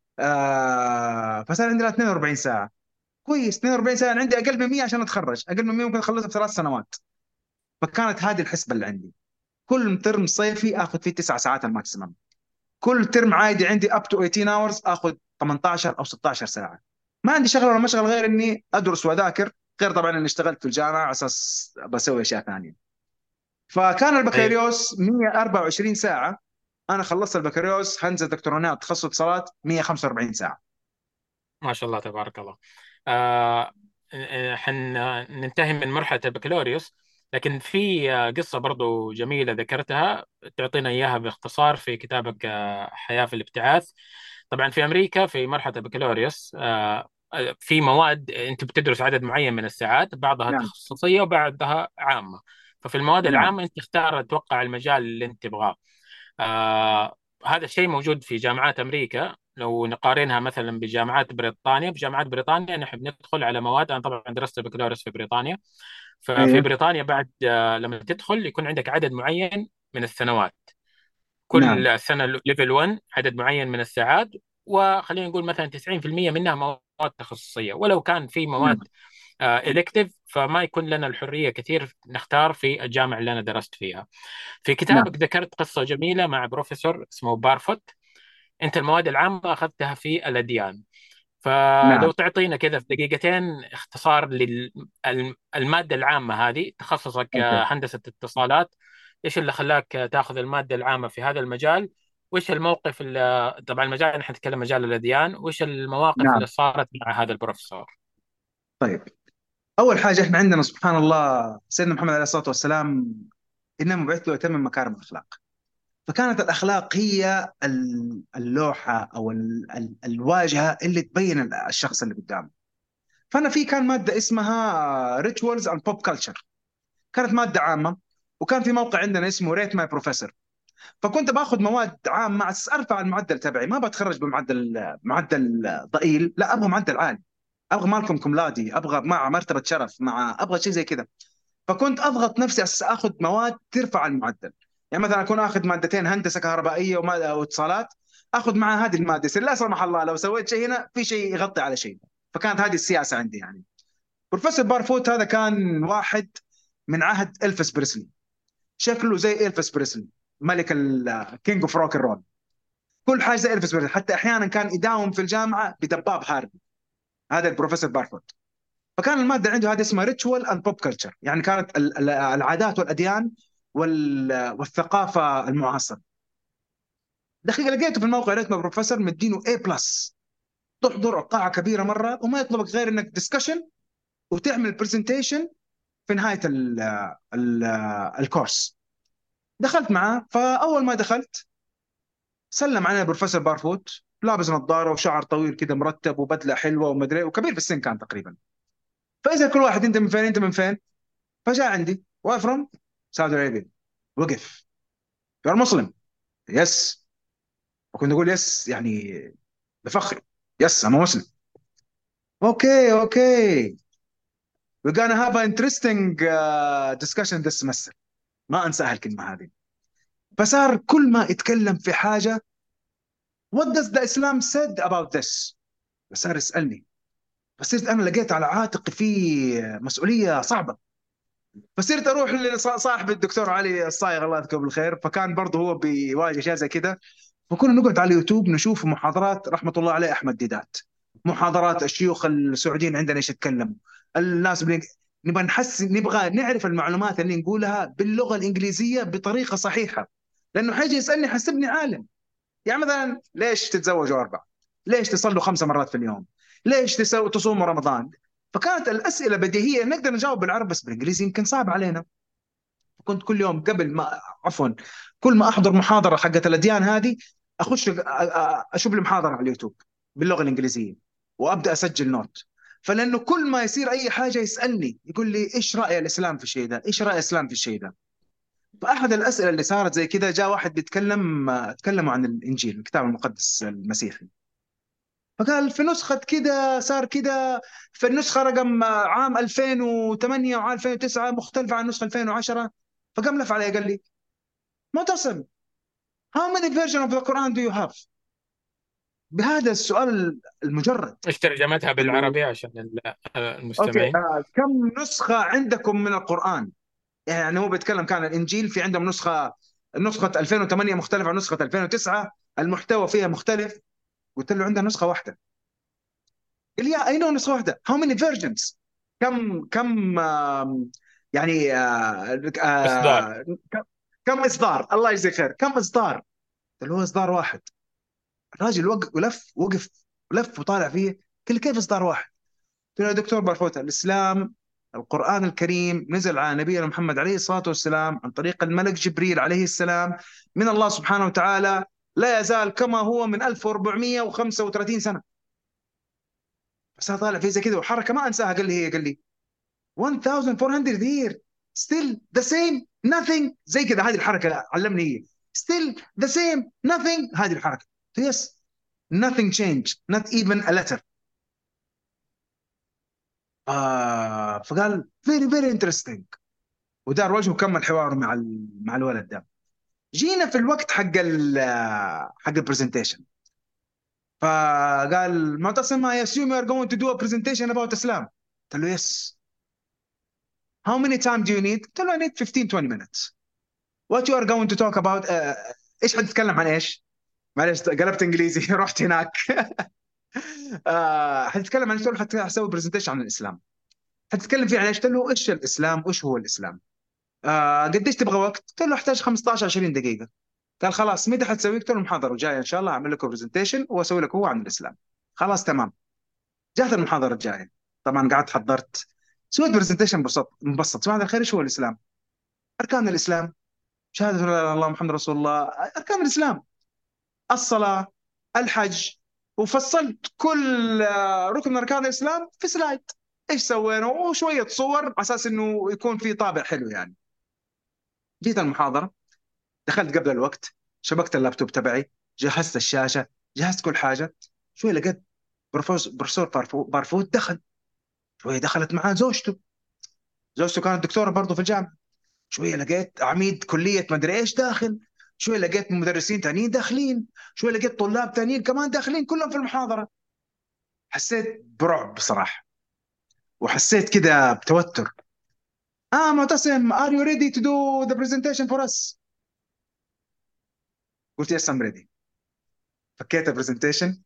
A: فصار عندي 42 ساعه. كويس، 42 ساعه، أنا عندي اقل من 100 عشان اتخرج، اقل من 100 ممكن اخلصها في 3 سنوات. فكانت هذه الحسبه اللي عندي. كل ترم صيفي اخذ فيه 9 ساعات الماكسيمم. كل ترم عادي عندي اب تو 18 اورز، اخذ 18 او 16 ساعه. ما عندي شغله ولا مشغل غير اني ادرس واذاكر، غير طبعا اني اشتغلت في الجامعه على اساس بسوي اشياء ثانيه. فكان
B: طيب.
A: البكالوريوس 124 ساعه. انا خلصت البكالوريوس هندسه الكترونيات تخصص اتصالات 145 ساعه.
B: ما شاء الله تبارك الله. آه حننتهي من مرحلة البكالوريوس، لكن في قصة برضو جميلة ذكرتها تعطينا إياها باختصار في كتابك حياة في الابتعاث. طبعا في أمريكا في مرحلة البكالوريوس في مواد أنت بتدرس عدد معين من الساعات، بعضها
A: نعم.
B: تخصصية وبعضها عامة. ففي المواد
A: نعم.
B: العامة أنت تختار توقع المجال اللي أنت تبغاه. آه هذا الشيء موجود في جامعات أمريكا. لو نقارنها مثلا بجامعات بريطانيا، بجامعات بريطانيا نحن بندخل على مواد. أنا طبعا درست البكالوريوس في بريطانيا. ففي
A: ايه.
B: بريطانيا بعد لما تدخل يكون عندك عدد معين من السنوات.
A: نعم.
B: كل سنة ليفل 1 عدد معين من الساعات، وخلينا نقول مثلا 90% منها مواد تخصصية. ولو كان في
A: نعم.
B: مواد إلكتيف فما يكون لنا الحرية كثير نختار في الجامعة اللي أنا درست فيها. في
A: نعم.
B: كتابك ذكرت قصة جميلة مع بروفيسور اسمه بارفوت. أنت المواد العامة أخذتها في الأديان. فلو
A: نعم.
B: تعطينا كذا في دقيقتين اختصار للمادة العامة هذه، تخصصك
A: اوكي.
B: هندسة اتصالات. إيش اللي خلاك تاخذ المادة العامة في هذا المجال؟ وإيش الموقف طبعا المجال نحن نتكلم مجال الأديان، وإيش المواقف اللي
A: نعم.
B: صارت مع هذا البروفيسور؟
A: طيب، اول حاجه احنا عندنا سبحان الله سيدنا محمد عليه الصلاه والسلام انما بعثت لاتمم مكارم الاخلاق. فكانت الاخلاق هي اللوحه او الواجهه اللي تبين الشخص اللي قدامه. فانا كان ماده اسمها ريتشوالز اند بوب كلتشر، كانت ماده عامه، وكان في موقع عندنا اسمه ريت ماي بروفيسور. فكنت باخذ مواد عامه على اساس ارفع المعدل تبعي، ما بتخرج بمعدل ضئيل، لا ابغى معدل عالي، ابغى مالكم كوملادي، ابغى مع مرتبه شرف، ابغى شيء زي كذا. فكنت اضغط نفسي على اساس اخذ مواد ترفع المعدل. يعني مثلا اكون اخذ مادتين هندسه كهربائيه واتصالات، اخذ معها هذه الماده، يصير لا سمح الله لو سويت شيء هنا في شيء يغطي على شيء. فكانت هذه السياسه عندي يعني. بروفيسور بارفوت هذا كان واحد من عهد الفيس بريسلي، شكله زي الفيس بريسلي، ملك الكينج اوف روك رول، كل حاجه زي الفيس بريسلي، حتى احيانا كان يداوم في الجامعه بدباب حاربي. هذا البروفيسور بارفوت. فكان الماده عنده هذه اسمها ريتشوال اند بوب كلتشر، يعني كانت العادات والاديان والثقافه المعاصره. دقيقه لقيته في الموقع ريت مع بروفيسور مدينه A بلس، تحضر قاعه كبيره مره وما يطلبك غير انك ديسكشن وتعمل برزنتيشن في نهايه ال الكورس. دخلت معاه، فاول ما دخلت سلم علينا بروفيسور بارفوت، لابس نظاره وشعر طويل كده مرتب وبدله حلوه ومدري وكبير في السن كان تقريبا. فاذا كل واحد انت من فين، انت من فين؟ فجاء عندي وافرم سعودي ارابيا. وقف. يور مسلم؟ يس. وكنت اقول يس يعني بفخر، يس انا مسلم. اوكي اوكي. we're gonna have an interesting discussion this semester. ما انسى هالكلمه هذه. فصار كل ما يتكلم في حاجه what does the Islam said about this، فصار يسالني. فصرت انا لقيت على عاتقي في مسؤوليه صعبه. فصرت اروح لصاحب الدكتور علي الصايغ الله يذكره بالخير، فكان برضه هو بيواجه اشياء زي كذا. فكنا نقعد على اليوتيوب نشوف محاضرات رحمه الله عليه احمد ديدات، محاضرات الشيوخ السعوديين عندنا ايش يتكلموا. الناس نبغى نبغى نعرف المعلومات اللي نقولها باللغه الانجليزيه بطريقه صحيحه. لانه حيجي يسالني حسبني عالم. يعني مثلا ليش تتزوجوا اربعه؟ ليش تصلوا 5 مرات في اليوم؟ ليش تصوموا رمضان؟ فكانت الاسئله بديهيه نقدر نجاوب بالعربي، بس بالانجليزي يمكن صعب علينا. كنت كل يوم قبل ما عفوا كل ما احضر محاضره حقت الاديان هذه، اخش اشوف لي محاضره على اليوتيوب باللغه الانجليزيه وابدا اسجل نوت. فلانه كل ما يصير اي حاجه يسالني يقول لي ايش راي الاسلام في الشيء ده؟ ايش راي الاسلام في الشيء ده؟ فاحد الاسئله اللي صارت زي كذا، جاء واحد بيتكلم، تكلموا عن الانجيل الكتاب المقدس المسيحي. فقال في نسخه كذا صار كذا، في النسخه رقم عام 2008 وعام 2009 مختلفه عن نسخه 2010. فقام لف علي قال لي معتصم how many version of the Quran do you have؟ بهذا السؤال المجرد.
B: ايش ترجمتها
A: قال له
B: بالعربي عشان
A: اوكي
B: المستمعين؟
A: كم نسخة عندكم من القرآن؟ يعني هو بيتكلم كان الإنجيل في عندهم نسخة 2008 مختلفة عن نسخة 2009، المحتوى فيها مختلف. قلت له عندنا نسخة واحدة. قال لي اي نو نسخة واحدة how many versions؟ كم يعني
B: اصدار.
A: كم إصدار؟ الله يجزيك خير، كم إصدار؟ قال له هو إصدار واحد. الراجل وقف ولف، ولف وطالع فيه. قال لي كيف إصدار واحد؟ قلت له يا دكتور بارفوتا، الإسلام القرآن الكريم نزل على نبينا محمد عليه الصلاة والسلام عن طريق الملك جبريل عليه السلام من الله سبحانه وتعالى، لا يزال كما هو من 1435 سنة. بس أنا طالع فيه زي كذا وحركة ما أنساها. قال لي 1400 year still the same nothing، زي كذا. هذه الحركة علمني هي still the same nothing، هذه الحركة. yes nothing changed not even a letter. فقال very very interesting، ودار وجهه وكمل حواره مع الولد ده. جينا في الوقت حق البرزنتيشن. فقال معتصم I assume you are going to do a presentation about Islam. قلت له yes. How many time do you need؟ قلت له I need 15 20 minutes. What you are going to talk about ايش حتتكلم عن ايش؟ معلش قلبت انجليزي رحت هناك. حتتكلم عن ايش؟ حسوي برزنتيشن عن الاسلام. حتتكلم فيه عن ايش؟ قلت له ايش الاسلام؟ وايش هو الاسلام؟ قديش تبغى وقت؟ قلت له احتاج 15 20 دقيقة. قال خلاص متى حتسوي؟ قلت له المحاضرة الجاية ان شاء الله اعمل لكم برزنتيشن واسوي لك هو عن الاسلام. خلاص تمام. جات المحاضرة الجاية، طبعا قعدت حضرت، سويت برزنتيشن مبسط. صباح الخير ايش هو الاسلام؟ اركان الاسلام، شهاده لا اله الا الله محمد رسول الله، اركان الاسلام، الصلاه، الحج. وفصلت كل ركن من اركان الاسلام في سلايد، ايش سوينا، وشويه صور على اساس انه يكون في طابع حلو يعني. جيت المحاضره، دخلت قبل الوقت، شبكت اللابتوب تبعي، جهزت الشاشه، جهزت كل حاجه. شوي لقيت بروفيسور بارفود دخل. شويه دخلت معاه زوجته كانت دكتوره برضه في الجامعه. شويه لقيت عميد كليه مدري ايش داخل. شويه لقيت مدرسين تانيين داخلين. شويه لقيت طلاب تانيين كمان داخلين، كلهم في المحاضره. حسيت برعب بصراحه، وحسيت كده بتوتر. معتصم are you ready to do the presentation for us؟ قلت yes I'm ready. فكيت البرزنتيشن.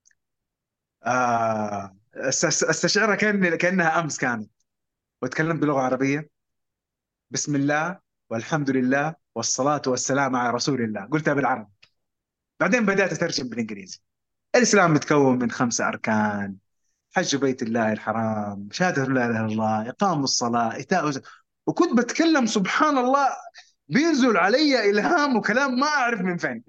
A: استشعرها كانها امس كانت. واتكلمت بلغه عربيه: بسم الله والحمد لله والصلاه والسلام على رسول الله. قلتها بالعربي، بعدين بدات اترجم بالانجليزي. الاسلام متكون من 5 اركان: حج بيت الله الحرام، شهاده لا اله الا الله، اقام الصلاه، وكنت بتكلم سبحان الله، بينزل علي الهام وكلام ما اعرف من فين.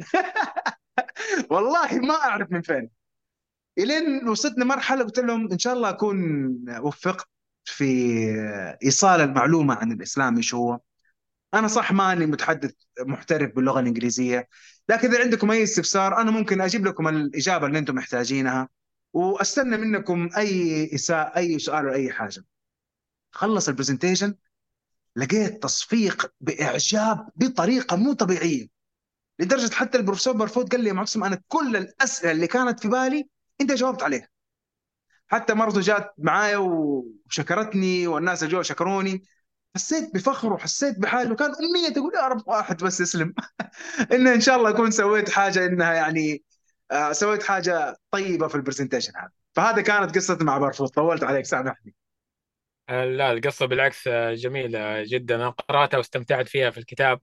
A: والله ما اعرف من فين. الين وصلت لمرحله قلت لهم ان شاء الله اكون وفقت في ايصال المعلومه عن الاسلام ايش هو. انا صح ماني متحدث محترف باللغه الانجليزيه، لكن اذا عندكم اي استفسار انا ممكن اجيب لكم الاجابه اللي انتم محتاجينها، واستنى منكم اي اساءه، اي سؤال ولا اي حاجه. خلص البرزنتيشن، لقيت تصفيق باعجاب بطريقه مو طبيعيه، لدرجه حتى البروفيسور برفوت قال لي يا معتصم انا كل الاسئله اللي كانت في بالي انت جاوبت عليها. حتى مرته جات معايا وشكرتني، والناس اللي جوا شكروني. حسيت بفخر وحسيت بحاجه، وكان امنيه تقول يا رب واحد بس يسلم. ان شاء الله اكون سويت حاجه انها يعني سويت حاجه طيبه في البرزنتيشن هذا. فهذا كانت قصتي مع برفوت، طولت عليك سامحني.
B: لا، القصة بالعكس جميلة جدا، أنا قرأتها واستمتعت فيها في الكتاب.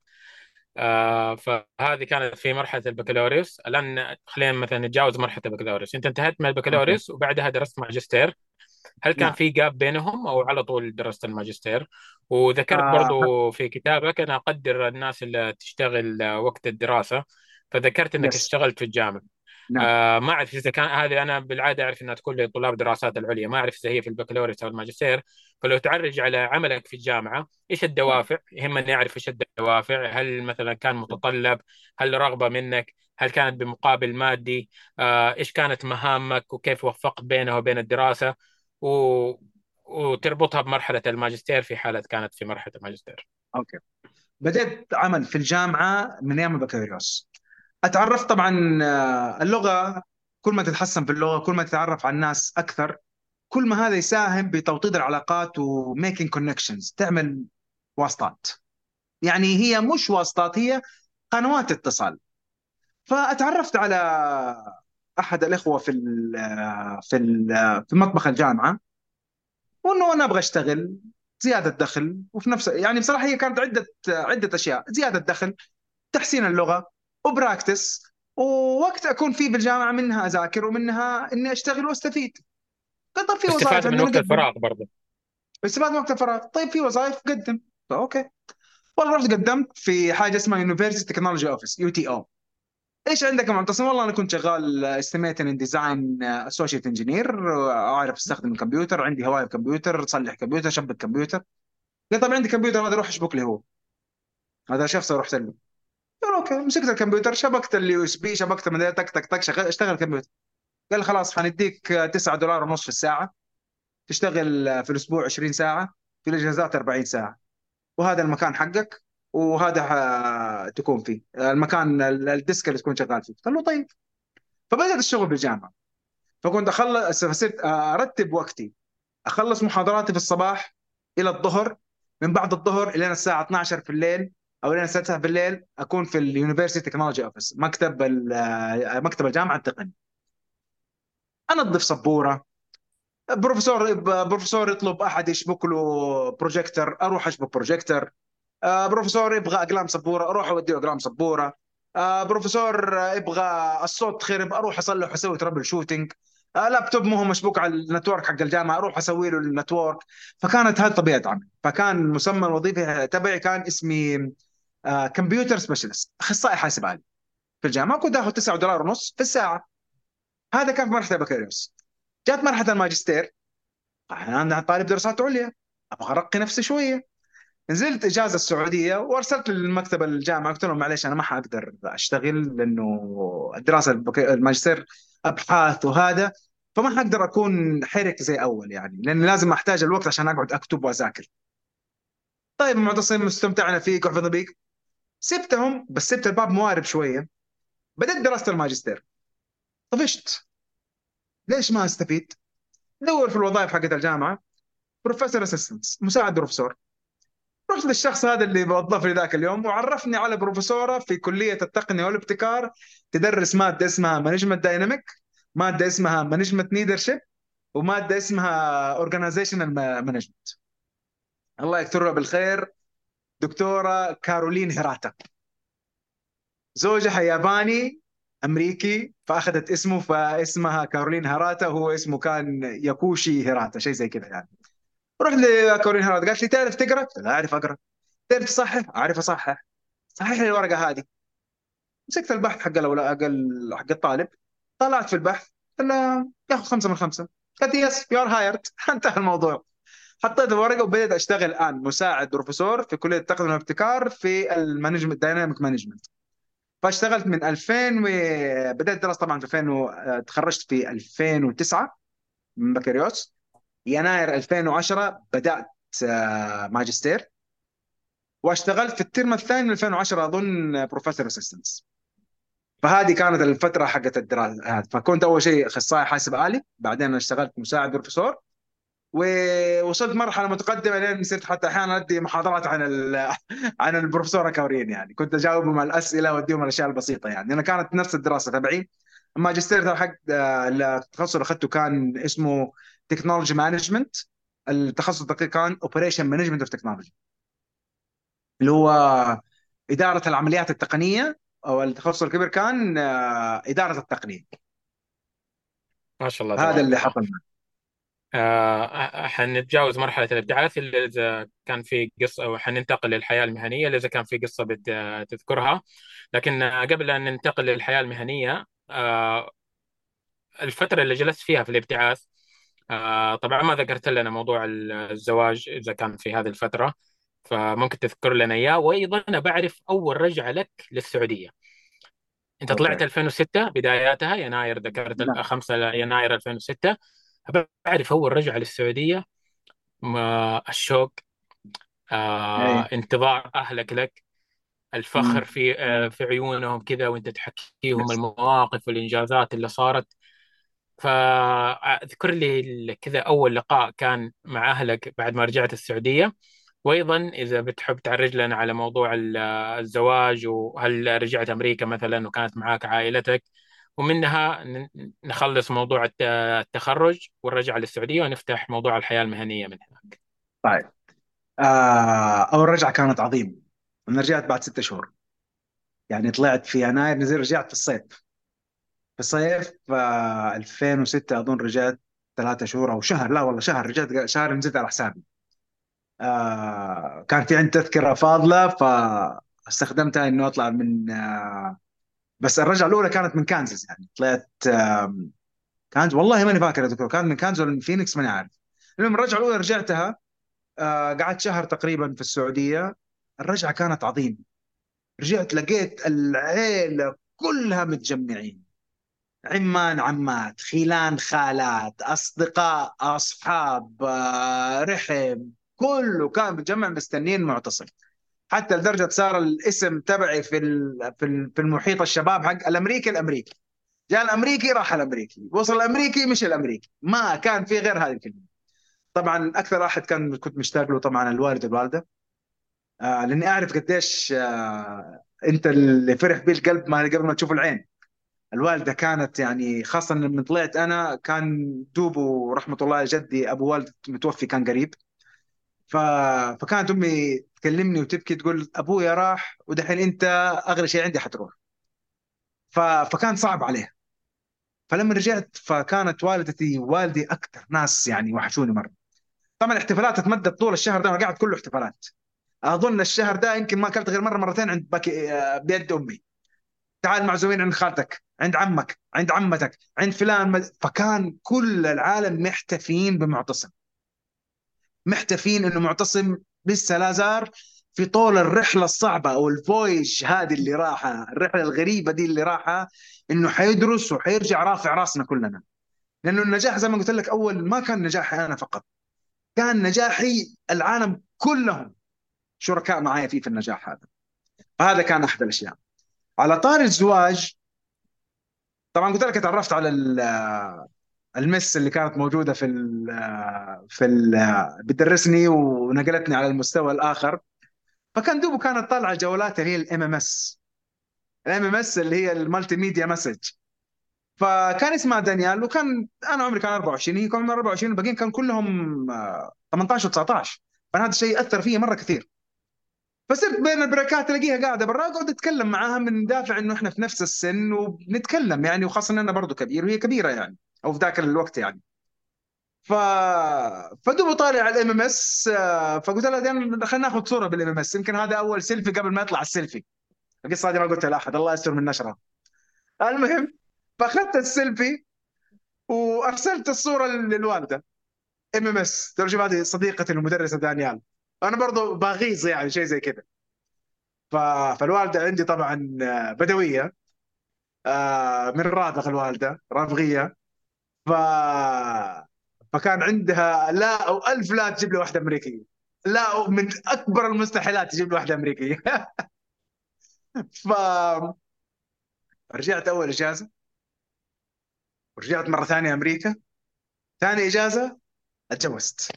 B: فهذه كانت في مرحلة البكالوريوس. الآن خلينا مثلا نتجاوز مرحلة البكالوريوس. أنت انتهت من
A: اوكي.
B: البكالوريوس وبعدها درست ماجستير. هل كان
A: نعم.
B: في جاب بينهم أو على طول درست الماجستير؟ وذكرت
A: آه
B: برضو في كتابك: أنا أقدر الناس اللي تشتغل وقت الدراسة، فذكرت أنك
A: يس.
B: اشتغلت في الجامعة.
A: نعم.
B: ما أعرف إذا كان هذه، أنا بالعادة أعرف أنها تكون لطلاب الدراسات العليا، ما أعرف إذا هي في البكالوريوس أو الماجستير. فلو تعرج على عملك في الجامعة، إيش
A: نعم.
B: الدوافع؟ يهمني أعرف إيش الدوافع. هل مثلا كان متطلب؟ هل رغبة منك؟ هل كانت بمقابل مادي؟ إيش كانت مهامك وكيف وفقت بينها وبين الدراسة؟ و... وتربطها بمرحلة الماجستير في حالة كانت في مرحلة الماجستير.
A: اوكي. بدأت عمل في الجامعه من ايام البكالوريوس. اتعرفت طبعا اللغه، كل ما تتحسن في اللغه كل ما تتعرف على الناس اكثر، كل ما هذا يساهم بتوطيد العلاقات وميكينج كونكشنز، تعمل واسطات. يعني هي مش واسطات، هي قنوات اتصال. فاتعرفت على احد الاخوه في مطبخ الجامعه، وانه انا ابغى اشتغل زياده دخل، وفي نفس يعني بصراحه هي كانت عده اشياء: زياده دخل، تحسين اللغه، وبراكتس، ووقت اكون فيه بالجامعه منها اذاكر ومنها اني اشتغل واستفيد. قلت طب في وظائف
B: استفادة من
A: عندنا
B: وقت
A: قدم.
B: الفراغ برضه.
A: استفاد من وقت الفراغ، طيب في وظائف قدم. اوكي. والله رحت قدمت في حاجه اسمها يونيفرسيتي تكنولوجي اوفيس، UTO. ايش عندك يا معتصم؟ والله انا كنت شغال استيميشن ان ديزاين اسوشيت انجينير، اعرف استخدم الكمبيوتر، عندي هوايه كمبيوتر، اصلح كمبيوتر، شبك كمبيوتر. قال طب عندي كمبيوتر، هذا روح اشبك لي هو. هذا شخص رحت له، قال اوكي. مسكت الكمبيوتر، شبكت الUSB، شبكت من تك تك تك، اشتغل الكمبيوتر. قال خلاص حنديك $9.50 في الساعه، تشتغل في الاسبوع 20 ساعه، في الاجازات 40 ساعه، وهذا المكان حقك، وهذا تكون فيه المكان الديسك اللي تكون شغال فيه. قال له طيب. فبدأت الشغل بالجامعه. فكنت فصرت ارتب وقتي، اخلص محاضراتي في الصباح الى الظهر، من بعد الظهر الى الساعه 12 في الليل او الى الساعه 9 بالليل اكون في اليونيفرسيتي تكنولوجي اوفيس، مكتب الجامعه التقني. انظف سبوره، بروفيسور يطلب احد يشبك له بروجيكتور، اروح اشبك بروجيكتور. بروفيسور يبغى اقلام سبوره، اروح اوديه اقلام سبوره. بروفيسور يبغى الصوت خرب، اروح اصلح واسوي ترابل شوتنج. لابتوب مو هو مشبوك على النتورك حق الجامعه، اروح اسوي له النتورك. فكانت هذه طبيعه عمل. فكان مسمى الوظيفي تبعي كان اسمي كمبيوتر سبيشالست، اخصائي حاسب آلي في الجامعه، كنت اخذ 9 دولار ونص في الساعه. هذا كان في مرحله البكالوريوس. جات مرحله الماجستير، انا طالب دراسات عليا، ابغى ارقي نفسي شويه. نزلت اجازه السعوديه وارسلت للمكتب الجامعه، قلت لهم معليش انا ما حقدر اشتغل لانه الدراسه الماجستير ابحاث وهذا، فما حقدر اكون حرك زي اول يعني، لان لازم احتاج الوقت عشان اقعد اكتب واذاكر. طيب معتصم استمتعنا فيك وحفظنا بيك. سبتهم، بس سبت الباب موارب شويه. بدأت دراسه الماجستير. طفشت. ليش ما استفيد؟ دور في الوظائف حقت الجامعه، بروفيسور اسيستنت، مساعد بروفيسور. رحت للشخص هذا اللي وظف لي ذاك اليوم، وعرفني على بروفيسوره في كليه التقنيه والابتكار، تدرس ماده اسمها مانجمنت دايناميك، ماده اسمها مانجمنت ليدرشيب، وماده اسمها اورجانيزيشنال مانجمنت. الله يكثرها بالخير، دكتوره كارولين هيراتا. زوجها ياباني امريكي، فاخذت اسمه، فاسمها كارولين هيراتا، وهو اسمه كان ياكوشي هيراتا، شيء زي كذا يعني. رحت لكارولين هيراتا، قالت لي تعرف تقرا؟ قلت لها اعرف اقرا. تعرف تصحح؟ اعرف اصحح. صحح لي الورقه هذه. مسكت البحث حق الطالب، طلعت في البحث، قال له ياخذ 5 من 5. قالت يس يو ار هايرد. انتهى الموضوع. حطيت الورقه وبدأت اشتغل الان مساعد بروفيسور في كليه التقنيه والابتكار في المانجمنت دايناميك مانجمنت. فاشتغلت من 2000 بدأت دراسة طبعا في 2000 تخرجت في 2009 من بكالوريوس. يناير 2010 بدأت ماجستير، واشتغلت في الترم الثاني من 2010 اظن بروفيسور اسيستنت. فهذه كانت الفترة حقت الدراسة. فكنت أول شيء أخصائي حاسب آلي، بعدين اشتغلت مساعد بروفيسور، ووصلت مرحلة متقدمة لين صرت حتى أحيانا أدي محاضرات عن عن البروفيسورة كورين يعني. كنت أجاوبهم على الأسئلة وأديهم الأشياء البسيطة يعني. أنا كانت نفس الدراسة تبعي. الماجستير ترى حق التخصص اللي أخذته كان اسمه تكنولوجي مانجمنت. التخصص الدقيق كان اوبريشن مانجمنت اوف تكنولوجي، اللي هو إدارة العمليات التقنية، أو التخصص الكبير كان إدارة التقنية.
B: ما شاء الله
A: هذا
B: تبارك
A: اللي
B: الله.
A: حصل معي.
B: حنتجاوز مرحلة الابتعاث اللي إذا كان في قصة، أو حننتقل للحياة المهنية اللي إذا كان في قصة تذكرها. لكن قبل أن ننتقل للحياة المهنية، الفترة اللي جلست فيها في الابتعاث، طبعا ما ذكرت لنا موضوع الزواج إذا كان في هذه الفترة، فممكن تذكر لنا إياه. وأيضا أنا بعرف أول رجعة لك للسعودية. أنت طلعت
A: اوكي.
B: 2006 بداياتها، يناير، ذكرت
A: نعم.
B: 5 يناير 2006. بعرف أول رجعة للسعودية، الشوق،
A: ايه.
B: انتظار أهلك لك، الفخر
A: مم.
B: في عيونهم كذا وأنت تحكيهم
A: يس.
B: المواقف والإنجازات اللي صارت. فاذكر لي كذا أول لقاء كان مع أهلك بعد ما رجعت السعودية. وأيضا إذا بتحب تعرج لنا على موضوع الزواج، وهل رجعت أمريكا مثلا وكانت معاك عائلتك، ومنها نخلص موضوع التخرج والرجعة للسعودية، ونفتح موضوع الحياة المهنية من هناك.
A: طيب. اول رجعه كانت عظيمه. انا رجعت بعد 6 شهور. يعني طلعت في يناير، نزل رجعت في الصيف. في الصيف 2006 اظن رجعت 3 شهور او شهر، لا والله شهر، رجعت شهر نزلت على حسابي. كان في عندي تذكره فاضله فاستخدمتها انه اطلع من بس الرجعه الاولى كانت من كانزاس يعني. طلعت كانت والله ماني فاكر يا دكتور، كان من كانزاس ولا من فينيكس ماني عارف. المهم الرجعه الاولى رجعتها، قعدت شهر تقريبا في السعوديه. الرجعه كانت عظيمه. رجعت لقيت العيله كلها متجمعين، عمان عمات، خيلان خالات، اصدقاء اصحاب، رحم، كله كان متجمع مستنين معتصم. حتى لدرجه صار الاسم تبعي في المحيط الشباب حق الامريكي. الامريكي جاء الامريكي راح الامريكي، وصل الامريكي مش الامريكي، ما كان في غير هذه الكلمه. طبعا اكثر واحد كنت مشتاق له طبعا الوالد والوالده. لاني اعرف قديش انت اللي فرح بيه القلب ما قبل ما تشوف العين. الوالده كانت يعني، خاصه لما طلعت انا كان دوبه رحمه الله جدي ابو والد متوفي كان قريب. ف... فكانت امي تكلمني وتبكي تقول ابويا راح ودحين انت اغلى شيء عندي حتروح. فكان صعب عليه. فلما رجعت فكانت والدتي والدي اكثر ناس يعني وحشوني مره. طبعا الاحتفالات اتمدت طول الشهر ده، انا قاعد كله احتفالات. اظن الشهر ده يمكن ما اكلت غير مره مرتين عند بيد امي. تعال معزومين عند خالتك، عند عمك، عند عمتك، عند فلان. فكان كل العالم محتفين بمعتصم، محتفين انه معتصم لسه لا زار في طول الرحله الصعبه او الفويج هذه اللي راحها، الرحله الغريبه دي اللي راحها، انه حيدرس وحيرجع رافع راسنا كلنا. لانه النجاح زي ما قلت لك اول ما كان نجاحي انا فقط، كان نجاحي العالم كلهم شركاء معي فيه في النجاح هذا. فهذا كان احد الاشياء. على طار الزواج، طبعا قلت لك تعرفت على المس اللي كانت موجوده بتدرسني ونقلتني على المستوى الاخر. فكان دوبه كانت طالعه جولات اللي هي الMMS، الMMS اللي هي المالتي ميديا مسج. فكان اسمها دانيال، وكان انا عمري كان 24، هي كان عمرها 24، الباقيين كان كلهم 18 و19. فهذا الشيء اثر فيا مره كثير. فصرت بين البريكات الاقيها قاعده برا، اقعد اتكلم معاها من دافع انه احنا في نفس السن وبنتكلم يعني، وخاصه ان انا برضه كبير وهي كبيره يعني، او في ذاك الوقت يعني. ف فدوب طالع على الMMS. فقلت لها ديان خلينا ناخذ صوره بالMMS، يمكن هذا اول سيلفي قبل ما يطلع السيلفي. القصه هذه ما قلتها لاحد، الله يستر من نشرها. المهم، فاخذت السيلفي وارسلت الصوره للوالده. MMS ترى شوف، هذه صديقتي المدرسه دانيال، انا برضو باغيظ يعني شيء زي كذا. ف... فالوالده عندي طبعا بدويه، من رابغ، الوالده رابغيه. ف... فكان عندها لا وألف لا تجيب له واحده امريكيه، لا من اكبر المستحيلات تجيب له واحده امريكيه. فرجعت اول اجازه، ورجعت مره ثانيه امريكا. ثاني اجازه اتجوزت.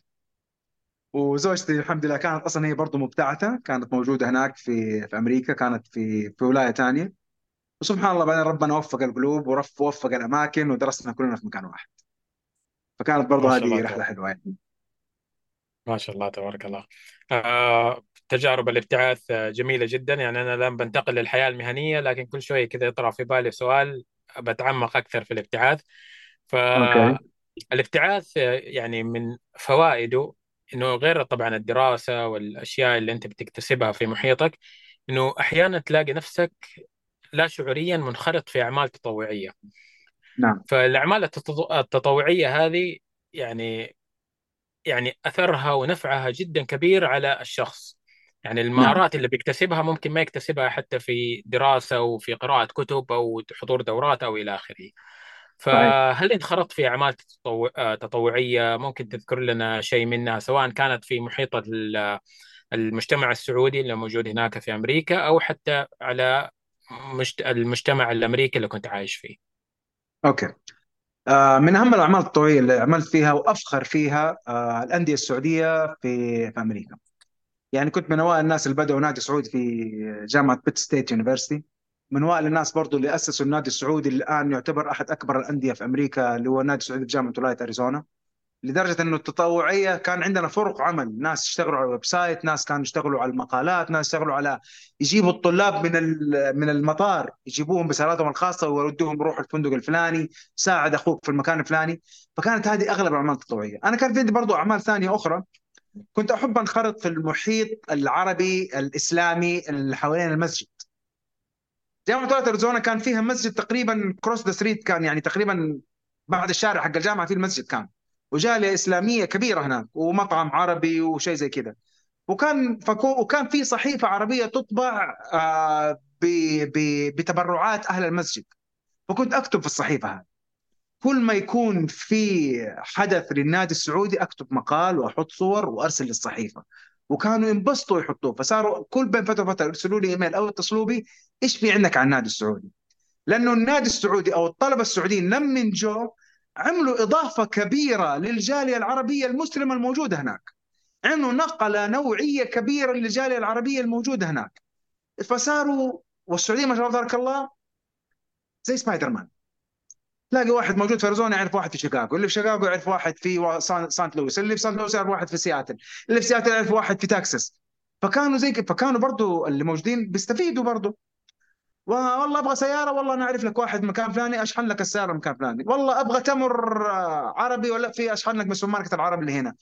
A: وزوجتي الحمد لله كانت اصلا هي برضه مبتعثه، كانت موجوده هناك في امريكا، كانت في ولايه ثانيه. وسبحان الله بعدين ربنا وفق القلوب ووفق الاماكن، ودرسنا كلنا في مكان واحد. فكانت
B: ما
A: برضه
B: شاء الله
A: هذه رحله
B: تبارك.
A: حلوه يعني.
B: ما شاء الله تبارك الله. تجارب الابتعاث جميلة جدا. يعني أنا الآن بنتقل للحياة المهنية، لكن كل شوية كذا يطرح في بالي سؤال بتعمق أكثر في الابتعاث.
A: اوكي.
B: فالابتعاث يعني من فوائده إنه غير طبعا الدراسة والأشياء اللي أنت بتكتسبها في محيطك، إنه أحيانا تلاقي نفسك لا شعوريا منخرط في أعمال تطوعية.
A: نعم.
B: فالأعمال التطوعية هذه يعني اثرها ونفعها جدا كبير على الشخص. يعني
A: نعم.
B: المهارات اللي بيكتسبها ممكن ما يكتسبها حتى في دراسة وفي قراءة كتب او حضور دورات او الى اخره.
A: صحيح.
B: فهل انت خرجت في اعمال تطوعية؟ ممكن تذكر لنا شيء منها، سواء كانت في محيط المجتمع السعودي اللي موجود هناك في امريكا، او حتى على المجتمع الامريكي اللي كنت عايش فيه.
A: اوكي. من اهم الاعمال الطوعيه اللي عملت فيها وافخر فيها الانديه السعوديه في امريكا. يعني كنت من اوائل الناس اللي بدأوا نادي سعودي في جامعه بيت ستيت يونيفرسيتي. من اوائل الناس برضو اللي اسسوا النادي السعودي اللي الان يعتبر احد اكبر الانديه في امريكا، اللي هو النادي السعودي في جامعه ولايه اريزونا. لدرجه انه التطوعيه كان عندنا فرق عمل، ناس يشتغلوا على الويب سايت، ناس كانوا يشتغلوا على المقالات، ناس يشتغلوا على يجيبوا الطلاب من المطار، يجيبوهم بسياراتهم الخاصه ويودوهم روحوا الفندق الفلاني، ساعد اخوك في المكان الفلاني. فكانت هذه اغلب الاعمال التطوعيه. انا كان في عندي برضو اعمال ثانيه اخرى. كنت احب انخرط في المحيط العربي الاسلامي اللي حوالين المسجد. جامعه ولايه اريزونا كان فيها مسجد تقريبا كروس ذا ستريت، كان يعني تقريبا بعد الشارع حق الجامعه في المسجد كان، وجاليه اسلاميه كبيره هناك، ومطعم عربي وشيء زي كذا. وكان في صحيفه عربيه تطبع بتبرعات اهل المسجد. فكنت اكتب في الصحيفه هذه. كل ما يكون في حدث للنادي السعودي اكتب مقال واحط صور وارسل للصحيفه. وكانوا ينبسطوا يحطوه، فصاروا كل بين فتره وفتره يرسلوا لي ايميل او يتصلوا بي: ايش في عندك عن النادي السعودي؟ لانه النادي السعودي او الطلبه السعوديين لما جو عملوا اضافه كبيره للجاليه العربيه المسلمه الموجوده هناك، عملوا نقله نوعيه كبيره للجاليه العربيه الموجوده هناك. فصاروا، والسعوديه ما شاء الله تبارك الله زي سبايدر مان. تلاقي واحد موجود في اريزونا يعرف واحد في شيكاغو، اللي في شيكاغو يعرف واحد في سانت لويس، اللي في سانت لويس يعرف واحد في سياتل، اللي في سياتل يعرف واحد في تكساس. فكانوا زي كده، فكانوا برضو اللي موجودين بيستفيدوا برضو. والله ابغى سياره، والله انا اعرف لك واحد مكان فلاني اشحن لك السياره مكان فلاني. والله ابغى تمر عربي، ولا في اشحن لك من السوبر ماركت العربي اللي هنا.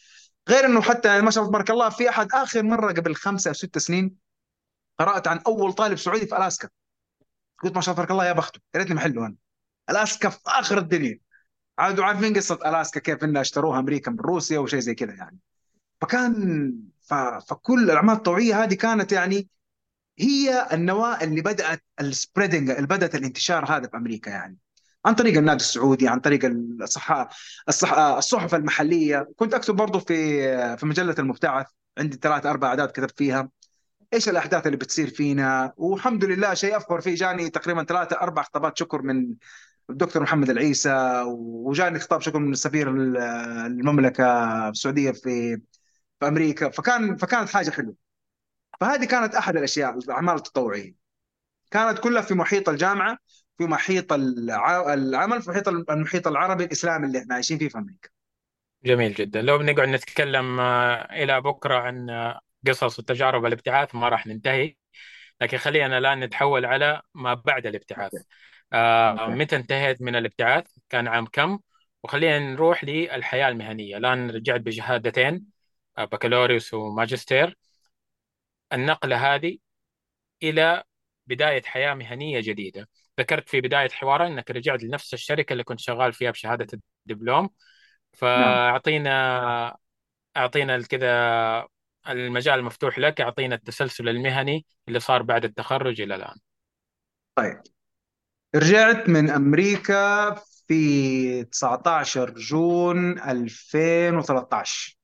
A: غير انه حتى يعني ما شاء الله تبارك الله، في احد اخر مره قبل 5 أو 6 سنين قرات عن اول طالب سعودي في الاسكا. قلت ما شاء الله تبارك الله، يا بخته، يا ريتني محله انا. الاسكا في اخر الدنيا. عادوا عارفين قصه الاسكا كيف انها اشتروها امريكا من روسيا وشيء زي كذا يعني. فكان فكل الاعمال الطوعيه هذه كانت يعني هي النواه اللي بدات السبريدنج، اللي بدات الانتشار هذا في امريكا يعني، عن طريق النادي السعودي، عن طريق الصحف المحليه. كنت اكتب برضو في مجله المبتعث، عندي 3 4 اعداد كتبت فيها ايش الاحداث اللي بتصير فينا. والحمد لله شيء افخر فيه، جاني تقريبا 3 4 خطابات شكر من الدكتور محمد العيسى، وجاني خطاب شكر من سفير المملكه السعوديه في امريكا. فكانت حاجه حلوه. فهذه كانت احد الاشياء، الاعمال التطوعيه كانت كلها في محيط الجامعه، في محيط العمل، في محيط المحيط العربي الاسلامي اللي احنا عايشين فيه في امريكا.
B: جميل جدا. لو بنقعد نتكلم إلى بكرة عن قصص وتجارب الابتعاث ما راح ننتهي، لكن خلينا الآن نتحول على ما بعد الابتعاث.
A: اوكي. اوكي.
B: متى انتهيت من الابتعاث؟ كان عام كم؟ وخلينا نروح للحياة المهنية. الآن رجعت بشهادتين، بكالوريوس وماجستير. النقلة هذه إلى بداية حياة مهنية جديدة. ذكرت في بداية حوارنا أنك رجعت لنفس الشركة اللي كنت شغال فيها بشهادة الدبلوم.
A: نعم.
B: أعطينا كذا المجال مفتوح لك. أعطينا التسلسل المهني اللي صار بعد التخرج إلى الآن.
A: طيب، رجعت من امريكا في 19 جون 2013.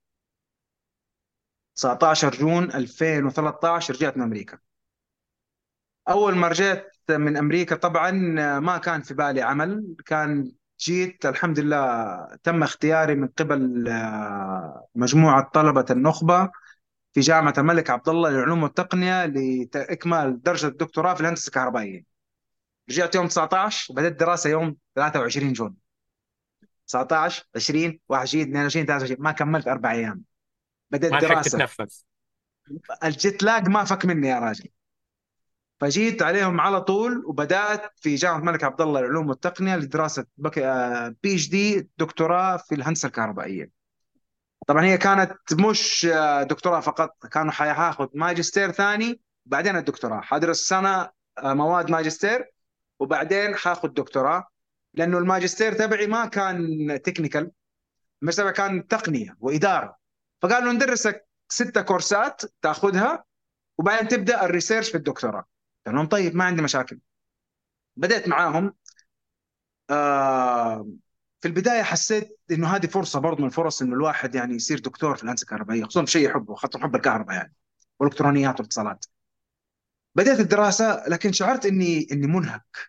A: 19 جون 2013 رجعت من امريكا. اول ما رجعت من امريكا طبعا ما كان في بالي عمل. جيت الحمد لله، تم اختياري من قبل مجموعة طلبة النخبة في جامعة الملك عبد الله للعلوم والتقنية لإكمال درجة الدكتوراه في الهندسة الكهربائية. رجعت يوم 19، بدأت دراسة يوم 23 جون. 19 20 21 22 23، ما كملت 4 أيام بدأت
B: ما لحقت
A: دراسة.
B: تتنفس.
A: الجيت لاج ما فك مني يا راجل. فجيت عليهم على طول، وبدأت في جامعة الملك عبد الله للعلوم والتقنية لدراسة PhD، دكتوراه في الهندسة الكهربائية. طبعا هي كانت مش دكتوراه فقط، كانوا حياخذ ماجستير ثاني، بعدين الدكتوراه حدرس سنة مواد ماجستير، وبعدين حاخذ دكتوراه. لأنه الماجستير تبعي ما كان تكنيكال، الماجستير تبعي كان تقنية وإدارة. فقالوا ندرسك 6 كورسات تاخذها، وبعدين تبدأ الريسيرش في الدكتوراه. قال لهم طيب ما عندي مشاكل. بدأت معاهم. آه في البداية حسيت إنه هذه فرصة برضو من الفرص إنه الواحد يعني يصير دكتور في الهندسة الكهربائية، خصوصا في شيء يحبه، خاصة حب الكهرباء يعني، والإلكترونيات والاتصالات. بدأت الدراسة، لكن شعرت إني منهك.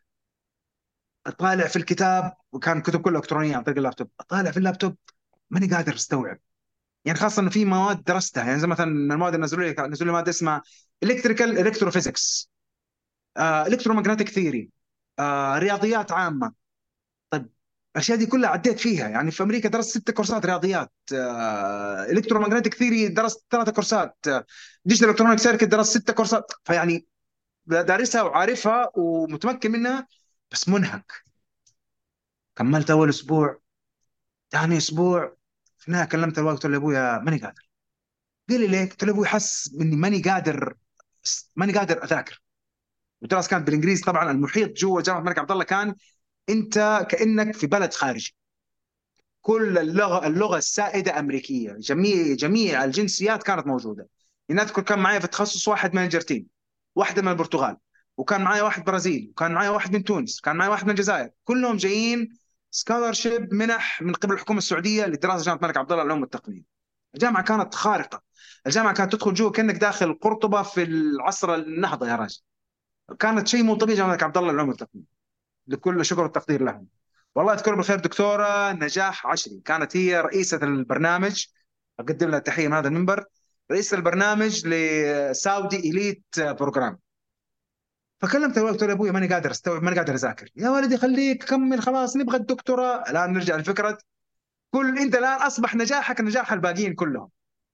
A: أطالع في الكتاب، وكان كتب كلها إلكترونية عن طريق اللابتوب، أطالع في اللابتوب ماني قادر أستوعب. يعني خاصة إنه في مواد درستها، يعني زي مثلا المواد اللي نزلوا لي مادة اسمها إلكتريكال إلكتروفيزيكس، إلكترومagnetic ثيوري، رياضيات عامة. طيب الاشياء دي كلها عديت فيها. يعني في امريكا درست 6 كورسات رياضيات، الكترومagnetic ثيري درست 3 كورسات، ديجيتال الكترونيك سيركت درست 6 كورسات. فيعني دارسها وعارفها ومتمكن منها، بس منهك. كملت اول اسبوع، ثاني اسبوع، في النهايه كلمت الوالد قلت له يا ابويا ماني قادر. قال لي ليه؟ قلت له يا ابوي حس اني ماني قادر اذاكر. والدراسه كانت بالانجليزي، طبعا المحيط جوا جامعه الملك عبد الله كان انت كانك في بلد خارجي. كل اللغه السائده امريكيه، جميع الجنسيات كانت موجوده. يعني اذكر كان معي في التخصص واحد من الارجنتين، واحده من البرتغال، وكان معي واحد برازيلي، وكان معي واحد من تونس، وكان معي واحد من الجزائر، كلهم جايين سكولرشيب، منح من قبل الحكومه السعوديه لدراسه جامعه الملك عبد الله للعلوم والتقنيه. الجامعه كانت خارقه. الجامعه كانت تدخل جوا كانك داخل قرطبه في العصر النهضه يا راجل. كانت شيء مو طبيعي جامعه الملك عبد الله للعلوم والتقنيه. لكل شكر والتقدير لهم. والله اذكر بالخير دكتوره نجاح عشري، كانت هي رئيسه البرنامج. اقدم لها تحيه من هذا المنبر. رئيسه البرنامج لساودي اليت بروجرام. فكلمت الولد قلت له يا ابوي ماني قادر استوعب، ماني قادر اذاكر. يا ولدي خليك كمل، خلاص نبغى الدكتوراه. الان نرجع لفكره، انت الان اصبح نجاحك نجاح الباقيين كلهم.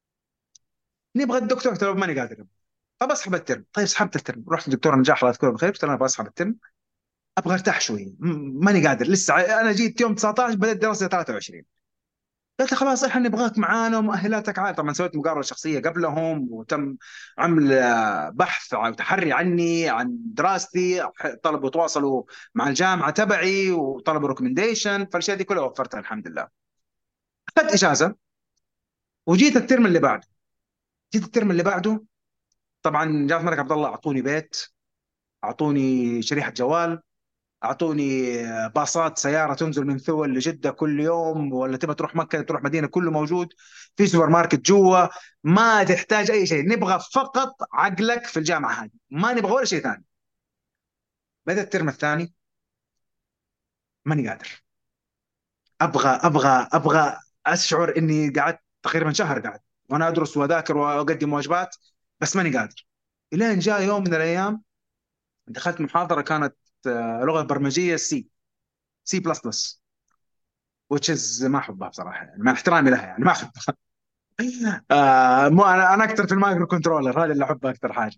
A: نبغى الدكتور. قلت له ماني قادر. طب اسحب الترم. طيب سحبت الترم، رحت للدكتور نجاح الله يذكره بالخير، قلت له انا ابغى اسحب الترم، ابغى ارتاح شوي، ماني قادر لسه. انا جيت يوم 19 بدأت دراسه 23. قالت لي خلاص احنا نبغاك معانا ومؤهلاتك عالية. طبعا سويت مقابلة شخصية قبلهم، وتم عمل بحث أو تحري عني عن دراستي. طلبوا يتواصلوا مع الجامعة تبعي وطلبوا ريكومنديشن، فالاشياء دي كلها وفرتها الحمد لله. اخذت اجازة وجيت الترم اللي بعده. جيت الترم اللي بعده، طبعا جامعة الملك عبد الله اعطوني بيت، اعطوني شريحة جوال، اعطوني باصات سياره تنزل من ثول لجده كل يوم، ولا تبغى تروح مكه تروح مدينه كله موجود، في سوبر ماركت جوا. ما تحتاج اي شيء، نبغى فقط عقلك في الجامعه هذه، ما نبغى ولا شيء ثاني. بدا الترم الثاني، ماني قادر. ابغى اشعر اني قعدت تقريبا شهر قاعد وانا ادرس واذاكر واقدم واجبات، بس ماني قادر. الين جاء يوم من الايام دخلت محاضره كانت لغه برمجيه سي بلس بلس، which is ما احبها بصراحه، يعني مع احترامي لها يعني ما احبها. مو انا اكثر في المايكرو كنترولر، هذا اللي احبه اكثر حاجه.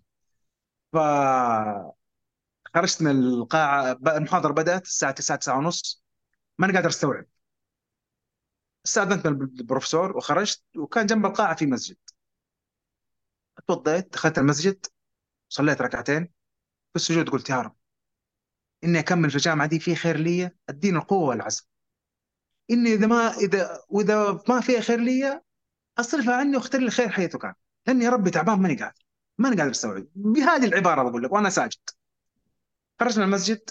A: فخرجت من القاعه، المحاضره بدات الساعه 9 9 ونص، ماني قادر استوعب. استاذنت من البروفيسور وخرجت، وكان جنب القاعه في مسجد. اتوضيت، دخلت المسجد، صليت ركعتين. في السجود قلت يا رب، اني اكمل في الجامعه دي في خير لي، اديني القوه والعزم. اني واذا ما فيها خير لي، اصرفها عني واختار لي الخير حيث كان، لاني يا ربي تعبان، ماني قادر استوعب. بهذه العباره بقول لك وانا ساجد. خرجت من المسجد،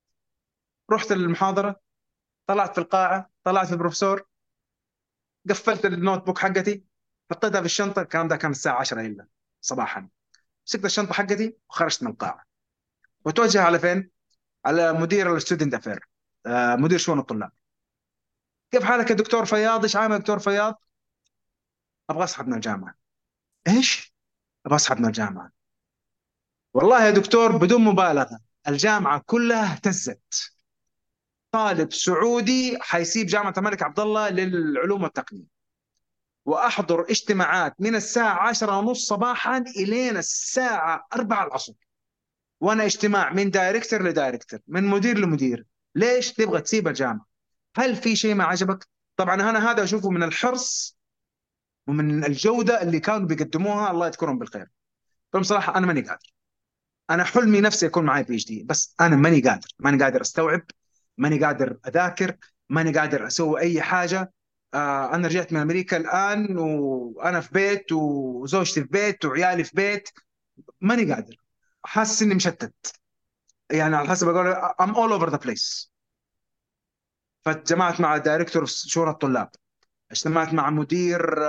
A: رحت المحاضره، طلعت في القاعه، طلعت في البروفيسور، قفلت النوت بوك حقتي، حطيتها في الشنطه. الكلام ده كان الساعه 10 الا صباحا. مسكت الشنطه حقتي وخرجت من القاعه، وتوجه على فين؟ على مدير الستودنت افير، مدير شؤون الطلاب. كيف حالك يا دكتور فياض؟ ايش عامل يا دكتور فياض؟ ابغى اسحب من الجامعه. ايش؟ ابغى اسحب من الجامعه. والله يا دكتور بدون مبالغه، الجامعه كلها اهتزت. طالب سعودي حيسيب جامعه الملك عبد الله للعلوم والتقنيه، واحضر اجتماعات من الساعه 10 ونص صباحا الين الساعه 4 العصر، وانا اجتماع من دايركتور لدايركتور، من مدير لمدير. ليش تبغى تسيب الجامعه؟ هل في شيء ما عجبك؟ طبعا انا هذا اشوفه من الحرص ومن الجوده اللي كانوا بيقدموها، الله يذكرهم بالخير. فبصراحه انا ماني قادر. انا حلمي نفسي يكون معي بي اتش دي، بس انا ماني قادر استوعب، ماني قادر اذاكر، ماني قادر اسوي اي حاجه. انا رجعت من امريكا الان وانا في بيت وزوجتي في بيت وعيالي في بيت، ماني قادر. حاسس اني مشتت، يعني على حسب اقول I'm all over the place. فجمعت مع دايركتور شؤون الطلاب، اجتمعت مع مدير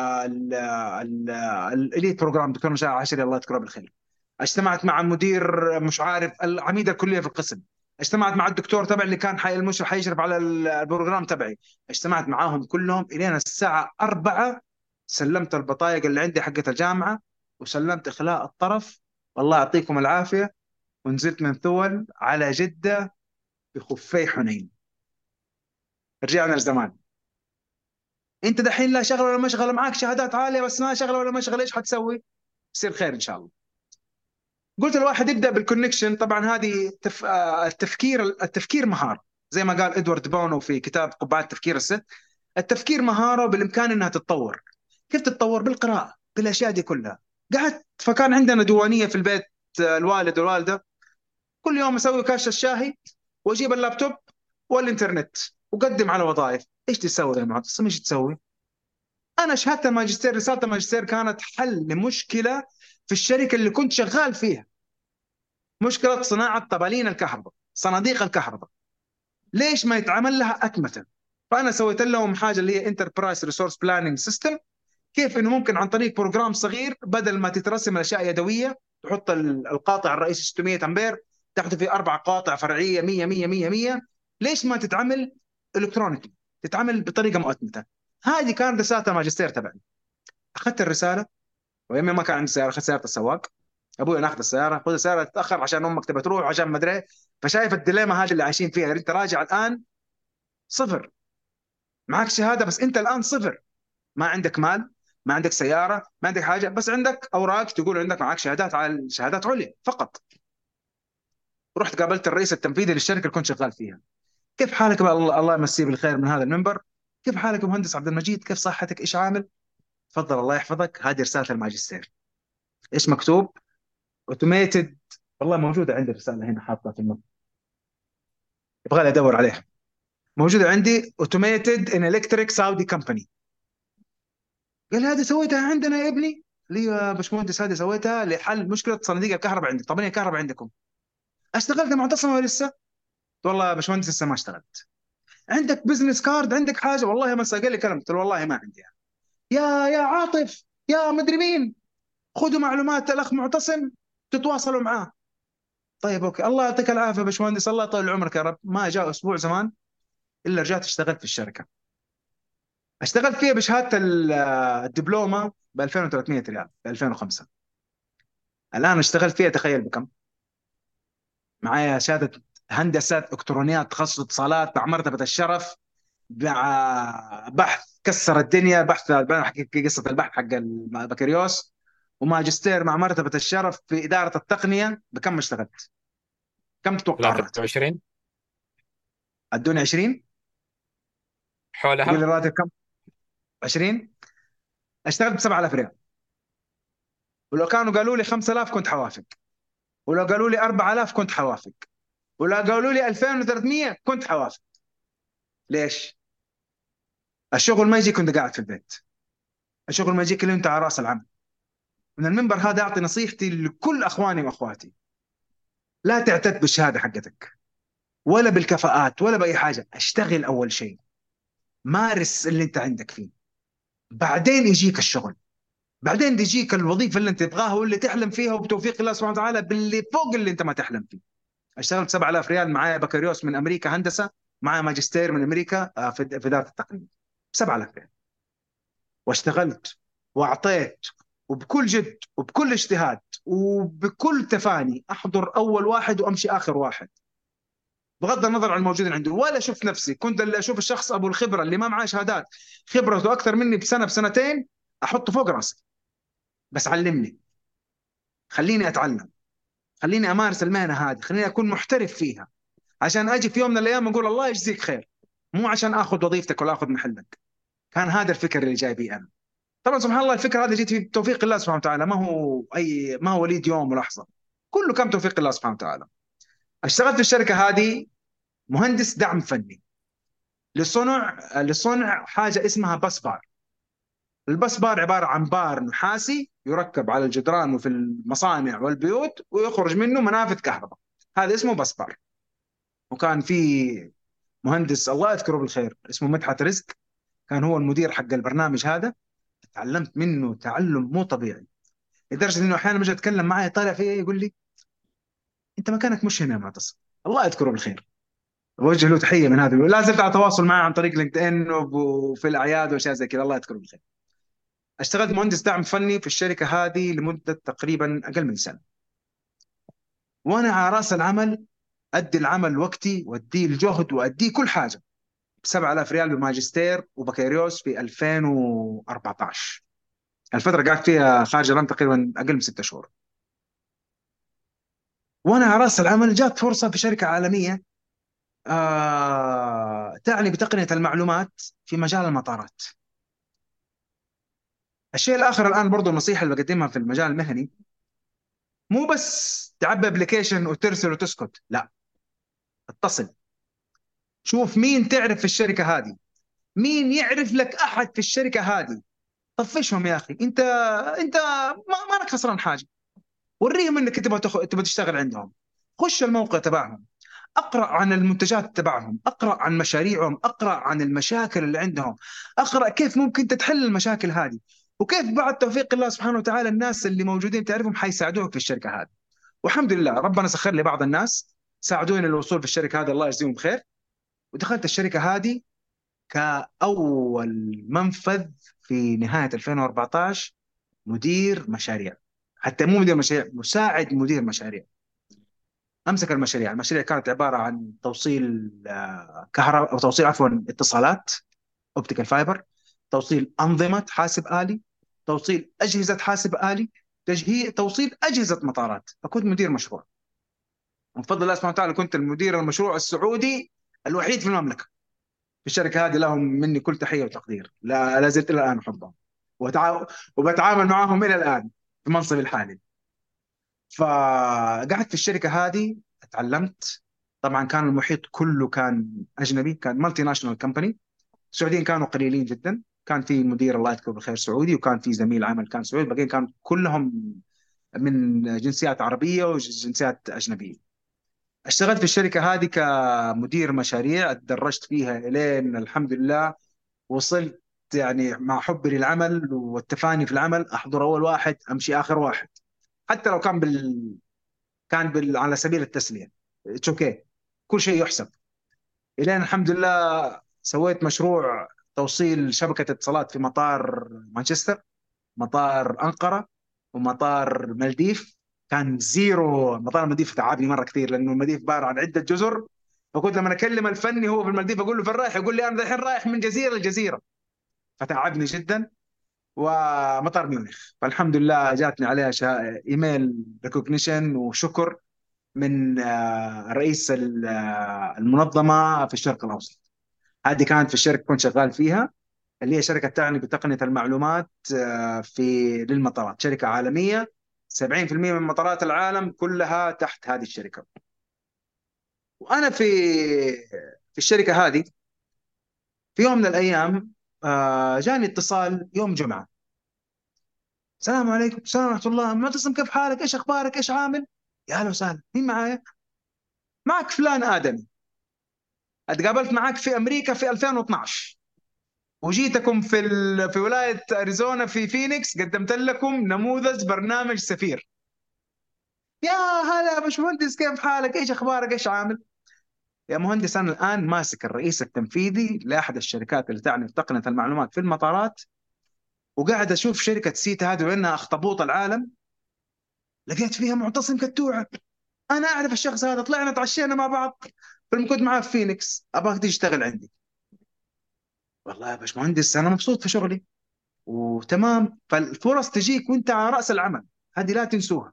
A: الاليت بروجرام دكتور مشاري عشري الله يذكره بالخير، اجتمعت مع مدير مش عارف عميد الكليه في القسم، اجتمعت مع الدكتور تبع اللي كان المشرف حيشرف على البروجرام تبعي. اجتمعت معاهم كلهم الين الساعه 4. سلمت البطايق اللي عندي حقت الجامعه، وسلمت اخلاء الطرف، والله يعطيكم العافيه. ونزلت من ثول على جده بخفي حنين. رجعنا لزمان. انت دحين لا شغله ولا مشغله، معاك شهادات عاليه بس ما شغله ولا مشغله، ايش حتسوي؟ يصير خير ان شاء الله. قلت الواحد يبدا بالكونكشن. طبعا هذه التفكير مهاره، زي ما قال ادوارد بونو في كتاب قبعه التفكير الست. التفكير مهاره بالامكان انها تتطور. كيف تتطور؟ بالقراءه، بالاشياء دي كلها. قعدت، فكان عندنا ديوانيه في البيت، الوالد والوالده. كل يوم اسوي كاش الشاهي، واجيب اللابتوب والانترنت، وقدم على وظائف. ايش تسوي يا معتصم؟ ايش تسوي؟ انا شهاده الماجستير، رساله الماجستير كانت حل لمشكله في الشركه اللي كنت شغال فيها، مشكله صناعه طبالين الكهرباء، صناديق الكهرباء. ليش ما يتعمل لها اتمته؟ فانا سويت لهم حاجه اللي هي انتربرايز ريسورس بلاننج سيستم. كيف انه ممكن عن طريق بروجرام صغير، بدل ما تترسم الاشياء يدويه، تحط القاطع الرئيسي 600 امبير، تحط فيه 4 قواطع فرعيه 100 100 100 100. ليش ما تتعمل الكترونيكي، تتعمل بطريقه مؤتمته؟ هذه كانت رساله الماجستير تبعي. اخذت الرساله، ويمي ما كان عندي سياره، اخذت سياره السواق. ابوي ناخذ السياره، خذ السياره تتاخر عشان امك تبى تروح عشان ما ادري إيه. فشايف الديليما هذه اللي عايشين فيها. انت راجع الان صفر، معك شهاده بس انت الان صفر. ما عندك مال، ما عندك سياره، ما عندك حاجه، بس عندك اوراق تقول عندك معك شهادات، على شهادات عليا فقط. رحت قابلت الرئيس التنفيذي للشركه اللي كنت شغال فيها. كيف حالك بقى؟ الله يمسيه بالخير من هذا المنبر. كيف حالك يا مهندس عبد المجيد؟ كيف صحتك؟ ايش عامل؟ تفضل الله يحفظك، هذه رساله الماجستير. ايش مكتوب؟ اوتوميتد. والله موجوده عندي الرساله هنا، حاطها في النص، يبغى لي ادور عليها. موجوده عندي، اوتوميتد ان الكتريك سعودي كمباني. قال لي هذه سويتها عندنا يا ابني. لي يا باشمهندس هذه سويتها لحل مشكله صناديق الكهرباء عندك. طب انا الكهرباء عندكم اشتغلت معتصم ولا لسه؟ قلت والله يا باشمهندس لسه ما اشتغلت. عندك بزنس كارد؟ عندك حاجه؟ والله ما قال لي كلام. قلت له والله ما عندي. يا عاطف، يا مدري مين، خذوا معلومات الاخ معتصم تتواصلوا معاه. طيب اوكي، الله يعطيك العافيه يا باشمهندس، الله يطول عمرك يا رب. ما جاء اسبوع زمان الا رجعت اشتغلت في الشركه. اشتغلت فيها بشهاده الدبلومه ب 2300 ريال ب 2005. الان اشتغلت فيها تخيل بكم؟ معايا شهاده هندسه الكترونيات تخصص اتصالات مع مرتبه الشرف، مع بحث كسر الدنيا، بحث بحكي قصه البحث حق البكالوريوس، وماجستير مع مرتبه الشرف في اداره التقنيه. بكم اشتغلت؟ كم تتوقع الراتب؟
B: 23
A: ادوني 20. تقول لي
B: حولها.
A: الراتب كم؟ 20. اشتغلت ب 7000 ريال. ولو كانوا قالوا لي 5000 كنت حوافق، ولو قالوا لي 4000 كنت حوافق، ولو قالوا لي 2300 كنت حوافق. ليش؟ الشغل ما يجيك وانت قاعد في البيت، الشغل ما يجيك الا انت على راس العمل. من المنبر هذا اعطي نصيحتي لكل اخواني واخواتي: لا تعتد بالشهاده حقتك ولا بالكفاءات ولا باي حاجه. اشتغل اول شيء، مارس اللي انت عندك فيه، بعدين يجيك الشغل، بعدين تجيك الوظيفه اللي انت تبغاها واللي تحلم فيها، وبتوفيق الله سبحانه وتعالى باللي فوق اللي انت ما تحلم فيه. اشتغلت 7000 ريال، معايا بكالوريوس من امريكا هندسه، معايا ماجستير من امريكا في اداره التقنيه. 7000 ريال. واشتغلت واعطيت، وبكل جد وبكل اجتهاد وبكل تفاني، احضر اول واحد وامشي اخر واحد، بغض النظر عن الموجودين عنده. ولا شفت نفسي، كنت اللي اشوف الشخص ابو الخبره اللي ما معاه شهادات، خبرته اكثر مني بسنه بسنتين، احطه فوق راسي. بس علمني، خليني اتعلم، خليني امارس المهنه هذه، خليني اكون محترف فيها، عشان اجي في يوم من الايام اقول الله يجزيك خير، مو عشان اخذ وظيفتك ولا اخذ محلك. كان هذا الفكر اللي جاي بي انا. طبعا سبحان الله الفكره هذه جت في توفيق الله سبحانه وتعالى، ما هو وليد يوم ولحظه، كله كان توفيق الله سبحانه وتعالى. اشتغلت في الشركه هذه مهندس دعم فني لصنع حاجه اسمها بس بار. البس بار عباره عن بار نحاسي يركب على الجدران وفي المصانع والبيوت ويخرج منه منافذ كهرباء. هذا اسمه بس بار. وكان في مهندس الله يذكره بالخير اسمه مدحت رزق، كان هو المدير حق البرنامج هذا. تعلمت منه تعلم مو طبيعي، لدرجه انه احيانا بيجي اتكلم معي طالع فيه يقول لي انت مكانك مش هنا يا معتصم. الله يذكره بالخير، بوجه له تحيه من هذا. لا زلت على تواصل معه عن طريق لينكد ان وفي الاعياد واشياء زي كذا. الله يذكره بالخير. اشتغلت مهندس دعم فني في الشركه هذه لمده تقريبا اقل من سنه، وانا على راس العمل، ادي العمل وقتي واديه الجهد واديه كل حاجه. ب 7000 ريال بماجستير وبكالوريوس في 2014. الفتره قعدت فيها خارج العمل تقريبا اقل من 6 شهور. وانا على راس العمل جات فرصه في شركه عالميه تعني بتقنيه المعلومات في مجال المطارات. الشيء الاخر الان برضو النصيحه اللي بقدمها في المجال المهني: مو بس تعبي ابلكيشن وترسل وتسكت، لا، اتصل، شوف مين تعرف في الشركه هذه، مين يعرف لك احد في الشركه هذه، طفشهم يا اخي. انت ما لك خسران حاجه، وريهم انك تبغى تشتغل عندهم. خش الموقع تبعهم، اقرا عن المنتجات تبعهم، اقرا عن مشاريعهم، اقرا عن المشاكل اللي عندهم، اقرا كيف ممكن انت تحل المشاكل هذه، وكيف بعد توفيق الله سبحانه وتعالى الناس اللي موجودين تعرفهم حيساعدوك في الشركه هذه. والحمد لله ربنا سخر لي بعض الناس ساعدوني للوصول في الشركه هذه، الله يجزيهم بخير. ودخلت الشركه هذه كأول منفذ في نهاية 2014 مدير مشاريع، حتى مو مدير مشاريع، مساعد مدير مشاريع. امسك المشاريع. المشاريع كانت عباره عن توصيل كهرباء، او توصيل عفوا اتصالات، اوبتيكال فايبر، توصيل انظمه حاسب آلي، توصيل اجهزه حاسب آلي، توصيل اجهزه مطارات. فكنت مدير مشروع، وبفضل الله سبحانه وتعالى كنت المدير المشروع السعودي الوحيد في المملكه الشركه هذه لهم مني كل تحيه وتقدير، لا زلت الى الان احبهم، وبتعامل معاهم الى الان في منصبي الحالي. فقعدت في الشركه هذه، اتعلمت. طبعا كان المحيط كله كان اجنبي، كان مالتي ناشونال كمباني. السعوديين كانوا قليلين جدا، كان في مدير الله يذكره بالخير سعودي، وكان في زميل عمل كان سعودي، الباقيين كانوا كلهم من جنسيات عربيه وجنسيات اجنبيه. اشتغلت في الشركه هذه كمدير مشاريع، تدرجت فيها الين الحمد لله وصلت. يعني مع حبي للعمل والتفاني في العمل، احضر اول واحد امشي اخر واحد، حتى لو على سبيل التسليه. اتس اوكي، كل شيء يحسب. الين الحمد لله سويت مشروع توصيل شبكه اتصالات في مطار مانشستر، مطار انقره، ومطار مالديف. كان زيرو. مطار المالديف تعبني مره كثير، لانه المالديف عباره عن عده جزر. فكنت لما اكلم الفني هو في المالديف اقول له فين رايح، يقول لي انا الحين رايح من جزيره لجزيره. فتعبني جدا. ومطار ميونخ، فالحمد لله جاتني عليها ايميل ريكوجنيشن وشكر من رئيس المنظمه في الشرق الاوسط. هذه كانت في الشركه كنت شغال فيها، اللي هي شركه تعني بتقنيه المعلومات في للمطارات، شركه عالميه. 70% من مطارات العالم كلها تحت هذه الشركه. وانا في الشركه هذه، في يوم من الايام جاني اتصال يوم جمعه. السلام عليكم، السلام ورحمه الله، معتصم كيف حالك، ايش اخبارك، ايش عامل؟ يا اهلا وسهلا، مين معايا؟ معك فلان ادمي، اتقابلت معك في امريكا في 2012، وجيتكم في ولايه اريزونا في فينيكس، قدمت لكم نموذج برنامج سفير. يا هلا يا باشمهندس، كيف حالك، ايش اخبارك، ايش عامل؟ يا مهندس، انا الان ماسك الرئيس التنفيذي لاحد الشركات اللي تعني بتقنيه المعلومات في المطارات، وقاعد اشوف شركه سيتا هذه وانها اخطبوط العالم، لقيت فيها معتصم كتوعه. انا اعرف الشخص هذا، طلعنا تعشينا مع بعض، كنت معاه في فينيكس، ابغاك تيجي تشتغل عندي. والله يا باشمهندس انا مبسوط في شغلي وتمام، فالفرص تجيك وانت على راس العمل، هذه لا تنسوها.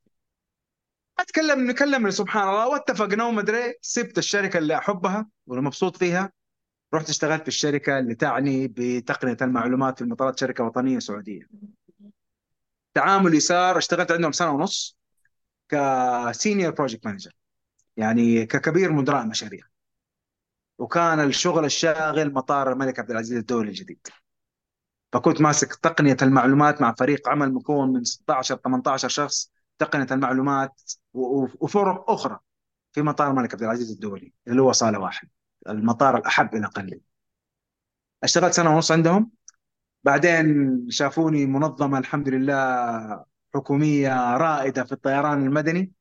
A: نكلم سبحان الله، واتفقنا وما ادري، سبت الشركه اللي احبها واللي مبسوط فيها، رحت اشتغلت في الشركه اللي تعني بتقنيه المعلومات في المطارات، شركه وطنيه سعوديه. تعامل يسار، اشتغلت عندهم سنه ونص كسينيور بروجكت مانجر، يعني ككبير مدراء مشاريع. وكان الشغل الشاغل مطار الملك عبد العزيز الدولي الجديد. فكنت ماسك تقنيه المعلومات مع فريق عمل مكون من 16 18 شخص، تقنيه المعلومات وفرق اخرى في مطار الملك عبد العزيز الدولي اللي هو صاله واحد، المطار الاحب الى قلبي. اشتغلت سنه ونص عندهم، بعدين شافوني منظمه الحمد لله حكوميه رائده في الطيران المدني،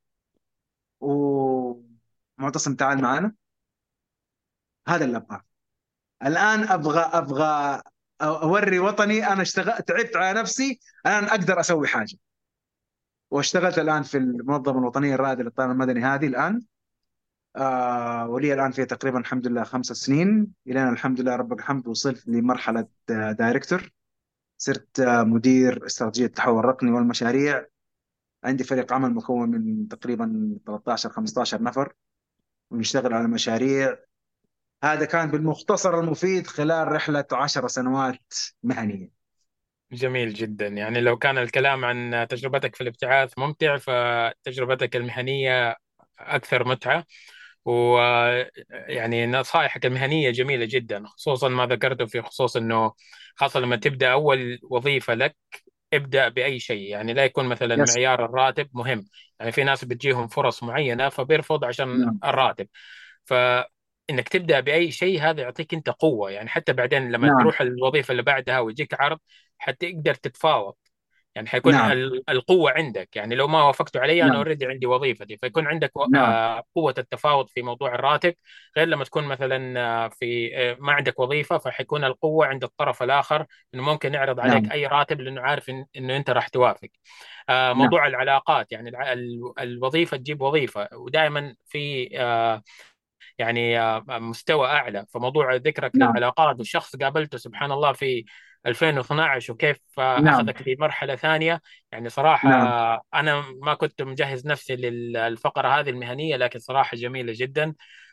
A: ومعتصم تعال معنا. هذا اللي ابغاه الان، ابغى اوري وطني انا اشتغلت، تعبت على نفسي، انا اقدر اسوي حاجه. واشتغلت الان في المنظمه الوطنيه الرائده للطيران المدني هذه الان. ولي الان فيها تقريبا الحمد لله 5 سنين، الى الحمد لله رب الحمد وصلت لمرحله دايركتور. صرت مدير استراتيجيه التحول الرقمي والمشاريع. عندي فريق عمل مكون من تقريبا 13 15 نفر، ونشتغل على مشاريع. هذا كان بالمختصر المفيد خلال رحله 10 سنوات مهنيه.
B: جميل جدا. يعني لو كان الكلام عن تجربتك في الابتعاث ممتع، فتجربتك المهنية أكثر متعة. ويعني نصائحك المهنية جميلة جدا، خصوصا ما ذكرته في خصوص أنه خاصة لما تبدأ أول وظيفة لك، ابدأ بأي شيء. يعني لا يكون مثلا
A: يس.
B: معيار الراتب مهم. يعني في ناس بتجيهم فرص معينة فبيرفض عشان
A: نعم.
B: الراتب. فإنك تبدأ بأي شيء هذا يعطيك أنت قوة، يعني حتى بعدين لما
A: نعم.
B: تروح الوظيفة اللي بعدها ويجيك عرض حتقدر تتفاوض. يعني حيكون
A: نعم.
B: القوة عندك. يعني لو ما وافقتوا علي أنا
A: نعم.
B: أوريدي عندي وظيفتي، فيكون عندك
A: نعم.
B: قوة التفاوض في موضوع الراتب. غير لما تكون مثلا في ما عندك وظيفة، فحيكون القوة عند الطرف الآخر، إنه ممكن يعرض عليك
A: نعم.
B: أي راتب لأنه عارف إنه أنت راح توافق.
A: نعم.
B: موضوع العلاقات، يعني الوظيفة تجيب وظيفة، ودائما في يعني مستوى اعلى. فموضوع ذكرك
A: نعم.
B: للعلاقات، والشخص قابلته سبحان الله في 2012 وكيف
A: نعم.
B: اخذك في مرحله ثانيه. يعني صراحه
A: نعم.
B: انا ما كنت مجهز نفسي للفقره هذه المهنيه، لكن صراحه جميله جدا.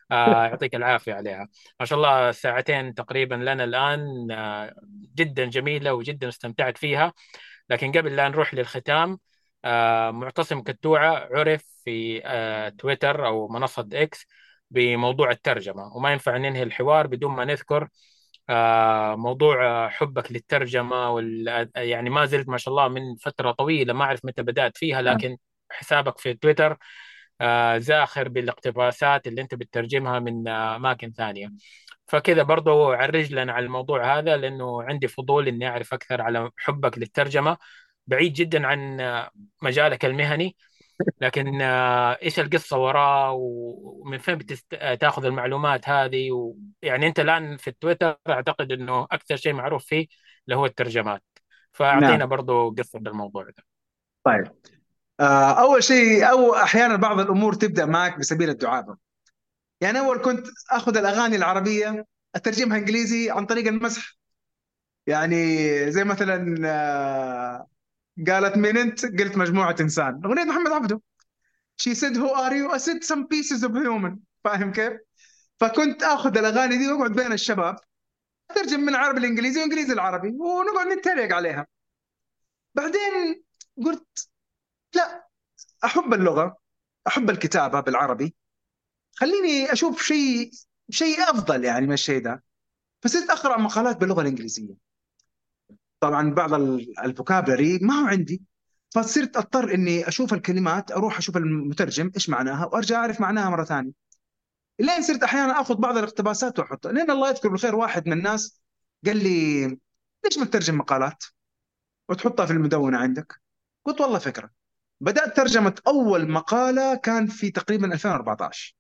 B: يعطيك العافية عليها. ما شاء الله ساعتين تقريبا لنا الآن، جدا جميلة وجدا استمتعت فيها. لكن قبل لا نروح للختام، معتصم كتوعة عرف في تويتر أو منصة إكس بموضوع الترجمة، وما ينفع ننهي الحوار بدون ما نذكر موضوع حبك للترجمة يعني ما زلت ما شاء الله من فترة طويلة، ما أعرف متى بدأت فيها،
A: نعم.
B: لكن حسابك في تويتر زاخر بالاقتباسات اللي أنت بتترجمها من أماكن ثانية. فكذا برضو عرج لنا على الموضوع هذا، لأنه عندي فضول إني أعرف أكثر على حبك للترجمة، بعيد جدا عن مجالك المهني. لكن ايش القصة وراه، ومن فين تاخذ المعلومات هذه يعني انت الان في التويتر اعتقد انه اكثر شيء معروف فيه اللي هو الترجمات، فاعطينا
A: نعم.
B: برضو قصة بالموضوع ده.
A: طيب. اول شيء، او احيانا بعض الامور تبدا معك بسبيل الدعابه. يعني اول كنت اخذ الاغاني العربيه اترجمها انجليزي عن طريق المسح. يعني زي مثلا قالت مين انت؟ قلت مجموعه انسان، اغنيه محمد عبده. She said who are you? I said some pieces of human. فاهم كيف؟ فكنت اخذ الاغاني دي واقعد بين الشباب اترجم من عربي الانجليزي وانجليزي العربي ونقعد نتريق عليها. بعدين قلت لا، احب اللغه، احب الكتابه بالعربي، خليني اشوف شيء افضل يعني من الشيء ده. فصرت اقرا مقالات باللغه الانجليزيه. طبعا بعض الفوكابلري ما هو عندي، فصرت اضطر اني اشوف الكلمات، اروح اشوف المترجم ايش معناها وارجع اعرف معناها مره ثانيه. لين صرت احيانا اخذ بعض الاقتباسات واحطها. لين الله يذكر بالخير واحد من الناس قال لي ليش ما تترجم مقالات وتحطها في المدونه عندك؟ قلت والله فكره. بدات ترجمه اول مقاله كان في تقريبا 2014.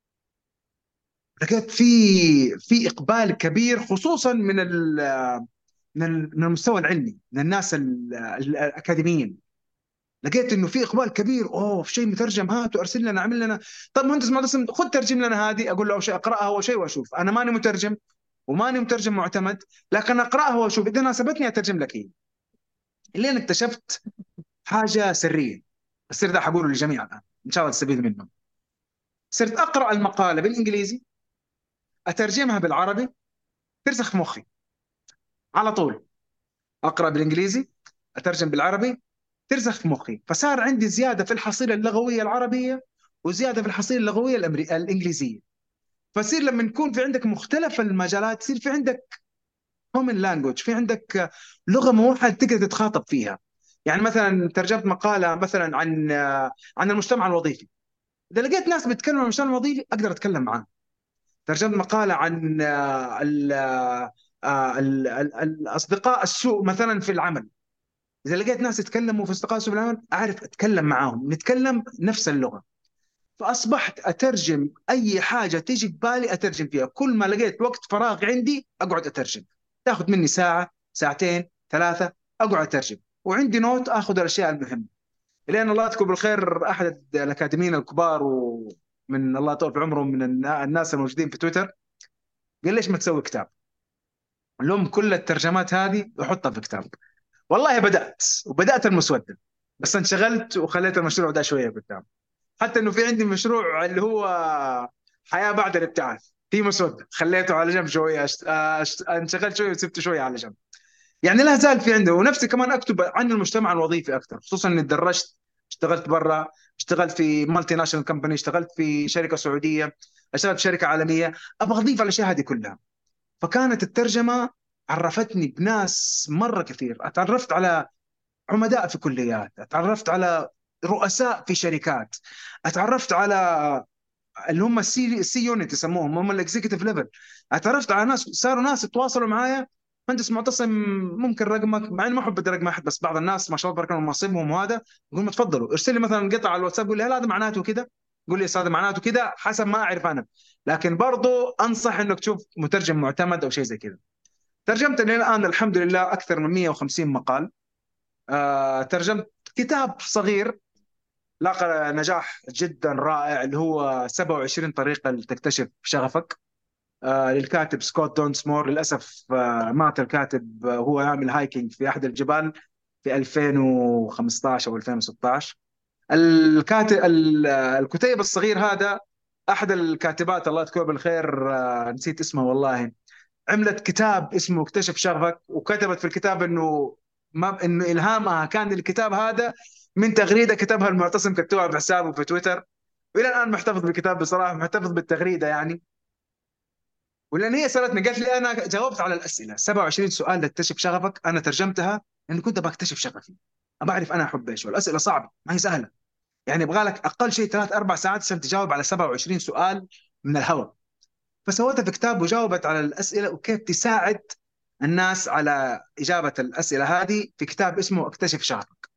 A: لقيت في اقبال كبير، خصوصا من المستوى العلمي، من الناس الاكاديميين. لقيت انه في اقبال كبير، اوه في شيء مترجم، هات وارسل لنا، اعمل لنا. طب مهندس معتصم خذ ترجم لنا هذه. اقول له اول شيء اقراها اول شيء واشوف، انا ماني مترجم وماني مترجم معتمد، لكن اقراها واشوف اذا ناسبتني اترجم لك هي. لين اكتشفت حاجه سريه، السر ده حقوله للجميع الان ان شاء الله تستفيد منه. صرت اقرا المقاله بالانجليزي، اترجمها بالعربي، ترسخ في مخي على طول. اقرا بالانجليزي، اترجم بالعربي، ترسخ في مخي. فصار عندي زياده في الحصيله اللغويه العربيه وزياده في الحصيله اللغويه الانجليزيه. فصير لما يكون في عندك مختلف المجالات، يصير في عندك common language، في عندك لغه موحده تقدر تتخاطب فيها. يعني مثلا ترجمت مقاله مثلا عن المجتمع الوظيفي، اذا لقيت ناس بيتكلموا عن المجتمع الوظيفي اقدر اتكلم معاهم. ترجمت مقاله عن الاصدقاء السوء مثلا في العمل، اذا لقيت ناس يتكلموا في اصدقاء السوء في العمل اعرف اتكلم معاهم، نتكلم نفس اللغه. فاصبحت اترجم اي حاجه تيجي ببالي اترجم فيها. كل ما لقيت وقت فراغ عندي اقعد اترجم، تاخذ مني ساعه ساعتين ثلاثه اقعد اترجم. وعندي نوت اخذ الاشياء المهمه. لان الله يذكر بالخير احد الاكاديميين الكبار ومن الله يطول في عمرهم من الناس الموجودين في تويتر، قال ليش ما تسوي كتاب؟ لهم كل الترجمات هذه وحطها في كتاب. والله بدات وبدات المسوده، بس انشغلت وخليت المشروع ده شويه قدام. حتى انه في عندي مشروع اللي هو حياه بعد الابتعاث في مسوده، خليته على جنب شويه، انشغلت شويه وسبته شويه على جنب. يعني لا زال في عنده. ونفسي كمان اكتب عن المجتمع الوظيفي اكثر، خصوصا اني تدرجت، اشتغلت برا، اشتغلت في مالتي ناشونال كمباني، اشتغلت في شركه سعوديه، اشتغلت في شركه عالميه. ابغى اضيف الاشياء هذه كلها. فكانت الترجمه عرفتني بناس مره كثير. اتعرفت على عمداء في كليات، اتعرفت على رؤساء في شركات، اتعرفت على اللي هم السي يونت يسموهم، هم الاكزيكتيف ليفل. اتعرفت على ناس، صاروا ناس يتواصلوا معايا. مهندس معتصم ممكن رقمك، مع اني ما احب ادي رقم احد، بس بعض الناس ما شاء الله تبارك الله مناصبهم وهذا، يقول ما تفضلوا ارسل لي مثلا قطعه على الواتساب، يقول لي هل هذا معناته كذا؟ يقول لي يس هذا معناته كذا حسب ما اعرف انا. لكن برضو انصح انك تشوف مترجم معتمد او شيء زي كذا. ترجمت الى الان الحمد لله اكثر من 150 مقال. ترجمت كتاب صغير لاقى نجاح جدا رائع، اللي هو 27 طريقة لتكتشف شغفك، للكاتب سكوت دونسمور. للأسف مات الكاتب، هو يعمل هايكينج في أحد الجبال في 2015 أو 2016. الكاتب الكتيب الصغير هذا احد الكاتبات الله يذكرها بالخير، نسيت اسمها والله، عملت كتاب اسمه اكتشف شغفك، وكتبت في الكتاب انه ما انه الهامها كان الكتاب هذا من تغريده كتبها المعتصم، كتبها في حسابه في تويتر، والى الان محتفظ بالكتاب بصراحه، محتفظ بالتغريده يعني. ولان هي سالتني قالت لي انا جاوبت على الاسئله 27 سؤال لتكتشف شغفك، انا ترجمتها لانه كنت بكتشف شغفي، ابى اعرف انا احب ايش، والاسئله صعبه ما هي سهله، يعني يبغى لك اقل شيء 3 4 ساعات عشان تجاوب على 27 سؤال من الهواء. فسويتها في كتاب وجاوبت على الاسئله وكيف تساعد الناس على اجابه الاسئله هذه في كتاب اسمه اكتشف شغفك.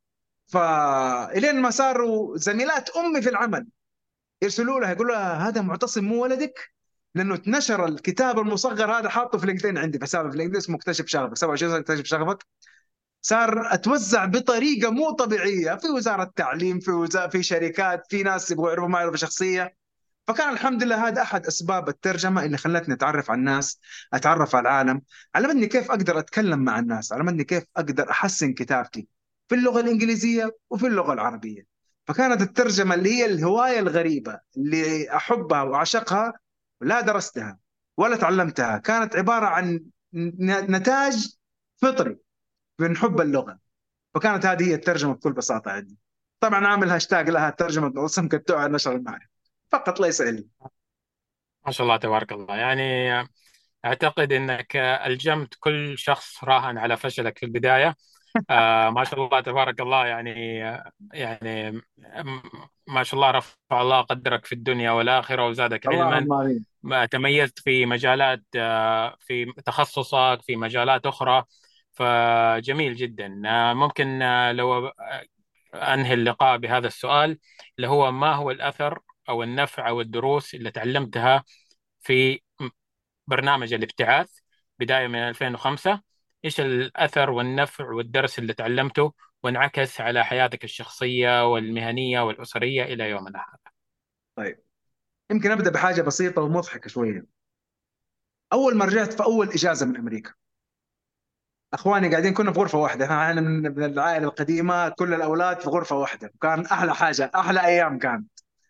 A: فإلين ما صاروا زميلات امي في العمل يرسلوا لها يقولوا لها هذا معتصم مو ولدك، لانه اتنشر الكتاب المصغر هذا، حاطه في لينكدين عندي في حسابي في لينكدين اسمه اكتشف شغفك، 27 سنه اكتشف شغفك. صار اتوزع بطريقه مو طبيعيه في وزاره التعليم، في شركات، في ناس يبغوا يعرفوا معرفه شخصيه. فكان الحمد لله هذا احد اسباب الترجمه اللي خلتني اتعرف على الناس، اتعرف على العالم، علمتني كيف اقدر اتكلم مع الناس، علمتني كيف اقدر احسن كتابتي في اللغه الانجليزيه وفي اللغه العربيه. فكانت الترجمه اللي هي الهوايه الغريبه اللي احبها واعشقها، لا درستها ولا تعلمتها، كانت عباره عن نتاج فطري من حب اللغه. فكانت هذه هي الترجمه بكل بساطه عندي. طبعا عامل هاشتاج لها ترجمه رسم كالتوعية نشر المعرفه فقط، ليس الا.
B: ما شاء الله تبارك الله. يعني أعتقد أنك ألجمت كل شخص راهن على فشلك في البداية. ما شاء الله تبارك الله. يعني ما شاء الله رفع الله قدرك في الدنيا والآخرة وزادك علما.
A: اللهم امين.
B: ما تميزت في مجالات، في تخصصك، في مجالات أخرى. فجميل جدا. ممكن لو أنهي اللقاء بهذا السؤال، اللي هو ما هو الأثر أو النفع أو الدروس اللي تعلمتها في برنامج الابتعاث بداية من 2005؟ إيش الأثر والنفع والدرس اللي تعلمته وانعكس على حياتك الشخصية والمهنية والأسرية إلى يومنا هذا؟
A: طيب، يمكن ابدا بحاجه بسيطه ومضحكه شويه. اول ما رجعت في اول اجازه من امريكا، اخواني قاعدين كنا في غرفه واحده، احنا من العائله القديمه، كل الاولاد في غرفه واحده، كان احلى حاجه، احلى ايام كان.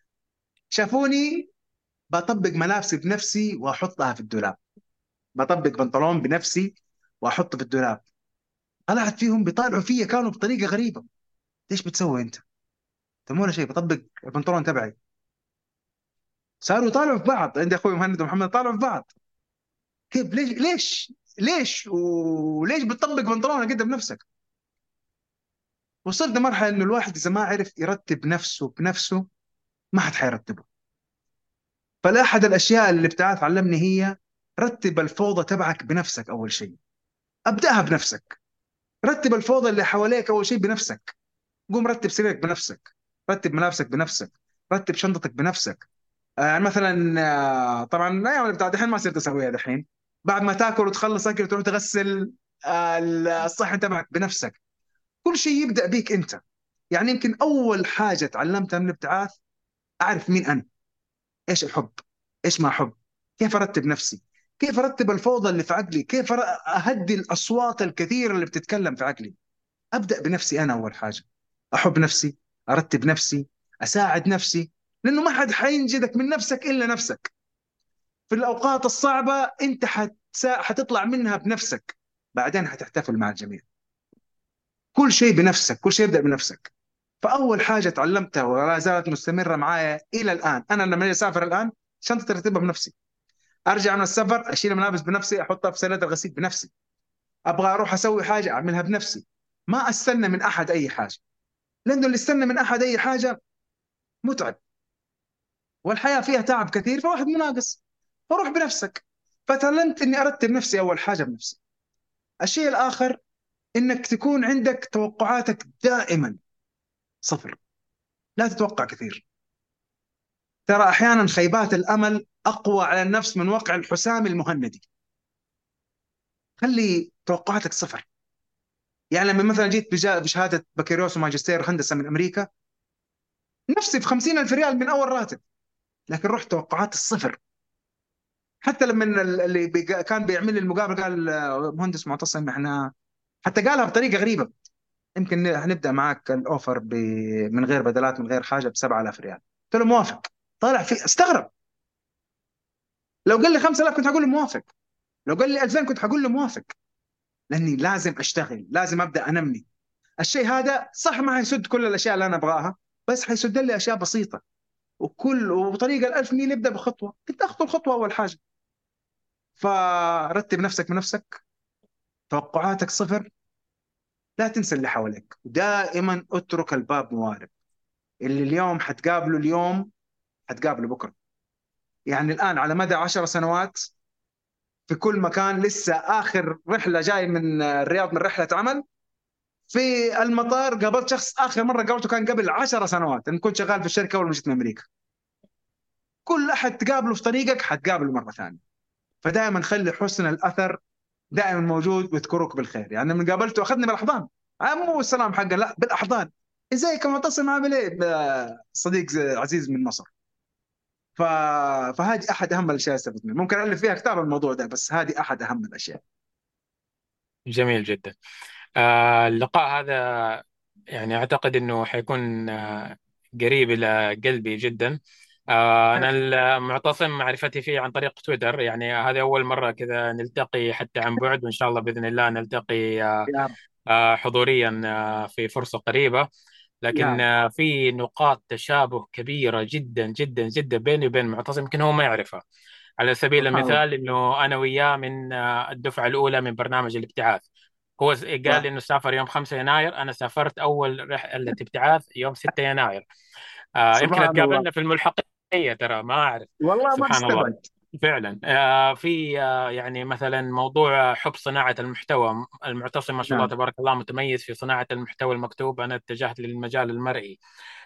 A: شافوني بطبق ملابسي بنفسي واحطها في الدولاب، بطبق بنطلون بنفسي واحطه في الدولاب. طلعت فيهم بيطالعوا فيا، كانوا بطريقه غريبه، ليش بتسوي انت؟ طب ولا شيء، بطبق البنطلون تبعي. صاروا يطالعوا في بعض، عندي اخوي مهند ومحمد طالعوا في بعض، كيف ليش وليش بتطبق بنطلونك كده بنفسك؟ وصلت لمرحله انه الواحد اذا ما عرف يرتب نفسه بنفسه ما حد حيرتبه. فاحد الاشياء اللي ابتعاث علمني هي رتب الفوضى تبعك بنفسك اول شيء، ابداها بنفسك. رتب الفوضى اللي حواليك اول شيء بنفسك. قوم رتب سريرك بنفسك، رتب ملابسك بنفسك، رتب شنطتك بنفسك. يعني مثلا طبعا الايام اللي بتاعت الحين ما صرت اسويها دحين، بعد ما تاكل وتخلص اكل تروح تغسل الصحن تبعك بنفسك. كل شيء يبدا بيك انت. يعني يمكن اول حاجه تعلمتها من الابتعاث اعرف مين انا، ايش احب، ايش ما احب، كيف ارتب نفسي، كيف ارتب الفوضى اللي في عقلي، كيف اهدي الاصوات الكثيره اللي بتتكلم في عقلي. ابدا بنفسي انا اول حاجه، احب نفسي، ارتب نفسي، اساعد نفسي، لانه ما حد حينجدك من نفسك الا نفسك. في الاوقات الصعبه انت حتطلع منها بنفسك، بعدين حتحتفل مع الجميع. كل شيء بنفسك، كل شيء يبدا بنفسك. فاول حاجه تعلمتها ولا زالت مستمره معايا الى الان، انا لما أجي اسافر الان شنطتي ارتبها بنفسي، ارجع من السفر اشيل الملابس بنفسي، احطها في سله الغسيل بنفسي، ابغى اروح اسوي حاجه اعملها بنفسي، ما استنى من احد اي حاجه، لانه اللي استنى من احد اي حاجه متعب، والحياه فيها تعب كثير، فواحد مناقص. فروح بنفسك. فتعلمت اني ارتب نفسي اول حاجه بنفسي. الشيء الاخر انك تكون عندك توقعاتك دائما صفر، لا تتوقع كثير. ترى احيانا خيبات الامل اقوى على النفس من وقع الحسام المهندي. خلي توقعاتك صفر. يعني لما مثلا جيت بشهاده بكالوريوس وماجستير هندسه من امريكا، نفسي في 50,000 ريال من اول راتب، لكن رحت توقعات الصفر. حتى لما اللي كان بيعمل لي المقابله قال مهندس معتصم احنا، حتى قالها بطريقه غريبه، يمكن هنبدا معك الاوفر من غير بدلات من غير حاجه ب 7,000 ريال. قلت له موافق. طالع في استغرب. لو قال لي 5000 كنت هقول له موافق، لو قال لي 2000 كنت هقول له موافق، لاني لازم اشتغل، لازم ابدا انمي. الشيء هذا صح ما حيسد كل الاشياء اللي انا ابغاها، بس حيسد لي اشياء بسيطه. وبطريقه ال 1000 ميل يبدا بخطوه، انت اخطو الخطوه اول حاجه. فرتب نفسك بنفسك، توقعاتك صفر، لا تنسى اللي حواليك، دائما اترك الباب موارب. اللي اليوم حتقابله اليوم حتقابله بكره. يعني الان على مدى 10 سنوات في كل مكان، لسه اخر رحله جاي من الرياض من رحله عمل، في المطار قابلت شخص اخر مره قابلته كان قبل 10 سنوات، انا كنت شغال في الشركه اول ما جيت من امريكا. كل احد تقابله في طريقك حتقابله مره ثانيه. فدائما خلي حسن الاثر دائما موجود، واذكرك بالخير. يعني من قابلته اخذني بالاحضان، مو السلام حقا، لا بالاحضان. ازيك يا معتصم عامل ايه؟ صديق عزيز من مصر. ف... فهذه احد اهم الاشياء استفدت منها، ممكن الف فيها كتاب الموضوع ده، بس هذه احد اهم الاشياء.
B: جميل جدا. اللقاء هذا يعني أعتقد أنه حيكون قريب إلى قلبي جدا. أنا المعتصم معرفتي فيه عن طريق تويتر، يعني هذه أول مرة كذا نلتقي حتى عن بعد، وإن شاء الله بإذن الله نلتقي
A: يا رب.
B: حضوريا في فرصة قريبة.
A: يا
B: لكن
A: رب.
B: في نقاط تشابه كبيرة جدا جدا جدا بيني وبين معتصم، يمكن هو ما يعرفها. على سبيل
A: سبحان الله.
B: المثال انه انا وياه من الدفعة الأولى من برنامج الابتعاث. هو قال لي
A: صح.
B: انه سافر يوم 5 يناير، انا سافرت اول رحلة ابتعاث يوم 6 يناير. يمكن
A: سبحان الله.
B: تقابلنا في الملحقية، ترى ما اعرف.
A: والله ما
B: سبحان الله.
A: تستبعد.
B: فعلا. في يعني مثلا موضوع حب صناعة المحتوى، المعتصم ما شاء الله
A: نعم.
B: تبارك الله متميز في صناعة المحتوى المكتوب، أنا اتجهت للمجال المرئي.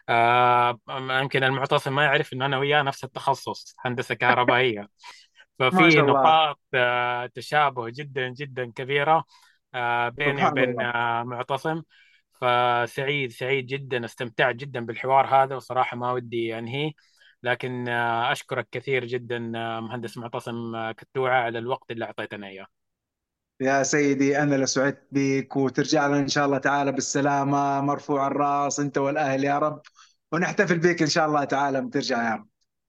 B: يمكن المعتصم ما يعرف إنه أنا وياه نفس التخصص، هندسة كهربائية.
A: ما
B: ففي
A: شاء الله.
B: نقاط تشابه جدا جدا كبيرة بيني
A: سبحان
B: وبين
A: الله.
B: معتصم. فسعيد سعيد جدا، استمتعت جدا بالحوار هذا، وصراحة ما ودي أنهيه. لكن أشكرك كثير جدا مهندس معتصم كتوعة على الوقت اللي أعطيتنا إياه.
A: يا سيدي أنا لسعدت بك، وترجع لنا إن شاء الله تعالى بالسلامة مرفوع الرأس أنت والأهل يا رب، ونحتفل بك إن شاء الله تعالى بترجع يا رب.